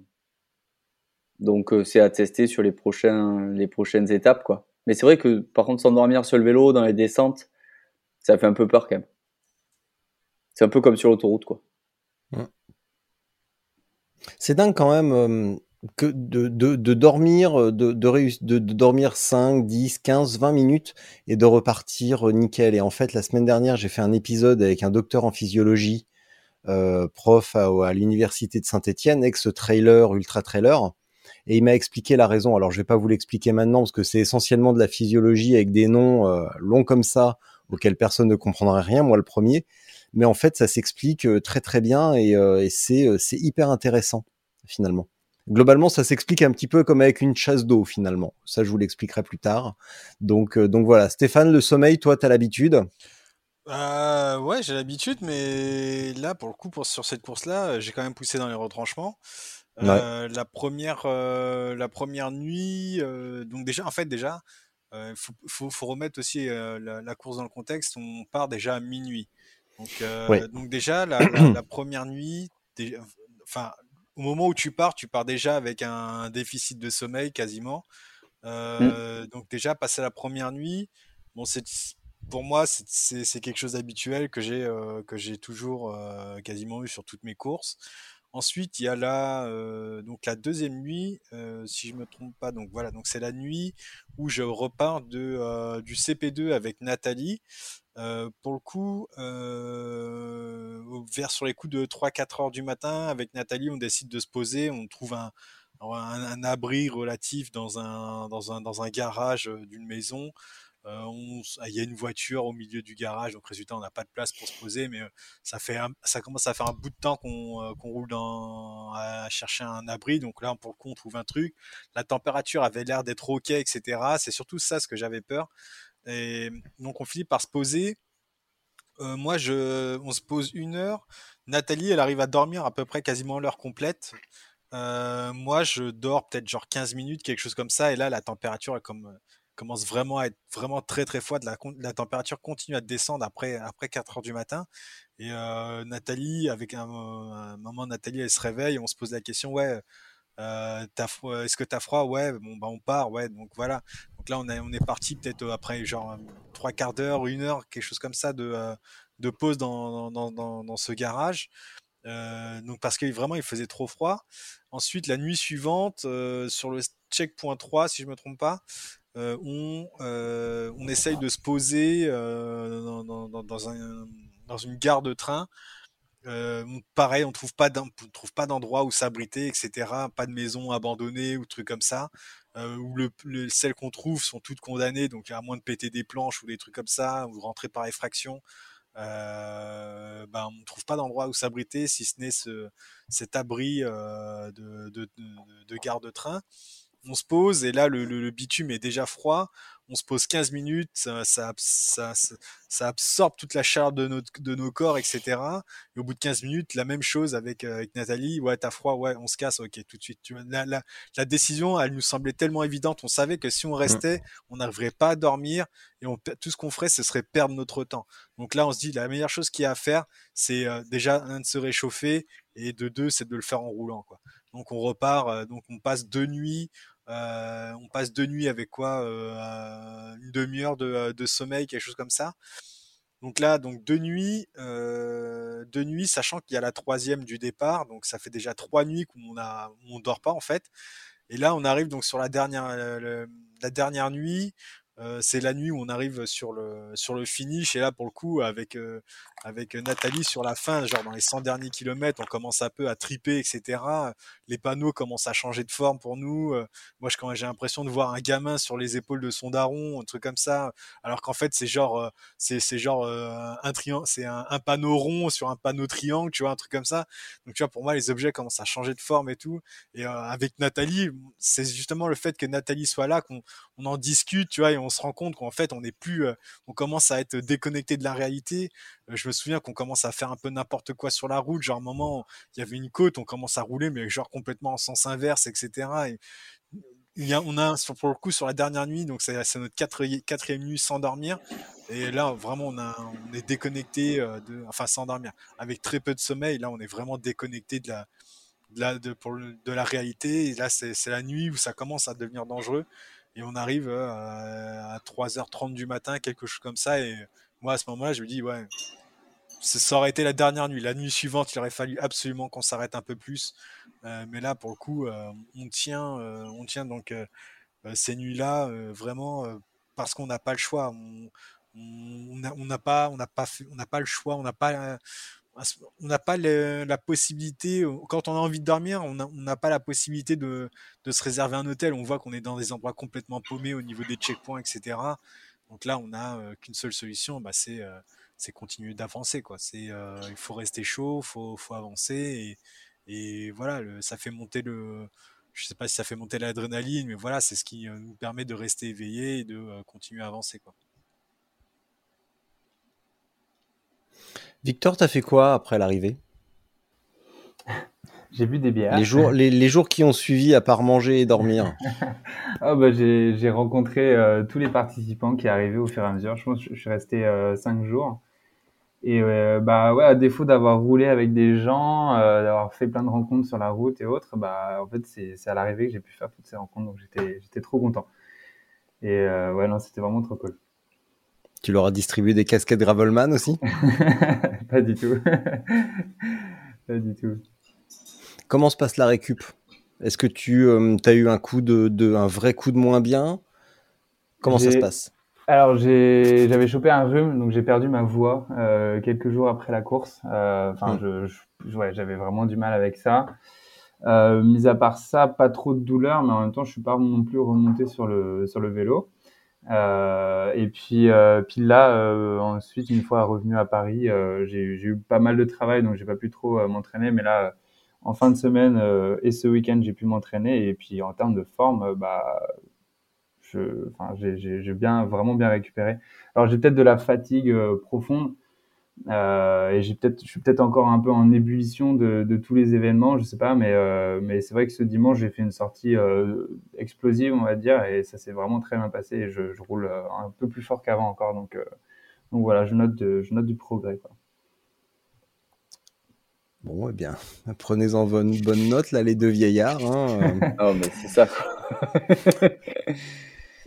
Donc euh, c'est à tester sur les prochains les prochaines étapes quoi. Mais c'est vrai que par contre s'endormir sur le vélo dans les descentes, ça fait un peu peur quand même. C'est un peu comme sur l'autoroute quoi. C'est dingue quand même euh, que de, de, de dormir de, de, réuss- de, de dormir cinq, dix, quinze, vingt minutes et de repartir euh, nickel. Et en fait la semaine dernière j'ai fait un épisode avec un docteur en physiologie, euh, prof à, à l'université de Saint-Étienne, ex-trailer, ultra-trailer. Et il m'a expliqué la raison. Alors, je vais pas vous l'expliquer maintenant parce que c'est essentiellement de la physiologie avec des noms euh, longs comme ça auxquels personne ne comprendrait rien, moi le premier. Mais en fait, ça s'explique euh, très très bien et, euh, et c'est, euh, c'est hyper intéressant finalement. Globalement, ça s'explique un petit peu comme avec une chasse d'eau finalement. Ça, je vous l'expliquerai plus tard. Donc, euh, donc voilà. Stéphane, le sommeil, toi, t'as l'habitude ? Euh, ouais, j'ai l'habitude, mais là, pour le coup, pour, sur cette course-là, j'ai quand même poussé dans les retranchements. Euh, ouais. la première euh, la première nuit euh, donc déjà en fait déjà euh, faut, faut faut remettre aussi euh, la, la course dans le contexte. On part déjà à minuit, donc euh, ouais. donc déjà la, la, la première nuit déjà, enfin au moment où tu pars tu pars déjà avec un déficit de sommeil quasiment euh, mm. Donc déjà passer la première nuit, bon c'est pour moi c'est, c'est, c'est quelque chose d'habituel que j'ai euh, que j'ai toujours euh, quasiment eu sur toutes mes courses. Ensuite, il y a la, euh, donc la deuxième nuit, euh, si je me trompe pas. Donc voilà, donc c'est la nuit où je repars de, euh, du C P deux avec Nathalie. Euh, pour le coup, euh, vers sur les coups de trois quatre heures du matin, avec Nathalie, on décide de se poser. On trouve un, un, un abri relatif dans un, dans un, dans un garage d'une maison. Euh, on, il y a une voiture au milieu du garage, donc résultat on n'a pas de place pour se poser, mais euh, ça fait un, ça commence à faire un bout de temps qu'on, euh, qu'on roule dans, à chercher un abri, donc là pour le coup on trouve un truc. La température avait l'air d'être ok, et cetera. C'est surtout ça ce que j'avais peur. Et donc on finit par se poser. Euh, moi je, on se pose une heure. Nathalie elle arrive à dormir à peu près quasiment l'heure complète. Euh, moi je dors peut-être genre quinze minutes, quelque chose comme ça, et là la température est comme commence vraiment à être vraiment très très froide. La, la température continue à descendre après, après quatre heures du matin. Et euh, Nathalie, avec un, un moment, Nathalie, elle se réveille, on se pose la question, ouais, euh, t'as froid, est-ce que t'as froid? Ouais, bon, bah on part, ouais, donc voilà. Donc là, on, a, on est parti peut-être après genre trois quarts d'heure, une heure, quelque chose comme ça de, de pause dans, dans, dans, dans ce garage. Euh, donc parce que vraiment il faisait trop froid. Ensuite, la nuit suivante, euh, sur le checkpoint trois, si je me trompe pas, euh, on, euh, on essaye de se poser euh, dans, dans, dans, dans un, dans une gare de train. Euh, pareil, on trouve pas d'en- on trouve pas d'endroit où s'abriter, et cetera. Pas de maison abandonnée ou trucs comme ça. Euh, où le, le- celles qu'on trouve sont toutes condamnées, donc à moins de péter des planches ou des trucs comme ça, ou rentrer par effraction, euh, ben, on ne trouve pas d'endroit où s'abriter, si ce n'est ce, cet abri euh, de, de, de, de gare de train. On se pose et là le, le, le bitume est déjà froid. On se pose quinze minutes, ça, ça, ça, ça, ça absorbe toute la chaleur de, notre, de nos corps, et cetera. Et au bout de quinze minutes, la même chose avec, euh, avec Nathalie. Ouais, t'as froid, ouais, on se casse, ok, tout de suite. Tu vois, la, la, la décision, elle nous semblait tellement évidente. On savait que si on restait, on n'arriverait pas à dormir et on, tout ce qu'on ferait, ce serait perdre notre temps. Donc là, on se dit, la meilleure chose qu'il y a à faire, c'est euh, déjà, un, de se réchauffer et de deux, c'est de le faire en roulant, quoi. Donc on repart, euh, donc on passe deux nuits. Euh, on passe deux nuits avec quoi, euh, une demi-heure de, de sommeil, quelque chose comme ça. Donc là, donc deux nuits, euh, deux nuits, sachant qu'il y a la troisième du départ, donc ça fait déjà trois nuits qu'on a, on dort pas en fait. Et là, on arrive donc sur la dernière, la, la dernière nuit. Euh, c'est la nuit où on arrive sur le sur le finish et là pour le coup avec euh, avec Nathalie sur la fin, genre dans les cent derniers kilomètres, on commence un peu à triper, et cetera. Les panneaux commencent à changer de forme pour nous. Euh, moi, je, quand j'ai l'impression de voir un gamin sur les épaules de son daron, un truc comme ça, alors qu'en fait c'est genre euh, c'est c'est genre euh, un triangle, c'est un, un panneau rond sur un panneau triangle, tu vois, un truc comme ça. Donc tu vois, pour moi, les objets commencent à changer de forme et tout. Et euh, avec Nathalie, c'est justement le fait que Nathalie soit là qu'on on en discute, tu vois, et on se rend compte qu'en fait, on n'est plus, euh, on commence à être déconnecté de la réalité. Euh, je me souviens qu'on commence à faire un peu n'importe quoi sur la route. Genre, à un moment, il y avait une côte, on commence à rouler, mais genre complètement en sens inverse, et cetera. Et il y a, on a, pour le coup, sur la dernière nuit, donc c'est, c'est notre quatrième, quatrième nuit sans dormir. Et là, vraiment, on, a, on est déconnecté, euh, de, enfin, sans dormir, avec très peu de sommeil. Là, on est vraiment déconnecté de la, de la, de, pour le- de la réalité. Et là, c'est, c'est la nuit où ça commence à devenir dangereux. Et on arrive euh, à trois heures trente du matin, quelque chose comme ça. Et moi, à ce moment-là, je me dis, ouais, ça ça aurait été la dernière nuit. La nuit suivante, il aurait fallu absolument qu'on s'arrête un peu plus. Euh, mais là, pour le coup, euh, on tient, euh, on tient donc euh, euh, ces nuits-là euh, vraiment euh, parce qu'on n'a pas le choix. On on n'a on n'a pas, on n'a pas, fait- on n'a pas le choix. On n'a pas, euh, on n'a pas le- la possibilité. Quand on a envie de dormir, on a- on n'a pas la possibilité de, de se réserver un hôtel. On voit qu'on est dans des endroits complètement paumés au niveau des checkpoints, et cetera. Donc là, on n'a euh, qu'une seule solution, bah, c'est euh, c'est continuer d'avancer, quoi. C'est, euh, il faut rester chaud, faut, faut avancer et, et voilà, le- ça fait monter le, je sais pas si ça fait monter l'adrénaline, mais voilà, c'est ce qui euh, nous permet de rester éveillé et de euh, continuer à avancer, quoi. Victor, t'as fait quoi après l'arrivée? J'ai bu des bières. Les jours, les, les jours qui ont suivi, à part manger et dormir. Ah bah j'ai j'ai rencontré euh, tous les participants qui arrivaient au fur et à mesure. Je pense que je suis resté euh, cinq jours. Et euh, bah ouais, à défaut d'avoir roulé avec des gens, euh, d'avoir fait plein de rencontres sur la route et autres, bah en fait c'est c'est à l'arrivée que j'ai pu faire toutes ces rencontres. Donc j'étais j'étais trop content. Et euh, ouais non, c'était vraiment trop cool. Tu leur as distribué des casquettes Gravelman aussi? Pas du tout. Pas du tout. Comment se passe la récup? Est-ce que tu euh, as eu un coup de, de, un vrai coup de moins bien? Comment ça se J'ai passe? Alors j'ai j'avais chopé un rhume, donc j'ai perdu ma voix euh, quelques jours après la course. Euh, Enfin, Hmm. je, je ouais, j'avais vraiment du mal avec ça. Euh, mis à part ça, pas trop de douleur, mais en même temps, je suis pas non plus remonté sur le sur le vélo. Euh, et puis euh, puis là, euh, ensuite, une fois revenu à Paris, euh, j'ai j'ai eu pas mal de travail, donc j'ai pas pu trop euh, m'entraîner. Mais là, en fin de semaine euh, et ce week-end, j'ai pu m'entraîner. Et puis en termes de forme, euh, bah je, enfin, j'ai, j'ai, j'ai bien, vraiment bien récupéré. Alors j'ai peut-être de la fatigue euh, profonde euh, et j'ai peut-être, je suis peut-être encore un peu en ébullition de, de tous les événements, je sais pas, mais euh, mais c'est vrai que ce dimanche j'ai fait une sortie euh, explosive, on va dire, et ça s'est vraiment très bien passé. Et je, je roule euh, un peu plus fort qu'avant encore, donc euh, donc voilà, je note, de, je note du progrès, quoi. Bon, eh bien, prenez-en bonne, bonne note, là, les deux vieillards. Hein. Oh, mais c'est ça, quoi.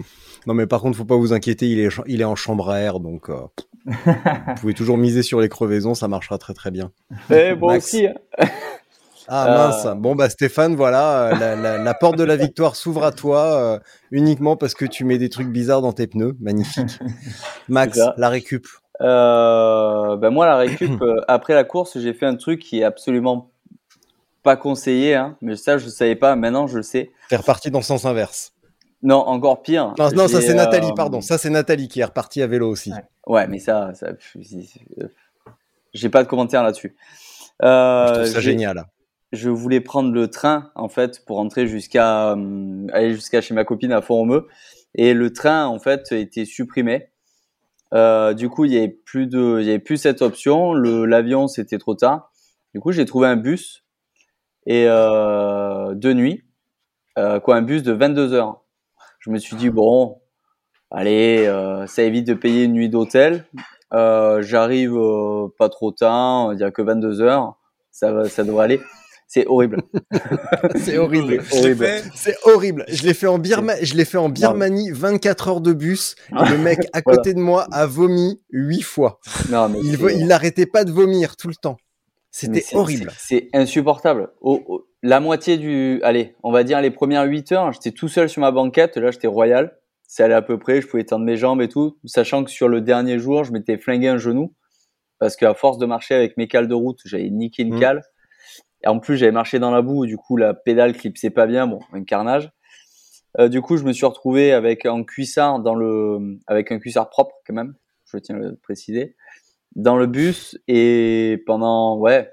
Non, mais par contre, faut pas vous inquiéter, il est, il est en chambre à air, donc euh, vous pouvez toujours miser sur les crevaisons, ça marchera très très bien. Eh, bon Max. Aussi. Hein. Ah mince. Euh... Bon bah Stéphane, voilà, la, la, la porte de la victoire s'ouvre à toi euh, uniquement parce que tu mets des trucs bizarres dans tes pneus. Magnifique. Max, la récup. Euh, ben moi la récup, euh, après la course, j'ai fait un truc qui est absolument pas conseillé, hein, mais ça je ne savais pas. Maintenant je le sais. T'es reparti dans le sens inverse. Non, encore pire. Non, non ça c'est euh... Nathalie, pardon. Ça c'est Nathalie qui est repartie à vélo aussi. Ouais, ouais mais ça, ça j'ai pas de commentaire là-dessus. Euh, je trouve ça génial. Je voulais prendre le train en fait pour rentrer jusqu'à euh, aller jusqu'à chez ma copine à Font-Romeu et le train en fait était supprimé. Euh, du coup, il y avait plus de, il y avait plus cette option. Le l'avion c'était trop tard. Du coup, j'ai trouvé un bus et euh, de nuit, euh, quoi, un bus de vingt-deux heures. Je me suis dit bon, allez, euh, ça évite de payer une nuit d'hôtel. Euh, j'arrive euh, pas trop tard, il y a que vingt-deux heures, ça va, ça devrait aller. C'est horrible. c'est horrible. C'est horrible. C'est horrible. Je l'ai fait en Birma- je l'ai fait en Birmanie, vingt-quatre heures de bus. Et le mec à côté voilà. de moi a vomi huit fois. Non, mais il, vo- il n'arrêtait pas de vomir tout le temps. C'était c'est, horrible. C'est, c'est insupportable. Oh, oh, la moitié du, allez, on va dire les premières huit heures, j'étais tout seul sur ma banquette. Là, j'étais royal. Ça allait à peu près. Je pouvais étendre mes jambes et tout. Sachant que sur le dernier jour, je m'étais flingué un genou. Parce qu'à force de marcher avec mes cales de route, j'avais niqué une mmh. cale. Et en plus, j'avais marché dans la boue, du coup, la pédale clipsait pas bien, bon, un carnage. Euh, du coup, je me suis retrouvé avec un cuissard dans le, avec un cuissard propre quand même, je tiens à le préciser, dans le bus et pendant, ouais,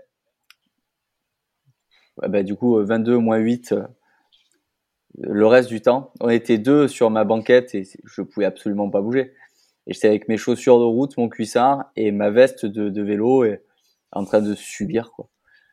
ouais bah, du coup, vingt-deux moins huit, euh, le reste du temps, on était deux sur ma banquette et je pouvais absolument pas bouger. Et j'étais avec mes chaussures de route, mon cuissard et ma veste de, de vélo et en train de subir, quoi.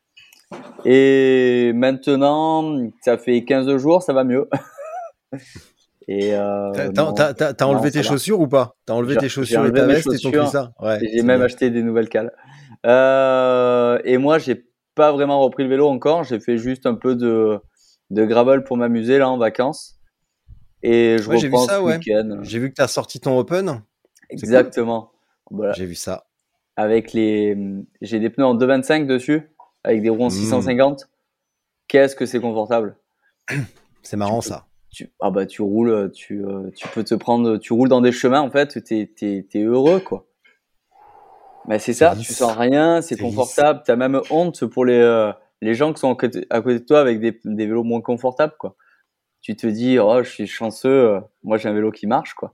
Et maintenant, ça fait quinze jours, ça va mieux. Et euh, t'as, non, t'as, t'as, t'as enlevé non, tes chaussures ou pas? T'as enlevé j'ai, tes chaussures et ta veste et ton cuissard? Ouais, et j'ai même bien. acheté des nouvelles cales. Euh, et moi, j'ai pas vraiment repris le vélo encore. J'ai fait juste un peu de, de gravel pour m'amuser là en vacances. Et je ouais, reprends j'ai vu ça, ce ouais. week-end. J'ai vu que t'as sorti ton Open. Exactement. Cool. Voilà. J'ai vu ça. Avec les, j'ai des pneus en deux vingt-cinq dessus. Avec des roues en six cent cinquante, mmh. Qu'est-ce que c'est confortable. C'est marrant tu peux, ça. Tu, ah bah tu roules, tu, euh, tu peux te prendre, tu roules dans des chemins en fait, t'es, t'es, t'es heureux quoi. Bah c'est, c'est ça, lisse. Tu sens rien, c'est, c'est confortable. Lisse. T'as même honte pour les euh, les gens qui sont à côté, à côté de toi avec des, des vélos moins confortables quoi. Tu te dis oh je suis chanceux, moi j'ai un vélo qui marche quoi.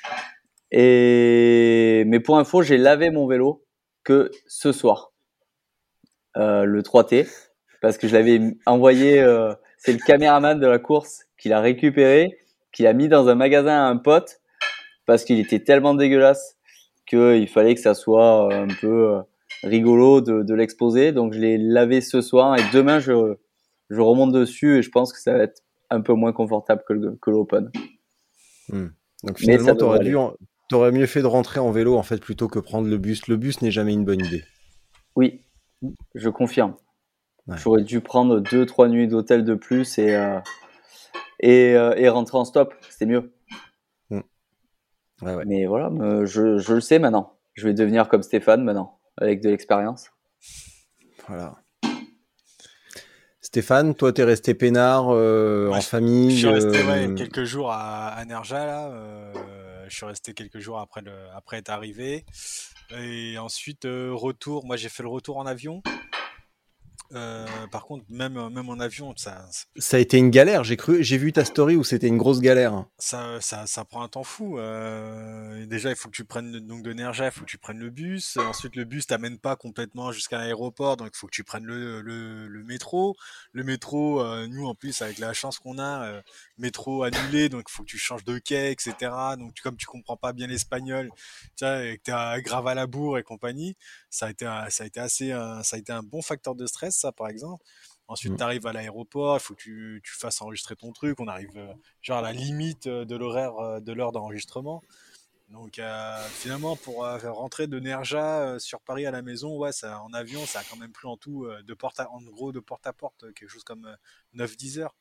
Et mais pour info, j'ai lavé mon vélo que ce soir. Euh, le trois T parce que je l'avais envoyé euh, c'est le caméraman de la course qui l'a récupéré, qui l'a mis dans un magasin à un pote parce qu'il était tellement dégueulasse qu'il fallait que ça soit un peu euh, rigolo de, de l'exposer, donc je l'ai lavé ce soir et demain je, je remonte dessus et je pense que ça va être un peu moins confortable que, le, que l'Open. Mmh. Donc finalement t'aurais, dû en, t'aurais mieux fait de rentrer en vélo en fait plutôt que prendre le bus. Le bus n'est jamais une bonne idée. Oui, je confirme. Ouais. J'aurais dû prendre deux, trois nuits d'hôtel de plus et euh, et, euh, et rentrer en stop. C'était mieux. Mmh. Ouais, ouais. Mais voilà, euh, je, je le sais maintenant. Je vais devenir comme Stéphane maintenant, avec de l'expérience. Voilà. Stéphane, toi, t'es resté peinard euh, ouais, en famille. Je suis resté euh... ouais, quelques jours à, à Nerja là. Euh, je suis resté quelques jours après le, après être arrivé. Et ensuite, euh, retour. Moi, j'ai fait le retour en avion. Euh, par contre, même, même en avion, ça, ça... ça a été une galère. J'ai cru, j'ai vu ta story où c'était une grosse galère. Ça, ça, ça prend un temps fou. Euh, déjà, il faut que tu prennes donc de Nerja, il faut que tu prennes le bus. Ensuite, le bus t'amène pas complètement jusqu'à l'aéroport, donc il faut que tu prennes le, le, le métro. Le métro, euh, nous en plus, avec la chance qu'on a, euh, métro annulé, donc il faut que tu changes de quai, et cetera. Donc tu, comme tu comprends pas bien l'espagnol, tu vois, et que t'es à Gravalabourg et compagnie, ça a été, ça a été assez, euh, ça a été un bon facteur de stress. Ça par exemple. Ensuite, mmh. tu arrives à l'aéroport, il faut que tu, tu fasses enregistrer ton truc. On arrive euh, genre à la limite de l'horaire euh, de l'heure d'enregistrement. Donc euh, finalement, pour euh, rentrer de Nerja euh, sur Paris à la maison, ouais, ça, en avion, ça a quand même pris en tout euh, de porte à, en gros de porte à porte quelque chose comme euh, neuf dix heures.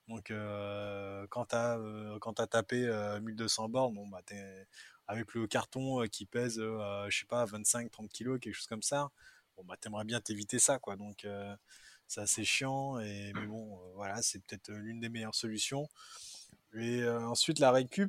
Donc, euh, quand tu as euh, quand t'as tapé euh, mille deux cents bornes, bon, bah, t'es, avec le carton euh, qui pèse, euh, je sais pas, vingt-cinq trente kilos, quelque chose comme ça, bon, bah, t'aimerais bien t'éviter ça, quoi. Donc, euh, c'est assez chiant, et, mais bon, euh, voilà, c'est peut-être l'une des meilleures solutions. Et euh, ensuite, la récup,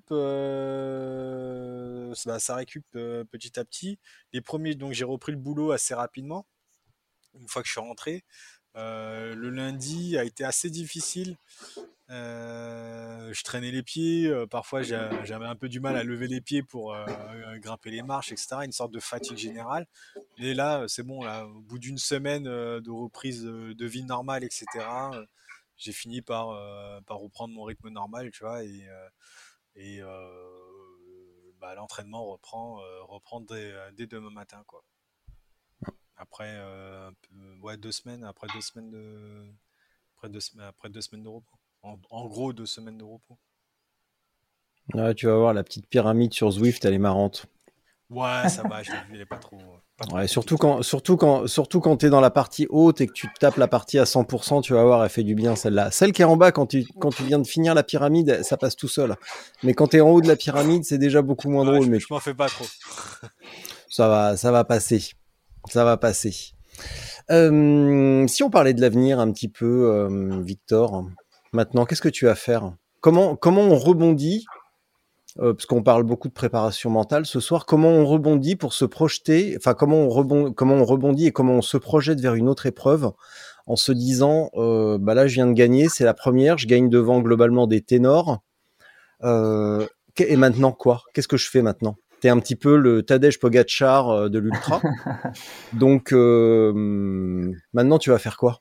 euh, bah, ça récup euh, petit à petit. Les premiers, donc j'ai repris le boulot assez rapidement, une fois que je suis rentré. Euh, le lundi a été assez difficile. Euh, je traînais les pieds, euh, parfois j'a- j'avais un peu du mal à lever les pieds pour euh, euh, grimper les marches, et cetera. Une sorte de fatigue générale. Et là, euh, c'est bon, là, au bout d'une semaine euh, de reprise euh, de vie normale, et cetera, euh, j'ai fini par, euh, par reprendre mon rythme normal, tu vois, et, euh, et euh, bah, l'entraînement reprend, euh, reprend dès, dès demain matin, quoi. Après, euh, un peu- ouais, deux semaines, après deux semaines de, après deux, sem- après deux semaines de repos. En, en gros, deux semaines de repos. Ouais, tu vas voir, la petite pyramide sur Zwift, elle est marrante. Ouais, ça va, je l'ai vu, elle est pas trop, pas trop Ouais, surtout compliquée. quand, surtout quand, surtout quand t'es dans la partie haute et que tu tapes la partie à cent pour cent, tu vas voir, elle fait du bien celle-là. Celle qui est en bas, quand tu, quand tu viens de finir la pyramide, ça passe tout seul. Mais quand t'es en haut de la pyramide, c'est déjà beaucoup moins Ouais, drôle, je, mais je m'en fais pas trop. ça va, ça va passer. Ça va passer. Euh, si on parlait de l'avenir un petit peu, euh, Victor, maintenant, qu'est-ce que tu vas faire? Comment, comment on rebondit? Euh, parce qu'on parle beaucoup de préparation mentale ce soir. Comment on rebondit pour se projeter? Enfin, comment on rebondit, comment on rebondit et comment on se projette vers une autre épreuve en se disant, euh, bah là, je viens de gagner, c'est la première, je gagne devant globalement des ténors. Euh, et maintenant quoi? Qu'est-ce que je fais maintenant? T'es un petit peu le Tadej Pogacar euh, de l'ultra. Donc euh, maintenant, tu vas faire quoi?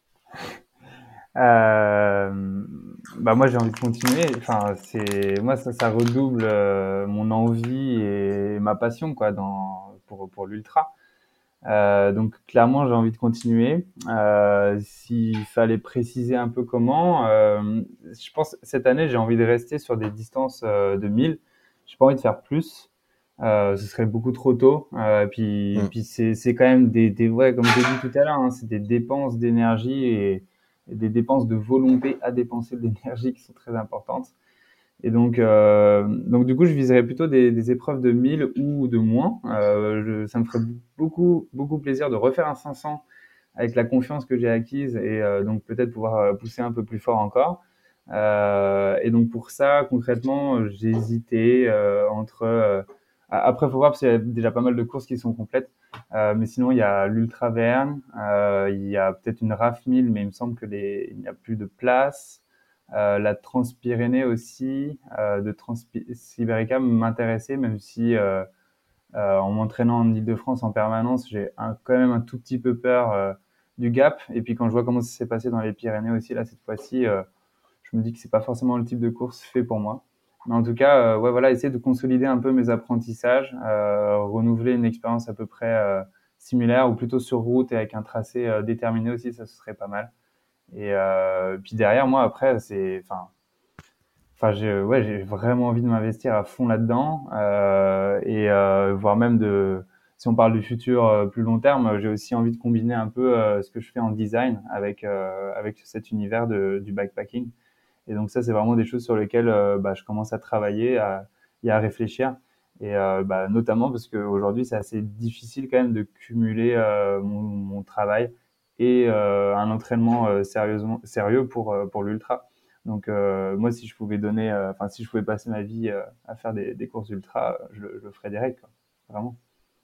Euh, bah moi j'ai envie de continuer. Enfin c'est moi ça ça redouble euh, mon envie et ma passion quoi dans pour pour l'ultra. Euh, donc clairement j'ai envie de continuer. Euh, s'il fallait préciser un peu comment, euh, je pense cette année j'ai envie de rester sur des distances euh, de mille. J'ai pas envie de faire plus. Euh, ce serait beaucoup trop tôt. Euh, puis Hmm. puis c'est c'est quand même des des ouais comme j'ai dit tout à l'heure, hein, c'est des dépenses d'énergie et, et des dépenses de volonté à dépenser de l'énergie qui sont très importantes. Et donc, euh, donc du coup, je viserais plutôt des, des épreuves de mille ou de moins. Euh, je, ça me ferait beaucoup, beaucoup plaisir de refaire un cinq cents avec la confiance que j'ai acquise et euh, donc peut-être pouvoir pousser un peu plus fort encore. Euh, et donc pour ça, concrètement, j'ai hésité euh, entre. Euh, après, il faut voir parce qu'il y a déjà pas mal de courses qui sont complètes. Euh, mais sinon, il y a l'Ultra Verne, euh, il y a peut-être une R A F mille, mais il me semble que les, il n'y a plus de place. Euh, la Transpyrénée aussi, euh, de Transsibérica m'intéressait, même si euh, euh, en m'entraînant en Ile-de-France en permanence, j'ai un, quand même un tout petit peu peur euh, du gap. Et puis quand je vois comment ça s'est passé dans les Pyrénées aussi, là, cette fois-ci, euh, je me dis que c'est pas forcément le type de course fait pour moi. Mais en tout cas, euh, ouais, voilà, essayer de consolider un peu mes apprentissages, euh, renouveler une expérience à peu près euh, similaire, ou plutôt sur route et avec un tracé euh, déterminé aussi, ça ce serait pas mal. Et euh, puis derrière, moi, après, c'est, enfin, enfin, j'ai, ouais, j'ai vraiment envie de m'investir à fond là-dedans, euh, et euh, voire même de, si on parle du futur euh, plus long terme, j'ai aussi envie de combiner un peu euh, ce que je fais en design avec euh, avec cet univers de, du bikepacking. Et donc ça, c'est vraiment des choses sur lesquelles euh, bah, je commence à travailler à, et à réfléchir. Et euh, bah, notamment parce qu'aujourd'hui, c'est assez difficile quand même de cumuler euh, mon, mon travail et euh, un entraînement euh, sérieusement sérieux pour euh, pour l'ultra. Donc euh, moi, si je pouvais donner, enfin euh, si je pouvais passer ma vie euh, à faire des, des courses ultra, je, je le ferais direct, quoi. Vraiment.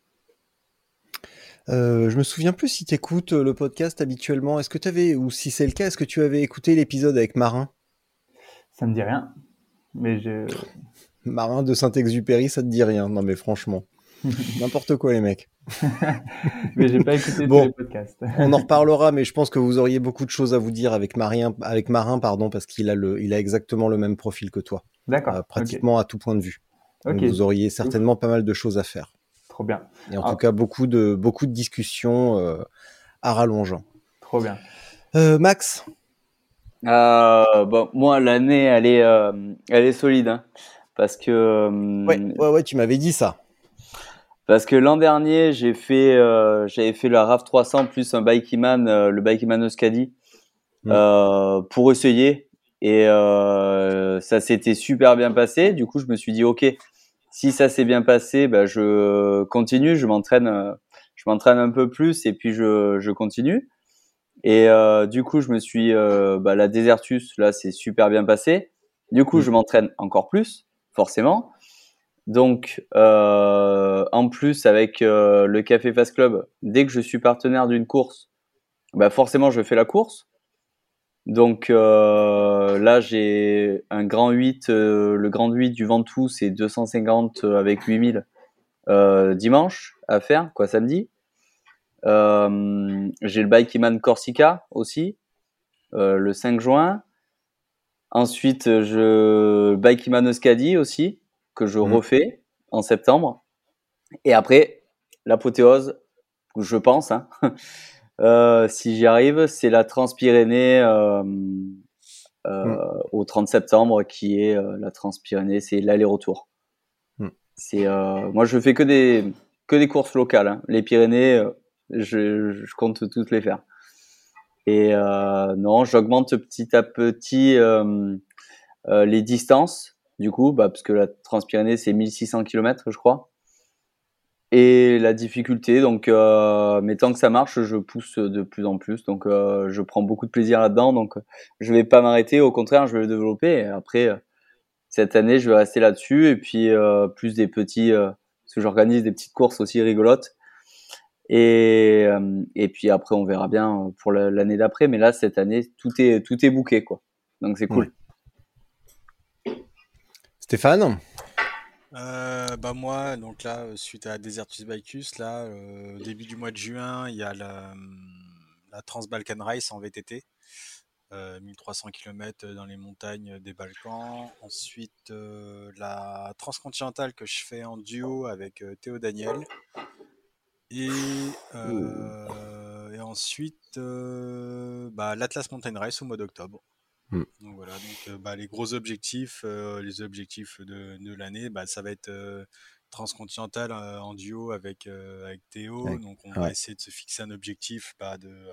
Euh, je me souviens plus si tu écoutes le podcast habituellement. Est-ce que tu avais, ou si c'est le cas, est-ce que tu avais écouté l'épisode avec Marin? Ça me dit rien, mais je. Marin de Saint-Exupéry, ça te dit rien? Non mais franchement, n'importe quoi les mecs. Mais j'ai pas écouté tous les Bon, podcasts. on en reparlera, mais je pense que vous auriez beaucoup de choses à vous dire avec Marin, avec Marin, pardon, parce qu'il a le, il a exactement le même profil que toi, D'accord. euh, pratiquement Okay. à tout point de vue. Ok. Donc vous auriez certainement pas mal de choses à faire. Trop bien. Et en ah. tout cas, beaucoup de, beaucoup de discussions euh, à rallonge. Trop bien. Euh, Max? Euh, bon, moi, l'année, elle est, euh, elle est solide, hein, parce que. Euh, ouais, ouais, ouais, tu m'avais dit ça. Parce que l'an dernier, j'ai fait, euh, j'avais fait la R A F trois cents plus un Bikeman, euh, le Bikeman Euskadi, mmh. euh, pour essayer. Et euh, ça s'était super bien passé. Du coup, je me suis dit, ok, si ça s'est bien passé, bah, je continue, je m'entraîne, je m'entraîne un peu plus et puis je, je continue. Et euh, du coup, je me suis, euh, bah, la Desertus, là, c'est super bien passé. Du coup, je m'entraîne encore plus, forcément. Donc, euh, en plus, avec euh, le Café Fast Club, dès que je suis partenaire d'une course, bah forcément, je fais la course. Donc euh, là, j'ai un grand huit, euh, le grand huit du Ventoux, c'est deux cent cinquante avec huit mille euh, dimanche à faire, quoi, samedi. Euh, j'ai le Bikeman Corsica aussi, euh, le cinq juin. Ensuite, je Bikeman Euskadi aussi, que je Mmh. refais en septembre. Et après, l'apothéose, je pense, hein, euh, si j'y arrive, c'est la Transpyrénée euh, euh, Mm. au trente septembre, qui est euh, la Transpyrénée, c'est l'aller-retour. Mm. C'est, euh, moi, je fais que des que des courses locales. Hein. Les Pyrénées, euh, je, je compte toutes les faire. Et euh, non, j'augmente petit à petit euh, euh, les distances. Du coup, bah, parce que la Transpyrénée, c'est mille six cents kilomètres, je crois. Et la difficulté, donc, euh, mais tant que ça marche, je pousse de plus en plus. Donc, euh, je prends beaucoup de plaisir là-dedans. Donc, je vais pas m'arrêter. Au contraire, je vais le développer. Et après, cette année, je vais rester là-dessus. Et puis, euh, plus des petits, euh, parce que j'organise des petites courses aussi rigolotes. Et, euh, et puis après, on verra bien pour la, l'année d'après. Mais là, cette année, tout est, tout est booké, quoi. Donc, c'est cool. Ouais. Stéphane? Euh, bah moi, donc là, euh, suite à Desertus Bicus, là, euh, début du mois de juin, il y a la, la Trans-Balkan Race en V T T, euh, mille trois cents kilomètres dans les montagnes des Balkans. Ensuite, euh, la Transcontinentale que je fais en duo avec euh, Théo Daniel. Et, euh, et ensuite, euh, bah, l'Atlas Mountain Race au mois d'octobre. Mm. Donc voilà, donc euh, bah, les gros objectifs, euh, les objectifs de, de l'année, bah, ça va être euh, Transcontinental euh, en duo avec, euh, avec Théo. Ouais. Donc on Ouais. va essayer de se fixer un objectif bah, de, euh,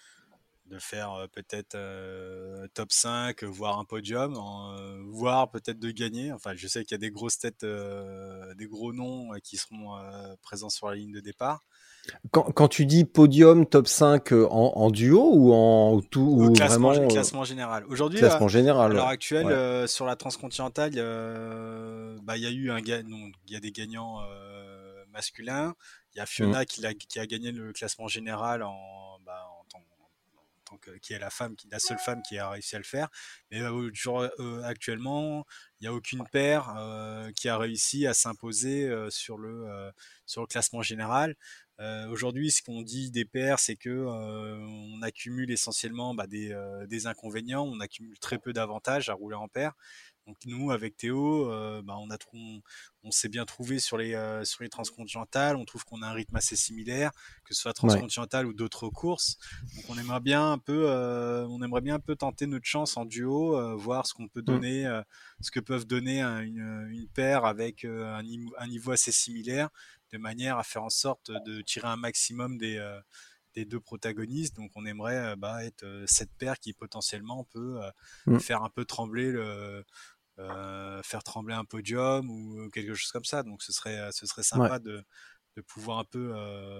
de faire euh, peut-être euh, top cinq, voire un podium, euh, voire peut-être de gagner. Enfin, je sais qu'il y a des grosses têtes, euh, des gros noms euh, qui seront euh, présents sur la ligne de départ. Quand, quand tu dis podium top cinq en, en duo ou en tout Au ou classement, vraiment euh, classement général. Aujourd'hui, là, classement général, à l'heure ouais. actuelle, Ouais. euh, sur la transcontinentale, euh, bah, il y a eu un ga- non, il y a des gagnants euh, masculins. Il y a Mm. Fiona qui, l'a- qui a gagné le classement général en, bah, en tant, en tant que qui est la femme, qui, la seule femme qui a réussi à le faire. Mais euh, genre, euh, actuellement, il n'y a aucune paire euh, qui a réussi à s'imposer euh, sur le euh, sur le classement général. Euh, aujourd'hui, ce qu'on dit des pairs, c'est que euh, on accumule essentiellement bah, des, euh, des inconvénients, on accumule très peu d'avantages à rouler en paire. Donc nous, avec Théo, euh, bah, on, a on, on s'est bien trouvé sur les, euh, sur les transcontinentales. On trouve qu'on a un rythme assez similaire, que ce soit Ouais. transcontinentale ou d'autres courses. Donc on aimerait bien un peu, euh, on aimerait bien un peu tenter notre chance en duo, euh, voir ce qu'on peut donner, euh, ce que peuvent donner un- une, une paire avec euh, un, niveau- un niveau assez similaire, de manière à faire en sorte de tirer un maximum des, euh, des deux protagonistes. Donc on aimerait euh, bah, être euh, cette paire qui potentiellement peut euh, Mm. faire un peu trembler le, euh, faire trembler un podium ou quelque chose comme ça. Donc ce serait, ce serait Ouais. sympa de, de pouvoir un peu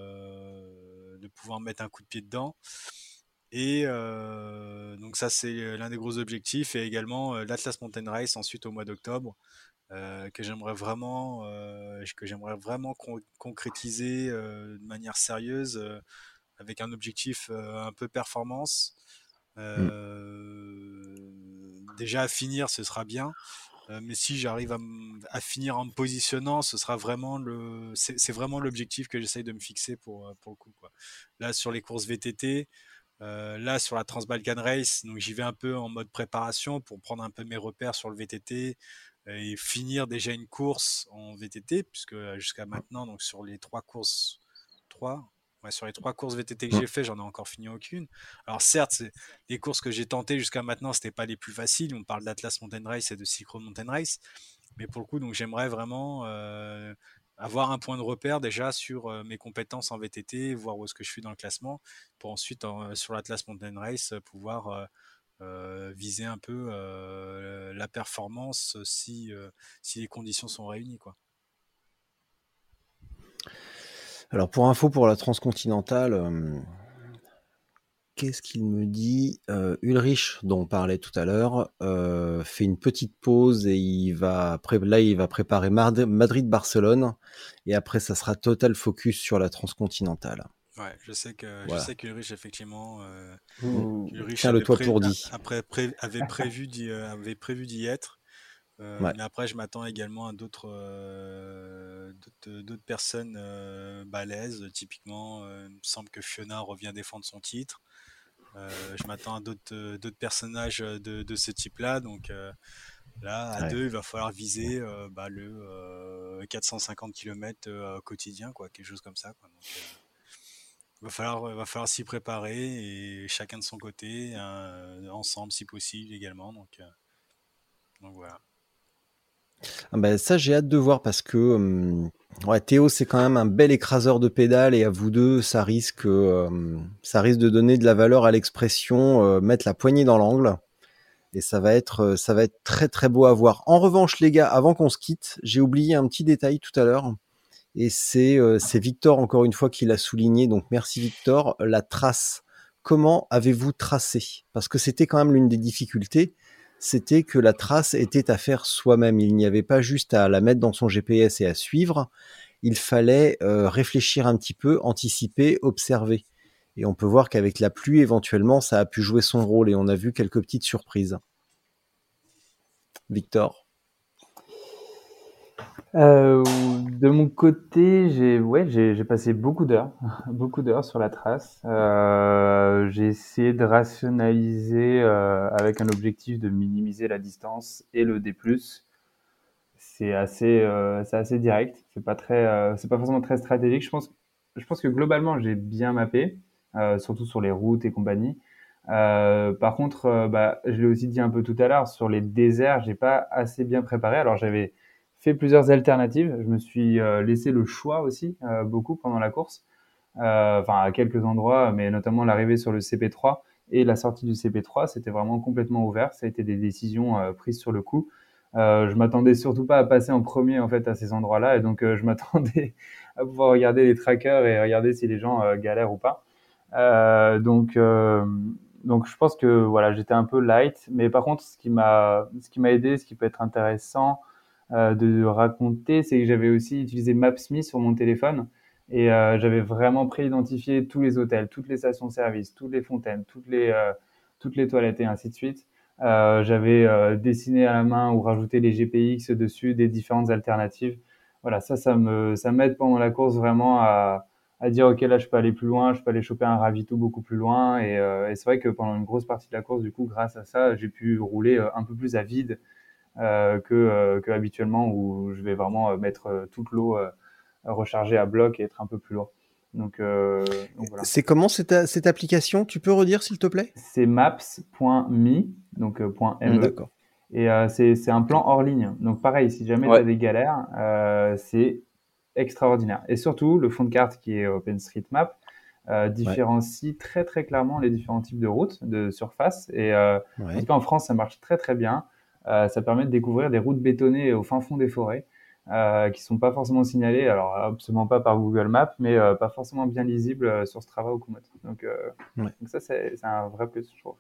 euh, de pouvoir mettre un coup de pied dedans. Et euh, donc ça c'est l'un des gros objectifs, et également euh, l'Atlas Mountain Race ensuite au mois d'octobre, euh, que j'aimerais vraiment euh, que j'aimerais vraiment con- concrétiser euh, de manière sérieuse, euh, avec un objectif euh, un peu performance. Mm. Euh, déjà à finir, ce sera bien. Euh, mais si j'arrive à, m- à finir en me positionnant, ce sera vraiment le, c'est c'est vraiment l'objectif que j'essaye de me fixer pour, euh, pour le coup, quoi. Là, sur les courses V T T, euh, là, sur la Trans-Balkan Race, donc j'y vais un peu en mode préparation pour prendre un peu mes repères sur le V T T et finir déjà une course en V T T, puisque euh, jusqu'à maintenant, donc sur les trois courses, trois, ouais, sur les trois courses V T T que Mm. j'ai fait, j'en ai encore fini aucune. Alors certes, c'est- les courses que j'ai tentées jusqu'à maintenant, c'était pas les plus faciles. On parle d'Atlas Mountain Race et de Silk Road Mountain Race, mais pour le coup, donc j'aimerais vraiment euh, avoir un point de repère déjà sur euh, mes compétences en V T T, voir où est-ce que je suis dans le classement, pour ensuite en- sur l'Atlas Mountain Race pouvoir euh, euh, viser un peu euh, la performance si, euh, si les conditions sont réunies, quoi. Alors pour info pour la transcontinentale, euh, qu'est-ce qu'il me dit euh, Ulrich, dont on parlait tout à l'heure, euh, fait une petite pause et il va pré- là il va préparer Mard- Madrid-Barcelone et après ça sera total focus sur la transcontinentale. Ouais, je sais que je Voilà. sais qu'Ulrich effectivement, euh, Ouh. Ulrich Tiens le avait, toi pré- pour a- dit. après, pré- avait prévu d'y, euh, avait prévu d'y être. Euh, Ouais. mais après, je m'attends également à d'autres euh, d'autres, d'autres personnes euh, balèzes. Typiquement, euh, il me semble que Fiona revient défendre son titre. Euh, je m'attends à d'autres euh, d'autres personnages de, de ce type-là. Donc euh, là, à Ouais. deux, il va falloir viser euh, bah, le euh, quatre cent cinquante kilomètres euh, quotidien, quoi, quelque chose comme ça, quoi. Donc, euh, il va falloir, va falloir s'y préparer et chacun de son côté, hein, ensemble si possible également. Donc, euh, donc voilà. Ah bah, ça j'ai hâte de voir parce que euh, ouais, Théo c'est quand même un bel écraseur de pédales et à vous deux ça risque euh, ça risque de donner de la valeur à l'expression euh, mettre la poignée dans l'angle et ça va être euh, ça va être très très beau à voir. En revanche les gars, avant qu'on se quitte, j'ai oublié un petit détail tout à l'heure et c'est euh, c'est Victor encore une fois qui l'a souligné, donc merci Victor. La trace, comment avez-vous tracé? Parce que c'était quand même l'une des difficultés, c'était que la trace était à faire soi-même. Il n'y avait pas juste à la mettre dans son G P S et à suivre, il fallait euh, réfléchir un petit peu, anticiper, observer. Et on peut voir qu'avec la pluie, éventuellement, ça a pu jouer son rôle et on a vu quelques petites surprises. Victor? Euh, de mon côté, j'ai ouais, j'ai, j'ai passé beaucoup d'heures, beaucoup d'heures sur la trace. Euh, j'ai essayé de rationaliser euh, avec un objectif de minimiser la distance et le D plus. C'est assez, euh, c'est assez direct. C'est pas très, euh, c'est pas forcément très stratégique. Je pense, je pense que globalement, j'ai bien mappé, euh, surtout sur les routes et compagnie. Euh, par contre, euh, bah, je l'ai aussi dit un peu tout à l'heure, sur les déserts, j'ai pas assez bien préparé. Alors j'avais fait plusieurs alternatives. Je me suis euh, laissé le choix aussi euh, beaucoup pendant la course, euh, enfin à quelques endroits, mais notamment l'arrivée sur le C P trois et la sortie du C P trois, c'était vraiment complètement ouvert. Ça a été des décisions euh, prises sur le coup. Euh, je m'attendais surtout pas à passer en premier en fait à ces endroits-là, et donc euh, je m'attendais à pouvoir regarder les trackers et regarder si les gens euh, galèrent ou pas. Euh, donc euh, donc je pense que voilà, j'étais un peu light, mais par contre ce qui m'a ce qui m'a aidé, ce qui peut être intéressant euh, de raconter, c'est que j'avais aussi utilisé Maps.me sur mon téléphone et euh, j'avais vraiment préidentifié tous les hôtels, toutes les stations-service, toutes les fontaines, toutes les euh, toutes les toilettes et ainsi de suite. Euh, j'avais euh, dessiné à la main ou rajouté les G P X dessus des différentes alternatives. Voilà, ça, ça me ça m'aide pendant la course vraiment à à dire ok, là je peux aller plus loin, je peux aller choper un ravito beaucoup plus loin, et, euh, et c'est vrai que pendant une grosse partie de la course, du coup, grâce à ça, j'ai pu rouler euh, un peu plus à vide euh, que, euh, que habituellement, où je vais vraiment euh, mettre euh, toute l'eau euh, rechargée à bloc et être un peu plus lourd. Donc, euh, donc voilà. C'est comment cette, cette application? Tu peux redire s'il te plaît? C'est maps.me, donc euh, Mmh, .me, d'accord. et euh, c'est c'est un plan Ok. hors ligne. Donc pareil, si jamais tu Ouais. as des galères, euh, c'est extraordinaire. Et surtout, le fond de carte qui est OpenStreetMap euh, différencie très très clairement les différents types de routes, de surface. Et euh, en Ouais. tout cas, en France, ça marche très très bien. Euh, ça permet de découvrir des routes bétonnées au fin fond des forêts euh, qui sont pas forcément signalées, alors absolument pas par Google Maps, mais euh, pas forcément bien lisibles euh, sur Strava ou Komoot. Donc, euh, Ouais. donc ça, c'est c'est un vrai plus, je trouve.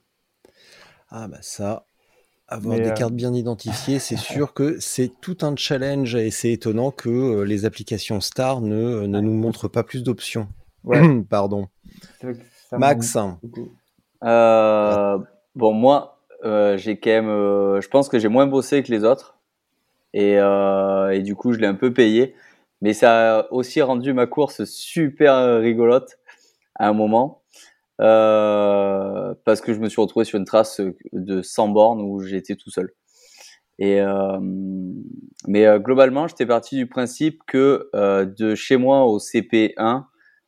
Ah bah ça, avoir Mais des euh, cartes bien identifiées, c'est sûr que c'est tout un challenge et c'est étonnant que euh, les applications Star ne, ne ouais, nous montrent pas plus d'options. ouais, Pardon. c'est vrai que ça me manque Max, beaucoup. ah, Euh, bon, moi, euh, j'ai quand même, euh, je pense que j'ai moins bossé que les autres, et, euh, et du coup, je l'ai un peu payé. Mais ça a aussi rendu ma course super rigolote à un moment, euh, parce que je me suis retrouvé sur une trace de cent bornes où j'étais tout seul. Et euh, mais euh, globalement, j'étais parti du principe que euh, de chez moi au C P un,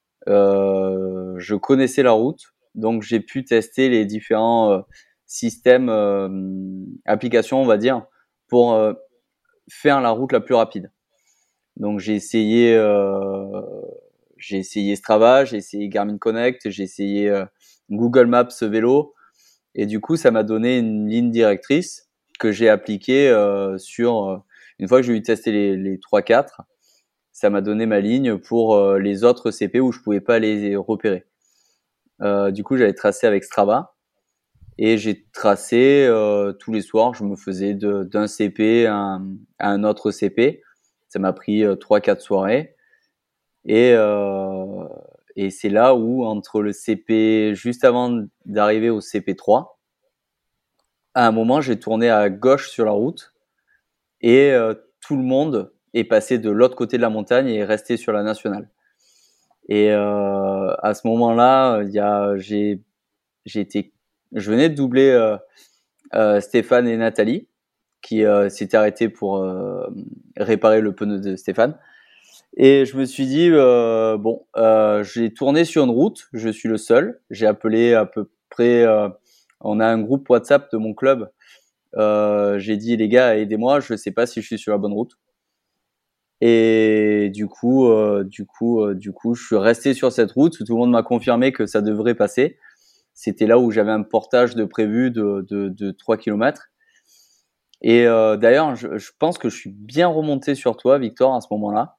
euh, je connaissais la route, donc j'ai pu tester les différents euh, systèmes, euh, applications, on va dire, pour euh, faire la route la plus rapide. Donc j'ai essayé, euh, j'ai essayé Strava, j'ai essayé Garmin Connect, j'ai essayé euh, Google Maps vélo, Et du coup, ça m'a donné une ligne directrice que j'ai appliquée euh, sur, euh, une fois que j'ai eu testé les, les trois quatre, ça m'a donné ma ligne pour euh, les autres C P où je pouvais pas les repérer. Euh, du coup, j'avais tracé avec Strava et j'ai tracé euh, tous les soirs. Je me faisais de, d'un C P à un, à un autre C P. Ça m'a pris euh, trois quatre soirées et euh, et c'est là où, entre le C P, juste avant d'arriver au C P trois, à un moment, j'ai tourné à gauche sur la route et euh, tout le monde est passé de l'autre côté de la montagne et est resté sur la nationale. Et euh, à ce moment-là, il y a, j'ai, j'ai été, je venais de doubler euh, euh, Stéphane et Nathalie, qui euh, s'étaient arrêtés pour euh, réparer le pneu de Stéphane. Et je me suis dit, euh, bon, euh, j'ai tourné sur une route, je suis le seul. J'ai appelé à peu près, euh, on a un groupe WhatsApp de mon club. Euh, j'ai dit, les gars, aidez-moi, je sais pas si je suis sur la bonne route. Et du coup, euh, du coup, euh, du coup, je suis resté sur cette route où tout le monde m'a confirmé que ça devrait passer. C'était là où j'avais un portage de prévu de, de, de trois kilomètres. Et euh, d'ailleurs, je, je pense que je suis bien remonté sur toi, Victor, à ce moment-là.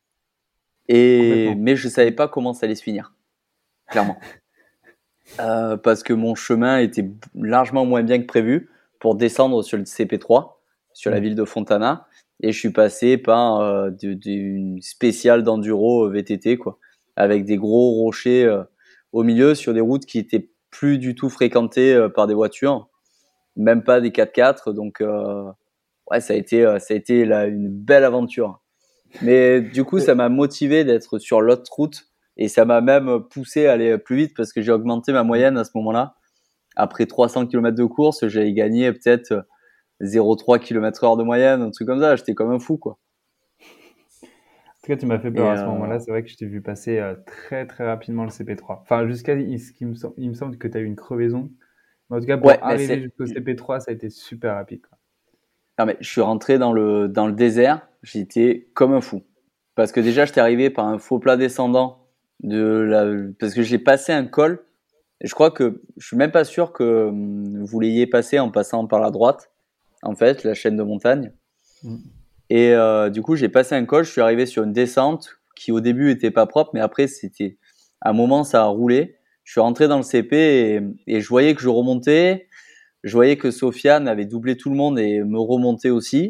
Et mais je savais pas comment ça allait se finir, clairement, euh, parce que mon chemin était largement moins bien que prévu pour descendre sur le C P trois, sur la ville de Fontana, et je suis passé par euh, de, de, une spéciale d'enduro V T T, quoi, avec des gros rochers euh, au milieu sur des routes qui étaient plus du tout fréquentées euh, par des voitures, même pas des quatre quatre. Donc euh, ouais, ça a été euh, ça a été là une belle aventure. Mais du coup, ça m'a motivé d'être sur l'autre route et ça m'a même poussé à aller plus vite parce que j'ai augmenté ma moyenne à ce moment-là. Après trois cents kilomètres de course, j'avais gagné peut-être zéro virgule trois kilomètres heure de moyenne, un truc comme ça. J'étais comme un fou, quoi. En tout cas, tu m'as fait peur et à ce euh... moment-là. C'est vrai que je t'ai vu passer euh, très très rapidement le C P trois. Enfin, jusqu'à il, il, me, semble, il me semble que tu as eu une crevaison. Mais en tout cas, pour ouais, arriver jusqu'au C P trois, ça a été super rapide, quoi. Non, mais je suis rentré dans le, dans le désert, j'étais comme un fou. Parce que déjà, j'étais arrivé par un faux plat descendant de la, parce que j'ai passé un col. Et je crois que, je suis même pas sûr que vous l'ayez passé en passant par la droite, en fait, la chaîne de montagne. Mm. Et euh, du coup, j'ai passé un col, je suis arrivé sur une descente qui au début était pas propre, mais après, c'était, à un moment, ça a roulé. Je suis rentré dans le C P et, et je voyais que je remontais. Je voyais que Sofiane avait doublé tout le monde et me remontait aussi.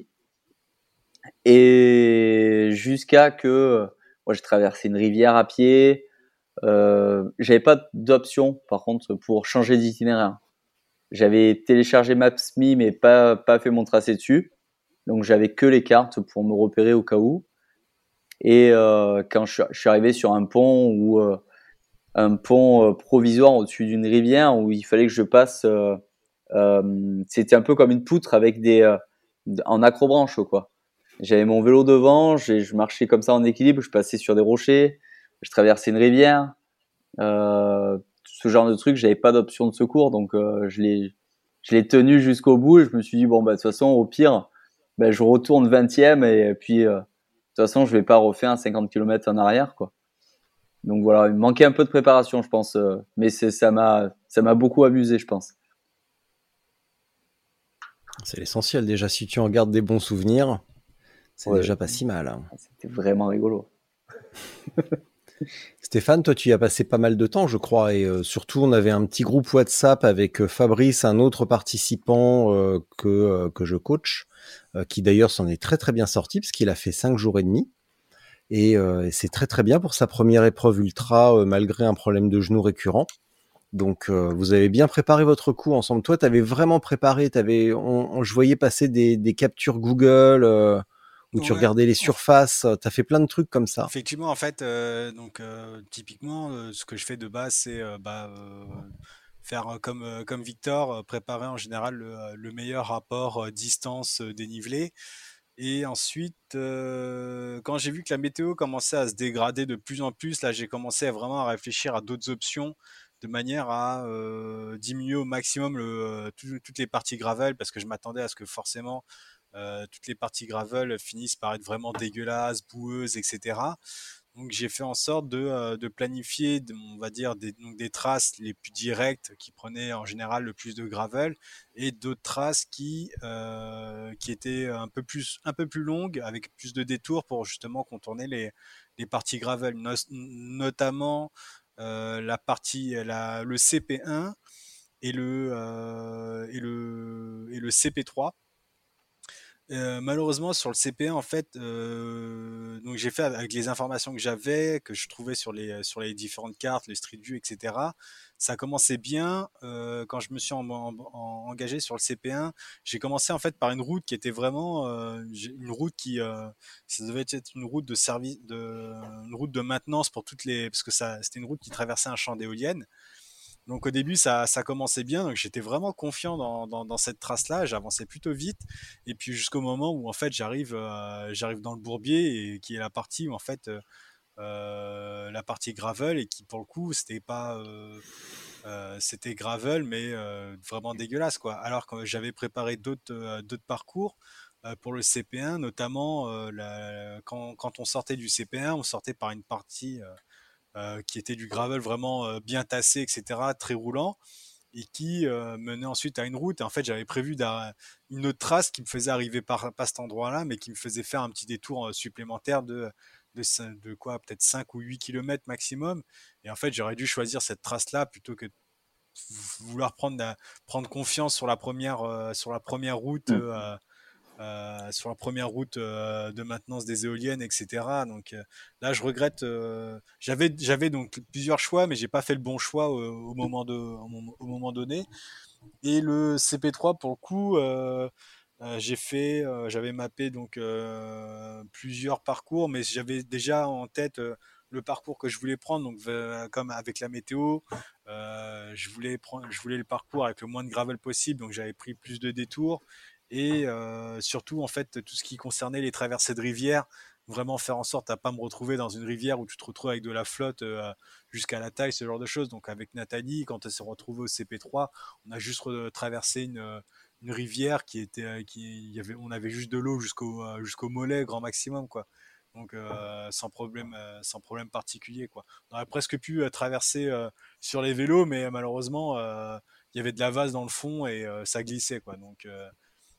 Et jusqu'à que moi, j'ai traversé une rivière à pied. Euh, j'avais pas d'option, par contre, pour changer d'itinéraire. J'avais téléchargé Maps.me, mais pas, pas fait mon tracé dessus. Donc, j'avais que les cartes pour me repérer au cas où. Et euh, quand je, je suis arrivé sur un pont ou euh, un pont euh, provisoire au-dessus d'une rivière où il fallait que je passe... Euh, Euh, c'était un peu comme une poutre avec des euh, en accrobranche, quoi. J'avais mon vélo devant, j'ai, je marchais comme ça en équilibre, je passais sur des rochers, je traversais une rivière, euh, ce genre de truc. J'avais pas d'option de secours, donc euh, je l'ai je l'ai tenu jusqu'au bout. Et je me suis dit bon bah de toute façon au pire, bah, je retourne vingtième et puis euh, de toute façon je vais pas refaire un cinquante kilomètres en arrière, quoi. Donc voilà, il me manquait un peu de préparation, je pense, euh, mais c'est, ça m'a ça m'a beaucoup amusé, je pense. C'est l'essentiel. Déjà, si tu en gardes des bons souvenirs, c'est ouais, déjà pas si mal. C'était vraiment rigolo. Stéphane, toi, tu y as passé pas mal de temps, je crois, et euh, surtout, on avait un petit groupe WhatsApp avec euh, Fabrice, un autre participant euh, que euh, que je coach, euh, qui d'ailleurs s'en est très très bien sorti parce qu'il a fait cinq jours et demi, et, euh, et c'est très très bien pour sa première épreuve ultra, euh, malgré un problème de genou récurrent. Donc, euh, vous avez bien préparé votre coup ensemble. Toi, tu avais vraiment préparé. T'avais, on, on, je voyais passer des, des captures Google euh, où ouais. tu regardais les surfaces. Tu as fait plein de trucs comme ça. Effectivement, en fait, euh, donc euh, typiquement, euh, ce que je fais de base, c'est euh, bah, euh, faire euh, comme, euh, comme Victor, euh, préparer en général le, le meilleur rapport euh, distance-dénivelé. Et ensuite, euh, quand j'ai vu que la météo commençait à se dégrader de plus en plus, là, j'ai commencé à vraiment à réfléchir à d'autres options de manière à euh, diminuer au maximum le, tout, toutes les parties gravel, parce que je m'attendais à ce que forcément euh, toutes les parties gravel finissent par être vraiment dégueulasses, boueuses, et cetera. Donc j'ai fait en sorte de, euh, de planifier, de, on va dire, des, donc des traces les plus directes qui prenaient en général le plus de gravel et d'autres traces qui, euh, qui étaient un peu, plus, un peu plus longues avec plus de détours pour justement contourner les, les parties gravel, no, notamment euh, la partie, la, le C P un et le, euh, et le, et le C P trois. Euh, malheureusement sur le C P un en fait euh, donc j'ai fait avec les informations que j'avais que je trouvais sur les sur les différentes cartes, les Street View, etc. Ça commençait bien. Euh, quand je me suis en, en, en, engagé sur le C P un, j'ai commencé en fait par une route qui était vraiment euh, une route qui euh, ça devait être une route de service de une route de maintenance pour toutes les parce que ça c'était une route qui traversait un champ d'éoliennes. Donc au début, ça, ça commençait bien, donc j'étais vraiment confiant dans, dans, dans cette trace-là, j'avançais plutôt vite, et puis jusqu'au moment où en fait j'arrive, euh, j'arrive dans le bourbier, et qui est la partie où en fait euh, la partie gravel, et qui pour le coup c'était pas, euh, euh, c'était gravel, mais euh, vraiment dégueulasse quoi. Alors que j'avais préparé d'autres, euh, d'autres parcours euh, pour le C P un, notamment euh, la, quand, quand on sortait du C P un, on sortait par une partie euh, euh, qui était du gravel vraiment euh, bien tassé, et cetera, très roulant, et qui euh, menait ensuite à une route. Et en fait, j'avais prévu une autre trace qui me faisait arriver par, par cet endroit-là, mais qui me faisait faire un petit détour euh, supplémentaire de, de, de quoi, peut-être cinq ou huit kilomètres maximum. Et en fait, j'aurais dû choisir cette trace-là plutôt que de vouloir prendre, la, prendre confiance sur la première, euh, sur la première route. Euh, Euh, sur la première route euh, de maintenance des éoliennes, et cetera. Donc euh, là, je regrette. Euh, j'avais, j'avais donc plusieurs choix, mais j'ai pas fait le bon choix au, au moment de, au moment donné. Et le C P trois, pour le coup, euh, euh, j'ai fait, euh, j'avais mappé donc euh, plusieurs parcours, mais j'avais déjà en tête euh, le parcours que je voulais prendre. Donc euh, comme avec la météo, euh, je voulais prendre, je voulais le parcours avec le moins de gravel possible, donc j'avais pris plus de détours. Et euh, surtout en fait tout ce qui concernait les traversées de rivières, vraiment faire en sorte à pas me retrouver dans une rivière où tu te retrouves avec de la flotte euh, jusqu'à la taille, ce genre de choses. Donc avec Nathalie, quand elle s'est retrouvée au C P trois, on a juste traversé une, une rivière qui était, qui y avait, on avait juste de l'eau jusqu'au jusqu'au mollet grand maximum quoi. Donc euh, sans problème, euh, sans problème particulier quoi. On aurait presque pu euh, traverser euh, sur les vélos, mais malheureusement euh, il y avait de la vase dans le fond et euh, ça glissait quoi. Donc euh,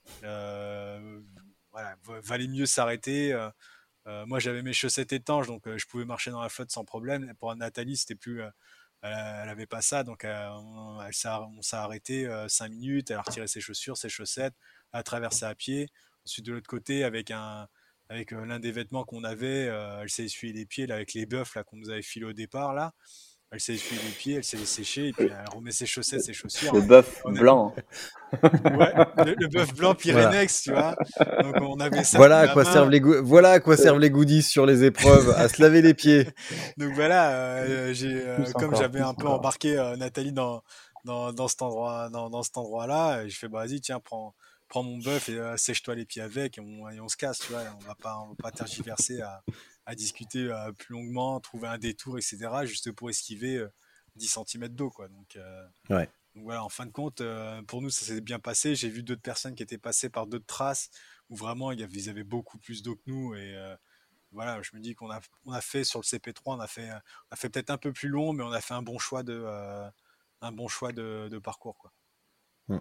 euh, voilà, valait mieux s'arrêter. Euh, euh, moi, j'avais mes chaussettes étanches, donc euh, je pouvais marcher dans la flotte sans problème. Pour Nathalie, c'était plus, euh, elle avait pas ça, donc euh, on, elle s'est, on s'est arrêté euh, cinq minutes. Elle a retiré ses chaussures, ses chaussettes, elle a traversé à pied. Ensuite, de l'autre côté, avec un, avec euh, l'un des vêtements qu'on avait, euh, elle s'est essuyé les pieds là, avec les bœufs là qu'on nous avait filé au départ là. Elle s'est essuyé les pieds, elle s'est séchée, et puis elle remet ses chaussettes, ses chaussures. Le bœuf blanc. Ouais, le, le bœuf blanc Pyrénex, voilà. Tu vois. Donc on avait ça. Voilà à quoi main. servent les go- voilà à quoi servent les goodies sur les épreuves, à se laver les pieds. Donc voilà, euh, j'ai euh, comme encore, j'avais un peu encore. embarqué euh, Nathalie dans dans dans cet endroit dans dans cet endroit-là, je fais bah vas-y tiens prends prends mon bœuf et euh, sèche-toi les pieds avec et on, et on se casse, tu vois. On va pas on va pas tergiverser à à discuter euh, plus longuement, trouver un détour, et cetera. Juste pour esquiver euh, dix centimètres d'eau quoi. Donc euh, ouais. Donc voilà, en fin de compte, euh, pour nous, ça s'est bien passé. J'ai vu d'autres personnes qui étaient passées par d'autres traces où vraiment il y avait, ils avaient beaucoup plus d'eau que nous. Et euh, voilà, je me dis qu'on a, on a fait sur le C P trois, on a fait, on a fait peut-être un peu plus long, mais on a fait un bon choix de, euh, un bon choix de, de parcours, quoi. Hum.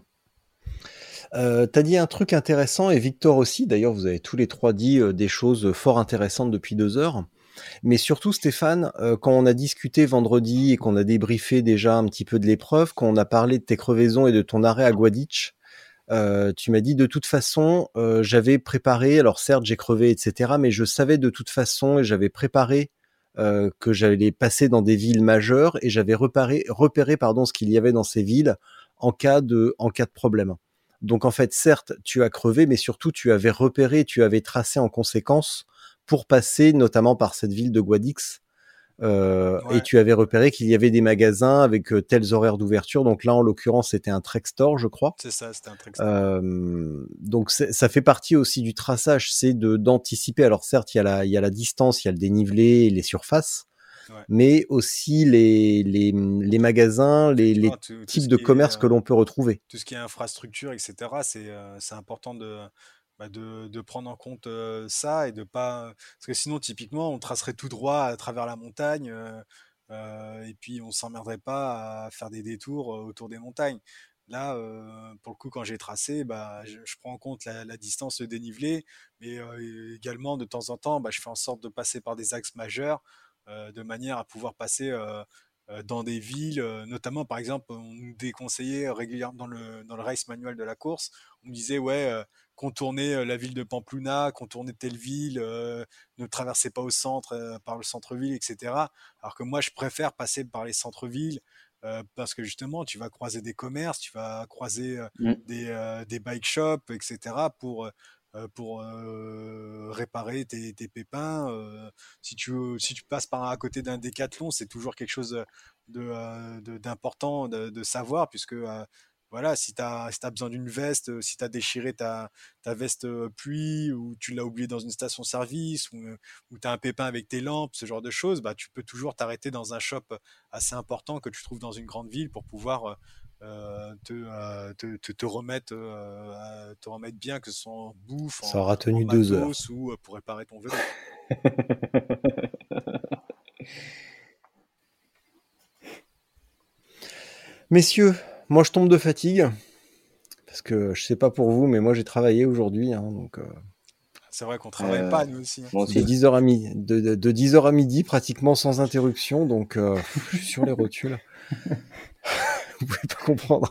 Euh, t'as dit un truc intéressant, et Victor aussi. D'ailleurs, vous avez tous les trois dit euh, des choses fort intéressantes depuis deux heures. Mais surtout, Stéphane, euh, quand on a discuté vendredi et qu'on a débriefé déjà un petit peu de l'épreuve, quand on a parlé de tes crevaisons et de ton arrêt à Guadix, euh, tu m'as dit de toute façon, euh, j'avais préparé, alors certes j'ai crevé, et cetera, mais je savais de toute façon et j'avais préparé euh, que j'allais passer dans des villes majeures et j'avais repéré, repéré pardon, ce qu'il y avait dans ces villes en cas de, en cas de problème. Donc en fait, certes, tu as crevé, mais surtout tu avais repéré, tu avais tracé en conséquence pour passer notamment par cette ville de Guadix. Euh, ouais. Et tu avais repéré qu'il y avait des magasins avec euh, tels horaires d'ouverture. Donc là, en l'occurrence, c'était un Trek Store, je crois. C'est ça, c'était un Trek Store. Euh, donc ça fait partie aussi du traçage, c'est de d'anticiper. Alors certes, il y a la, il y a la distance, il y a le dénivelé, et les surfaces, ouais. Mais aussi les les, les magasins, les, les non, tout, tout types de commerce est, que l'on peut retrouver. Tout ce qui est infrastructure, et cetera. C'est euh, c'est important de bah, de, de prendre en compte euh, ça et de pas. Parce que sinon, typiquement, on tracerait tout droit à travers la montagne euh, euh, et puis on s'emmerderait pas à faire des détours euh, autour des montagnes. Là, euh, pour le coup, quand j'ai tracé, bah, je, je prends en compte la, la distance, le dénivelé, mais euh, également de temps en temps, bah, je fais en sorte de passer par des axes majeurs euh, de manière à pouvoir passer euh, euh, dans des villes, euh, notamment par exemple, on nous déconseillait régulièrement dans le, dans le race manuel de la course, on me disait ouais, euh, contournez euh, la ville de Pamplona, contournez telle ville, euh, ne traversez pas au centre, euh, par le centre-ville, et cetera. Alors que moi, je préfère passer par les centres-villes euh, parce que justement, tu vas croiser des commerces, tu vas croiser euh, Mm. des, euh, des bike shops, et cetera pour, euh, pour euh, réparer tes, tes pépins. Euh, si, tu, si tu passes par à côté d'un décathlon, c'est toujours quelque chose de, euh, de- d'important de, de savoir, puisque euh, voilà, si tu as, si t'as besoin d'une veste, euh, si tu as déchiré ta, ta veste euh, pluie, ou tu l'as oublié dans une station-service, ou, euh, ou tu as un pépin avec tes lampes, ce genre de choses, bah, tu peux toujours t'arrêter dans un shop assez important que tu trouves dans une grande ville pour pouvoir euh, te, euh, te, te, te remettre, euh, te remettre bien, que ce soit en bouffe, Ça en, aura en tenu deux heures. matos ou euh, pour réparer ton vélo. Messieurs, moi je tombe de fatigue. Parce que je sais pas pour vous, mais moi j'ai travaillé aujourd'hui. Hein, donc, euh, C'est vrai qu'on travaille Euh, pas, nous aussi. Hein. moi de aussi. dix heures à midi, de, de, de dix heures à midi, pratiquement sans interruption. Donc euh, je suis sur les rotules. Vous pouvez pas comprendre.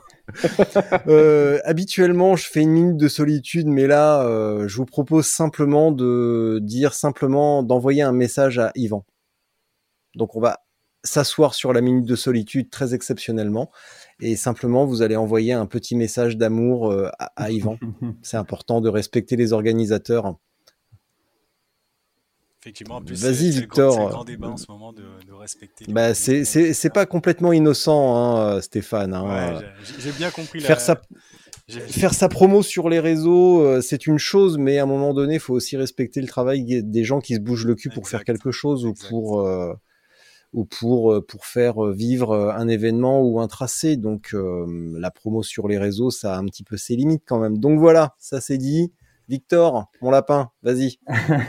euh, habituellement, je fais une minute de solitude, mais là, euh, je vous propose simplement de dire simplement d'envoyer un message à Yvan. Donc, on va s'asseoir sur la minute de solitude très exceptionnellement, et simplement, vous allez envoyer un petit message d'amour euh, à, à Yvan. C'est important de respecter les organisateurs. Effectivement, en plus, c'est, Vas-y, c'est, le, grand, c'est le Victor. grand débat en ce moment de, de respecter les Bah, c'est, c'est, c'est pas complètement innocent, hein, Stéphane. Ouais, Hein. j'ai, j'ai bien compris Faire la. ça. J'ai... Faire sa promo sur les réseaux, euh, c'est une chose, mais à un moment donné, il faut aussi respecter le travail des gens qui se bougent le cul pour exact, faire quelque chose ou exact. pour euh, ou pour euh, pour faire vivre un événement ou un tracé. Donc euh, la promo sur les réseaux, ça a un petit peu ses limites quand même. Donc voilà, ça c'est dit. Victor, mon lapin, vas-y.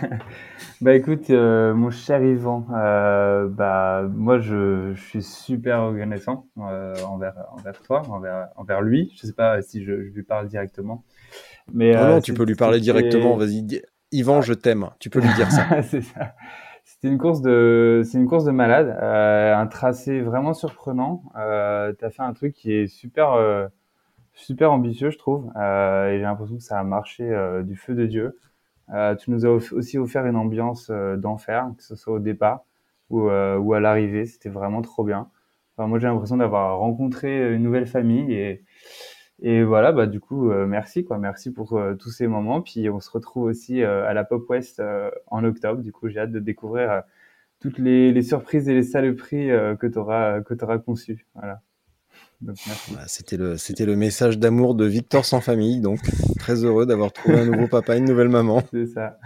Bah écoute, euh, mon cher Yvan, euh, bah moi je, je suis super reconnaissant euh, envers envers toi, envers envers lui. Je sais pas si je, je lui parle directement, mais Non, euh, non, tu peux lui parler directement. Vas-y, dis- Yvan, je t'aime. Tu peux lui dire ça. c'est ça. C'était une course de, c'est une course de malade, euh, un tracé vraiment surprenant. Euh, t'as fait un truc qui est super, euh, super ambitieux, je trouve, euh, et j'ai l'impression que ça a marché euh, du feu de Dieu. Euh, tu nous as aussi offert une ambiance euh, d'enfer, que ce soit au départ ou, euh, ou à l'arrivée. C'était vraiment trop bien. Enfin, moi, j'ai l'impression d'avoir rencontré une nouvelle famille et, et voilà, bah du coup, euh, merci quoi, merci pour euh, tous ces moments. Puis on se retrouve aussi euh, à la Pop West euh, en octobre. Du coup, j'ai hâte de découvrir euh, toutes les, les surprises et les saloperies euh, que tu auras que tu auras conçues. Voilà. Donc merci. Voilà, c'était le c'était le message d'amour de Victor sans famille. Donc très heureux d'avoir trouvé un nouveau papa, une nouvelle maman. C'est ça.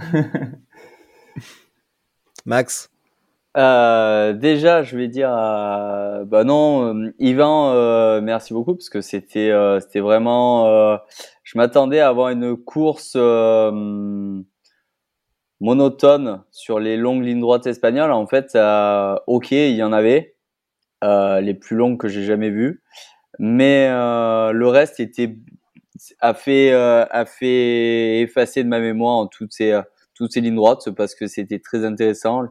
Max. Euh, déjà, je vais dire, euh, bah non, euh, Yvan, euh, merci beaucoup parce que c'était, euh, c'était vraiment, euh, je m'attendais à avoir une course euh, monotone sur les longues lignes droites espagnoles. En fait, euh, ok, il y en avait, euh, les plus longues que j'ai jamais vues, mais euh, le reste était a fait euh, a fait effacer de ma mémoire en toutes ces euh, toutes ces lignes droites parce que c'était très intéressant.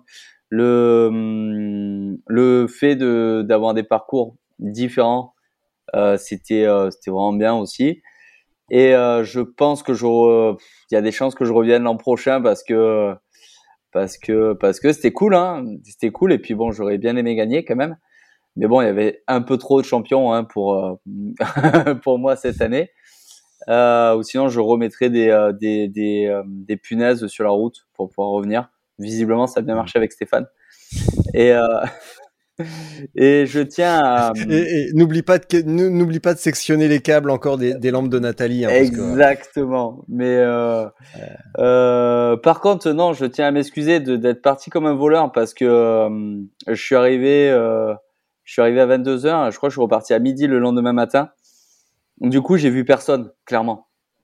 Le le fait de d'avoir des parcours différents, euh, c'était euh, c'était vraiment bien aussi. Et euh, je pense que je il y a des chances que je revienne l'an prochain parce que parce que parce que c'était cool hein, c'était cool et puis bon, j'aurais bien aimé gagner quand même. Mais bon, il y avait un peu trop de champions hein, pour euh, pour moi cette année. Euh, ou sinon, je remettrais des euh, des des, euh, des punaises sur la route pour pouvoir revenir. Visiblement, ça a bien marché avec Stéphane. Et euh, et je tiens à et, et n'oublie pas de n'oublie pas de sectionner les câbles encore des, des lampes de Nathalie. Hein, exactement. Parce que... Mais euh, euh... Euh, par contre, non, je tiens à m'excuser de d'être parti comme un voleur parce que euh, je suis arrivé euh, je suis arrivé à vingt-deux heures. Je crois que je suis reparti à midi le lendemain matin. Du coup, j'ai vu personne, clairement.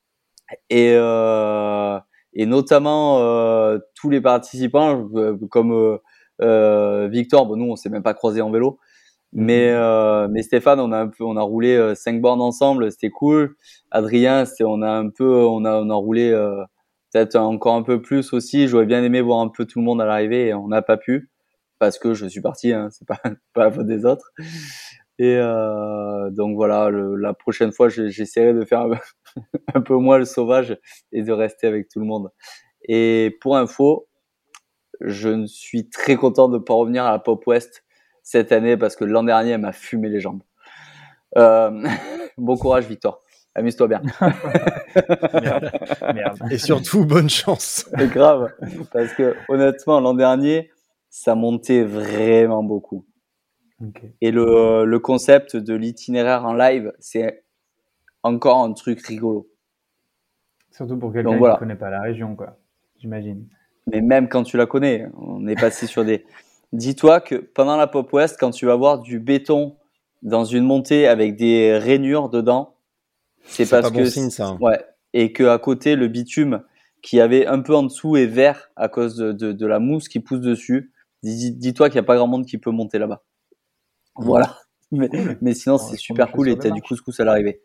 et euh, et notamment euh, tous les participants euh, comme euh, euh, Victor. Bon, nous on s'est même pas croisés en vélo, mais euh, mais Stéphane, on a un peu on a roulé euh, cinq bornes ensemble, c'était cool. Adrien, c'est on a un peu on a on a roulé euh, peut-être encore un peu plus aussi. J'aurais bien aimé voir un peu tout le monde à l'arrivée et on n'a pas pu parce que je suis parti, hein, c'est pas pas la faute des autres. Et euh, donc voilà, le, la prochaine fois, j'essaierai de faire un peu moins le sauvage et de rester avec tout le monde. Et pour info, je ne suis très content de ne pas revenir à la Pop West cette année parce que l'an dernier, elle m'a fumé les jambes. Euh, bon courage, Victor. Amuse-toi bien. Merde. Merde. Et surtout, bonne chance. C'est grave. Parce que honnêtement, l'an dernier, ça montait vraiment beaucoup. Okay. Et le, le concept de l'itinéraire en live, c'est encore un truc rigolo. Surtout pour quelqu'un voilà. qui ne connaît pas la région, quoi. J'imagine. Mais même quand tu la connais, on est passé sur des... Dis-toi que pendant la Pop West, quand tu vas voir du béton dans une montée avec des rainures dedans, c'est, c'est parce pas que... bon signe, ça. Ouais. Et qu'à côté, le bitume qui avait un peu en dessous est vert à cause de, de, de la mousse qui pousse dessus. Dis, dis-toi qu'il n'y a pas grand monde qui peut monter là-bas. Voilà. Mais, mais sinon, c'est super cool et t'as du couscous à l'arrivée.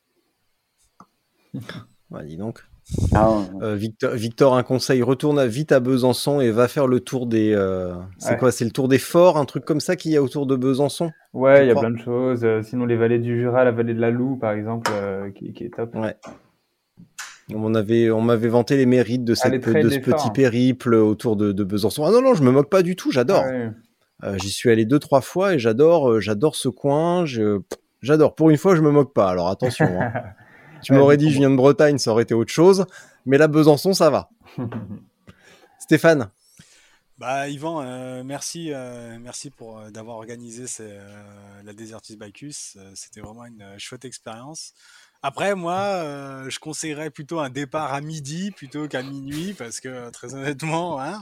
Ouais, dis donc. Ah, ouais. euh, Victor, Victor, un conseil, retourne vite à Besançon et va faire le tour des... Euh, c'est ouais. quoi, c'est le tour des forts, un truc comme ça qu'il y a autour de Besançon? Ouais, il y a plein de choses. Euh, sinon, les vallées du Jura, la vallée de la Loue, par exemple, euh, qui, qui est top. Ouais. On avait, on m'avait vanté les mérites de, cette, ah, de ce petit forts. périple autour de, de Besançon. Ah non, non, je me moque pas du tout, j'adore. Ah, ouais. euh, j'y suis allé deux, trois fois et j'adore, euh, j'adore ce coin. Je, j'adore. Pour une fois, je me moque pas. Alors attention. Hein. Tu m'aurais dit, je viens de Bretagne, ça aurait été autre chose. Mais là, Besançon, ça va. Stéphane. Bah, Yvan, euh, merci, euh, merci pour euh, d'avoir organisé ces, euh, la Desertis Bicus. Euh, c'était vraiment une euh, chouette expérience. Après, moi, euh, je conseillerais plutôt un départ à midi plutôt qu'à minuit parce que très honnêtement, hein,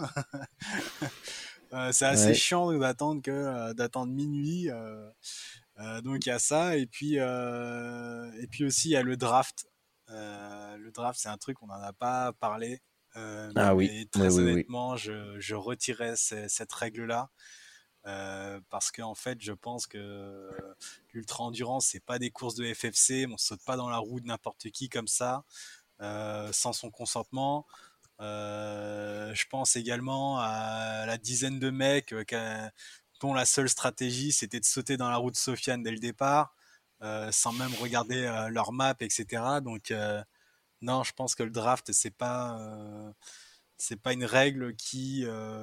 euh, c'est assez ouais. chiant d'attendre que euh, d'attendre minuit. Euh, euh, donc il y a ça et puis euh, et puis aussi il y a le draft. Euh, le draft, c'est un truc on n'en a pas parlé. Euh, ah oui. Et très oui, honnêtement, oui. je, je retirais ces, cette règle-là euh, parce qu'en fait, je pense que l'ultra endurance, c'est pas des courses de F F C. On saute pas dans la roue de n'importe qui comme ça, euh, sans son consentement. Euh, je pense également à la dizaine de mecs euh, dont la seule stratégie, c'était de sauter dans la roue de Sofiane dès le départ, euh, sans même regarder euh, leur map, et cetera. Donc euh, non, je pense que le draft, c'est pas, euh, c'est pas une règle qui,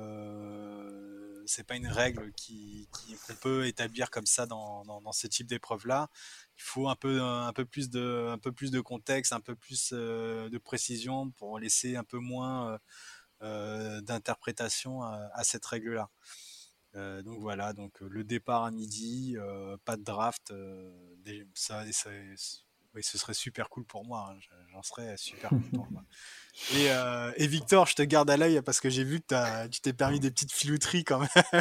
euh, c'est pas une règle qui, qui qu'on peut établir comme ça dans, dans, dans ce type d'épreuve-là. Il faut un peu, un peu plus de, un peu plus de contexte, un peu plus euh, de précision pour laisser un peu moins euh, d'interprétation à, à cette règle-là. Euh, donc voilà, donc le départ à midi, euh, pas de draft, euh, ça, ça oui, ce serait super cool pour moi, hein. J'en serais super content. Quoi. Et, euh, et Victor, je te garde à l'œil parce que j'ai vu que t'as, tu t'es permis des petites filouteries quand même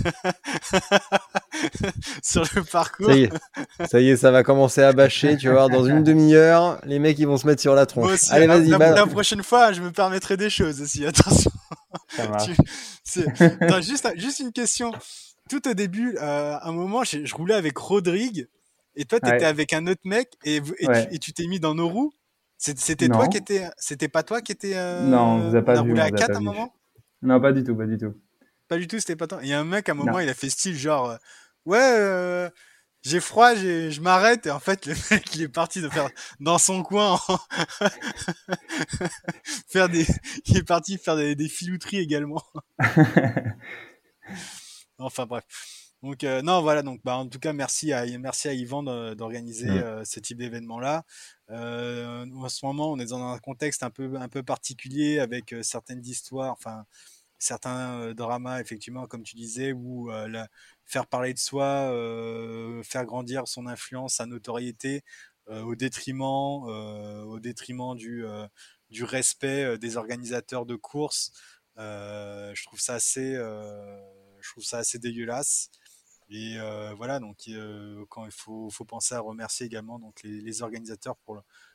sur le parcours. Ça y est, ça y est, ça va commencer à bâcher, tu vas voir, dans une demi-heure, les mecs ils vont se mettre sur la tronche. Aussi, Allez, la, vas-y, la, bah... la prochaine fois, je me permettrai des choses aussi, attention. Ça marche. tu, c'est, non, juste, juste une question. Tout au début, euh, à un moment, je, je roulais avec Rodrigue. Et toi, t'étais ouais. avec un autre mec et, et, ouais. tu, et tu t'es mis dans nos roues. C'était non. toi qui étais, c'était pas toi qui étais. Euh, non, on vous a pas on vu. roulé on à quatre à un vu. moment. Non, pas du tout, pas du tout. Pas du tout, c'était pas toi. Il y a un mec à un moment, non. il a fait style genre, euh, ouais, euh, j'ai froid, j'ai, je m'arrête. Et en fait, le mec, il est parti de faire dans son coin, faire des, il est parti faire des, des filouteries également. Enfin bref. Donc euh, non voilà donc bah en tout cas merci à merci à Yvan d'organiser mmh. euh, ce type d'événement là. Euh, en ce moment on est dans un contexte un peu un peu particulier avec euh, certaines histoires, enfin certains euh, dramas effectivement comme tu disais où euh, la, faire parler de soi, euh, faire grandir son influence, sa notoriété euh, au détriment euh, au détriment du euh, du respect euh, des organisateurs de courses. Euh, je trouve ça assez euh, je trouve ça assez dégueulasse. Et euh, voilà, donc euh, quand il faut, faut penser à remercier également donc les, les organisateurs pour le,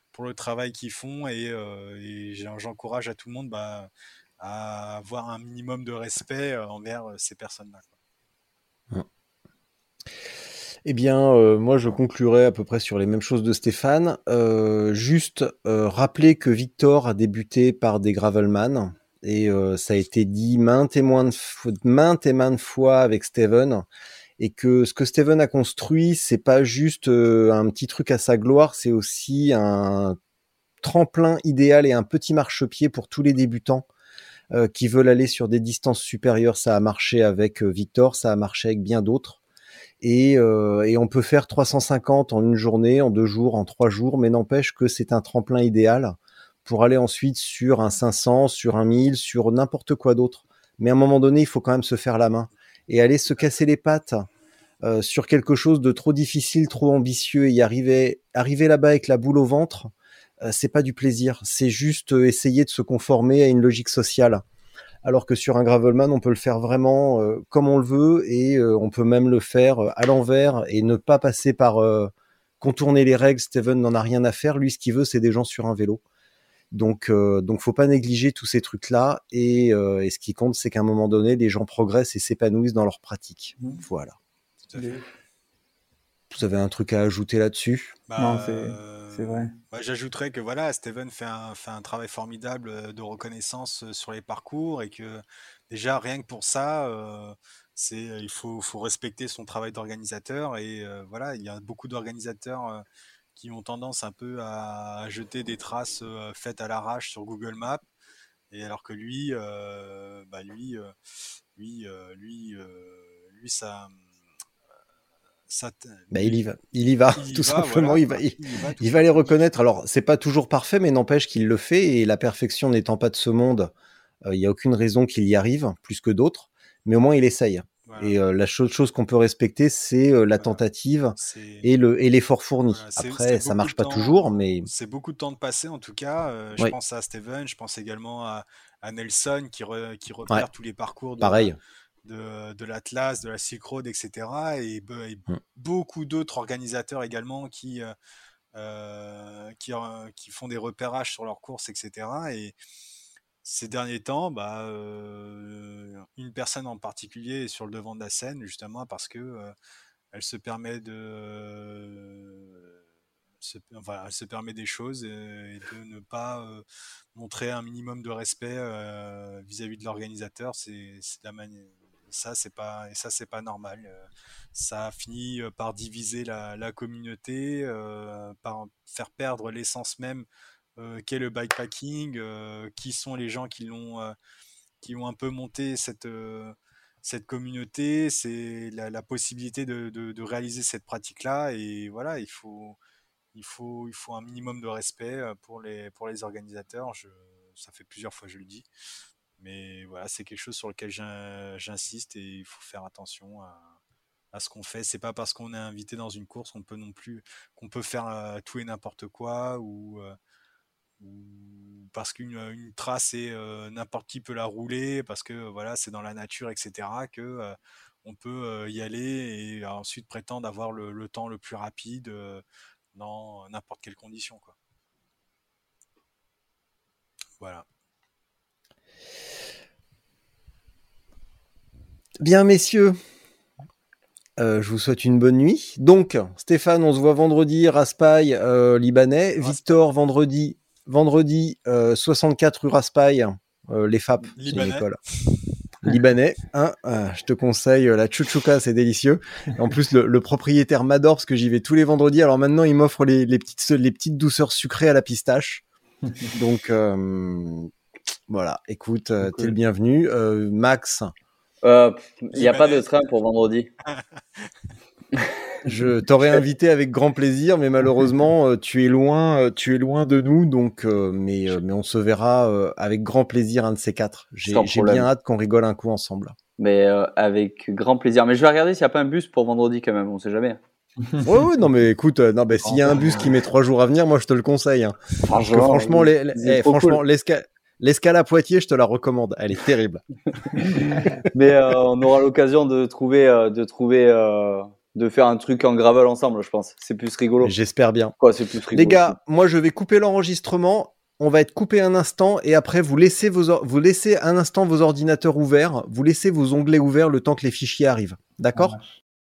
pour le travail qu'ils font et, euh, et j'encourage à tout le monde bah, à avoir un minimum de respect envers ces personnes-là, quoi. Eh bien, euh, moi, je conclurai à peu près sur les mêmes choses de Stéphane. Euh, juste euh, rappeler que Victor a débuté par des Gravelman et euh, ça a été dit maintes et, moins de f- maintes et maintes fois avec Steven. Et que ce que Steven a construit, c'est pas juste euh, un petit truc à sa gloire, c'est aussi un tremplin idéal et un petit marchepied pour tous les débutants euh, qui veulent aller sur des distances supérieures. Ça a marché avec euh, Victor, ça a marché avec bien d'autres. Et, euh, et on peut faire trois cent cinquante en une journée, en deux jours, en trois jours, mais n'empêche que c'est un tremplin idéal pour aller ensuite sur un cinq cents, sur un mille, sur n'importe quoi d'autre. Mais à un moment donné, il faut quand même se faire la main et aller se casser les pattes euh, sur quelque chose de trop difficile, trop ambitieux et y arriver, arriver là-bas avec la boule au ventre, euh, c'est pas du plaisir, c'est juste euh, essayer de se conformer à une logique sociale. Alors que sur un Gravelman, on peut le faire vraiment euh, comme on le veut et euh, on peut même le faire euh, à l'envers et ne pas passer par euh, contourner les règles. Steven n'en a rien à faire. Lui, ce qu'il veut, c'est des gens sur un vélo. Donc, euh, donc, faut pas négliger tous ces trucs-là. Et, euh, et ce qui compte, c'est qu'à un moment donné, les gens progressent et s'épanouissent dans leur pratique. Mmh. Voilà. Vous avez un truc à ajouter là-dessus? Bah, non, c'est, c'est vrai. Bah, j'ajouterais que voilà, Steven fait un, fait un travail formidable de reconnaissance sur les parcours et que déjà rien que pour ça, euh, c'est, il faut, faut respecter son travail d'organisateur et euh, voilà, il y a beaucoup d'organisateurs euh, qui ont tendance un peu à, à jeter des traces euh, faites à l'arrache sur Google Maps et alors que lui, euh, bah lui, euh, lui, euh, lui, euh, lui, ça. Ça t... bah, il y va, il y va, il y tout va, simplement, voilà. il va, il, il va, il va les reconnaître. Alors, c'est pas toujours parfait, mais n'empêche qu'il le fait, et la perfection n'étant pas de ce monde, il euh, n'y a aucune raison qu'il y arrive, plus que d'autres, mais au moins il essaye. Voilà. Et euh, la chose, chose qu'on peut respecter, c'est euh, la voilà. tentative et, le, et l'effort fourni. Voilà, c'est, Après, c'est ça marche pas temps, toujours, mais... C'est beaucoup de temps de passer, en tout cas. Euh, je oui. pense à Steven, je pense également à, à Nelson, qui, re, qui repère ouais. tous les parcours de... Pareil. De, de l'Atlas, de la Silk Road, et cetera. Et, et mm. beaucoup d'autres organisateurs également qui, euh, qui, euh, qui font des repérages sur leurs courses, et cetera. Et ces derniers temps, bah, euh, une personne en particulier est sur le devant de la scène, justement parce que euh, elle se permet de, euh, se, voilà, elle se permet des choses et, et de ne pas euh, montrer un minimum de respect euh, vis-à-vis de l'organisateur. C'est, c'est la manière. Ça c'est pas et ça c'est pas normal. Euh, ça a fini par diviser la, la communauté, euh, par faire perdre l'essence même euh, qu'est le bikepacking. Euh, qui sont les gens qui l'ont euh, qui ont un peu monté cette euh, cette communauté. C'est la, la possibilité de, de, de réaliser cette pratique là et voilà, il faut il faut il faut un minimum de respect pour les pour les organisateurs. Je, ça fait plusieurs fois que je le dis. Mais voilà, c'est quelque chose sur lequel j'insiste et il faut faire attention à, à ce qu'on fait. C'est pas parce qu'on est invité dans une course qu'on peut non plus qu'on peut faire euh, tout et n'importe quoi ou, euh, ou parce qu'une une trace est euh, n'importe qui peut la rouler parce que voilà c'est dans la nature, et cetera. Que euh, on peut euh, y aller et ensuite prétendre avoir le, le temps le plus rapide euh, dans n'importe quelle condition, quoi. Voilà. Bien, messieurs, euh, je vous souhaite une bonne nuit. Donc, Stéphane, on se voit vendredi, Raspail, euh, Libanais. Raspail. Victor, vendredi, vendredi euh, soixante-quatre rue Raspail, euh, les F A P, c'est une école. Libanais, hein, euh, je te conseille la chouchouka, c'est délicieux. En plus, le, le propriétaire m'adore parce que j'y vais tous les vendredis. Alors maintenant, il m'offre les, les, petites, les petites douceurs sucrées à la pistache. Donc, euh, voilà, écoute, euh, t'es le bienvenu. Euh, Max... Il euh, n'y a pas de train pour vendredi. Je t'aurais invité avec grand plaisir, mais malheureusement, euh, tu es loin, euh, tu es loin de nous, donc, euh, mais, euh, mais on se verra euh, avec grand plaisir un de ces quatre. J'ai, j'ai bien hâte qu'on rigole un coup ensemble. Mais euh, avec grand plaisir. Mais je vais regarder s'il n'y a pas un bus pour vendredi quand même. On ne sait jamais. Ouais, ouais, non, mais écoute, euh, non, bah, s'il y a un bus qui met trois jours à venir, moi je te le conseille. Hein. Parce que franchement, les, les, eh, franchement, cool. l'escale. L'escale à Poitiers, je te la recommande. Elle est terrible. Mais euh, on aura l'occasion de trouver, euh, de trouver, euh, de faire un truc en gravel ensemble, je pense. C'est plus rigolo. J'espère bien. Quoi, c'est plus rigolo. Les gars, moi je vais couper l'enregistrement. On va être coupé un instant et après vous laissez, vos or- vous laissez un instant vos ordinateurs ouverts, vous laissez vos onglets ouverts le temps que les fichiers arrivent. D'accord ?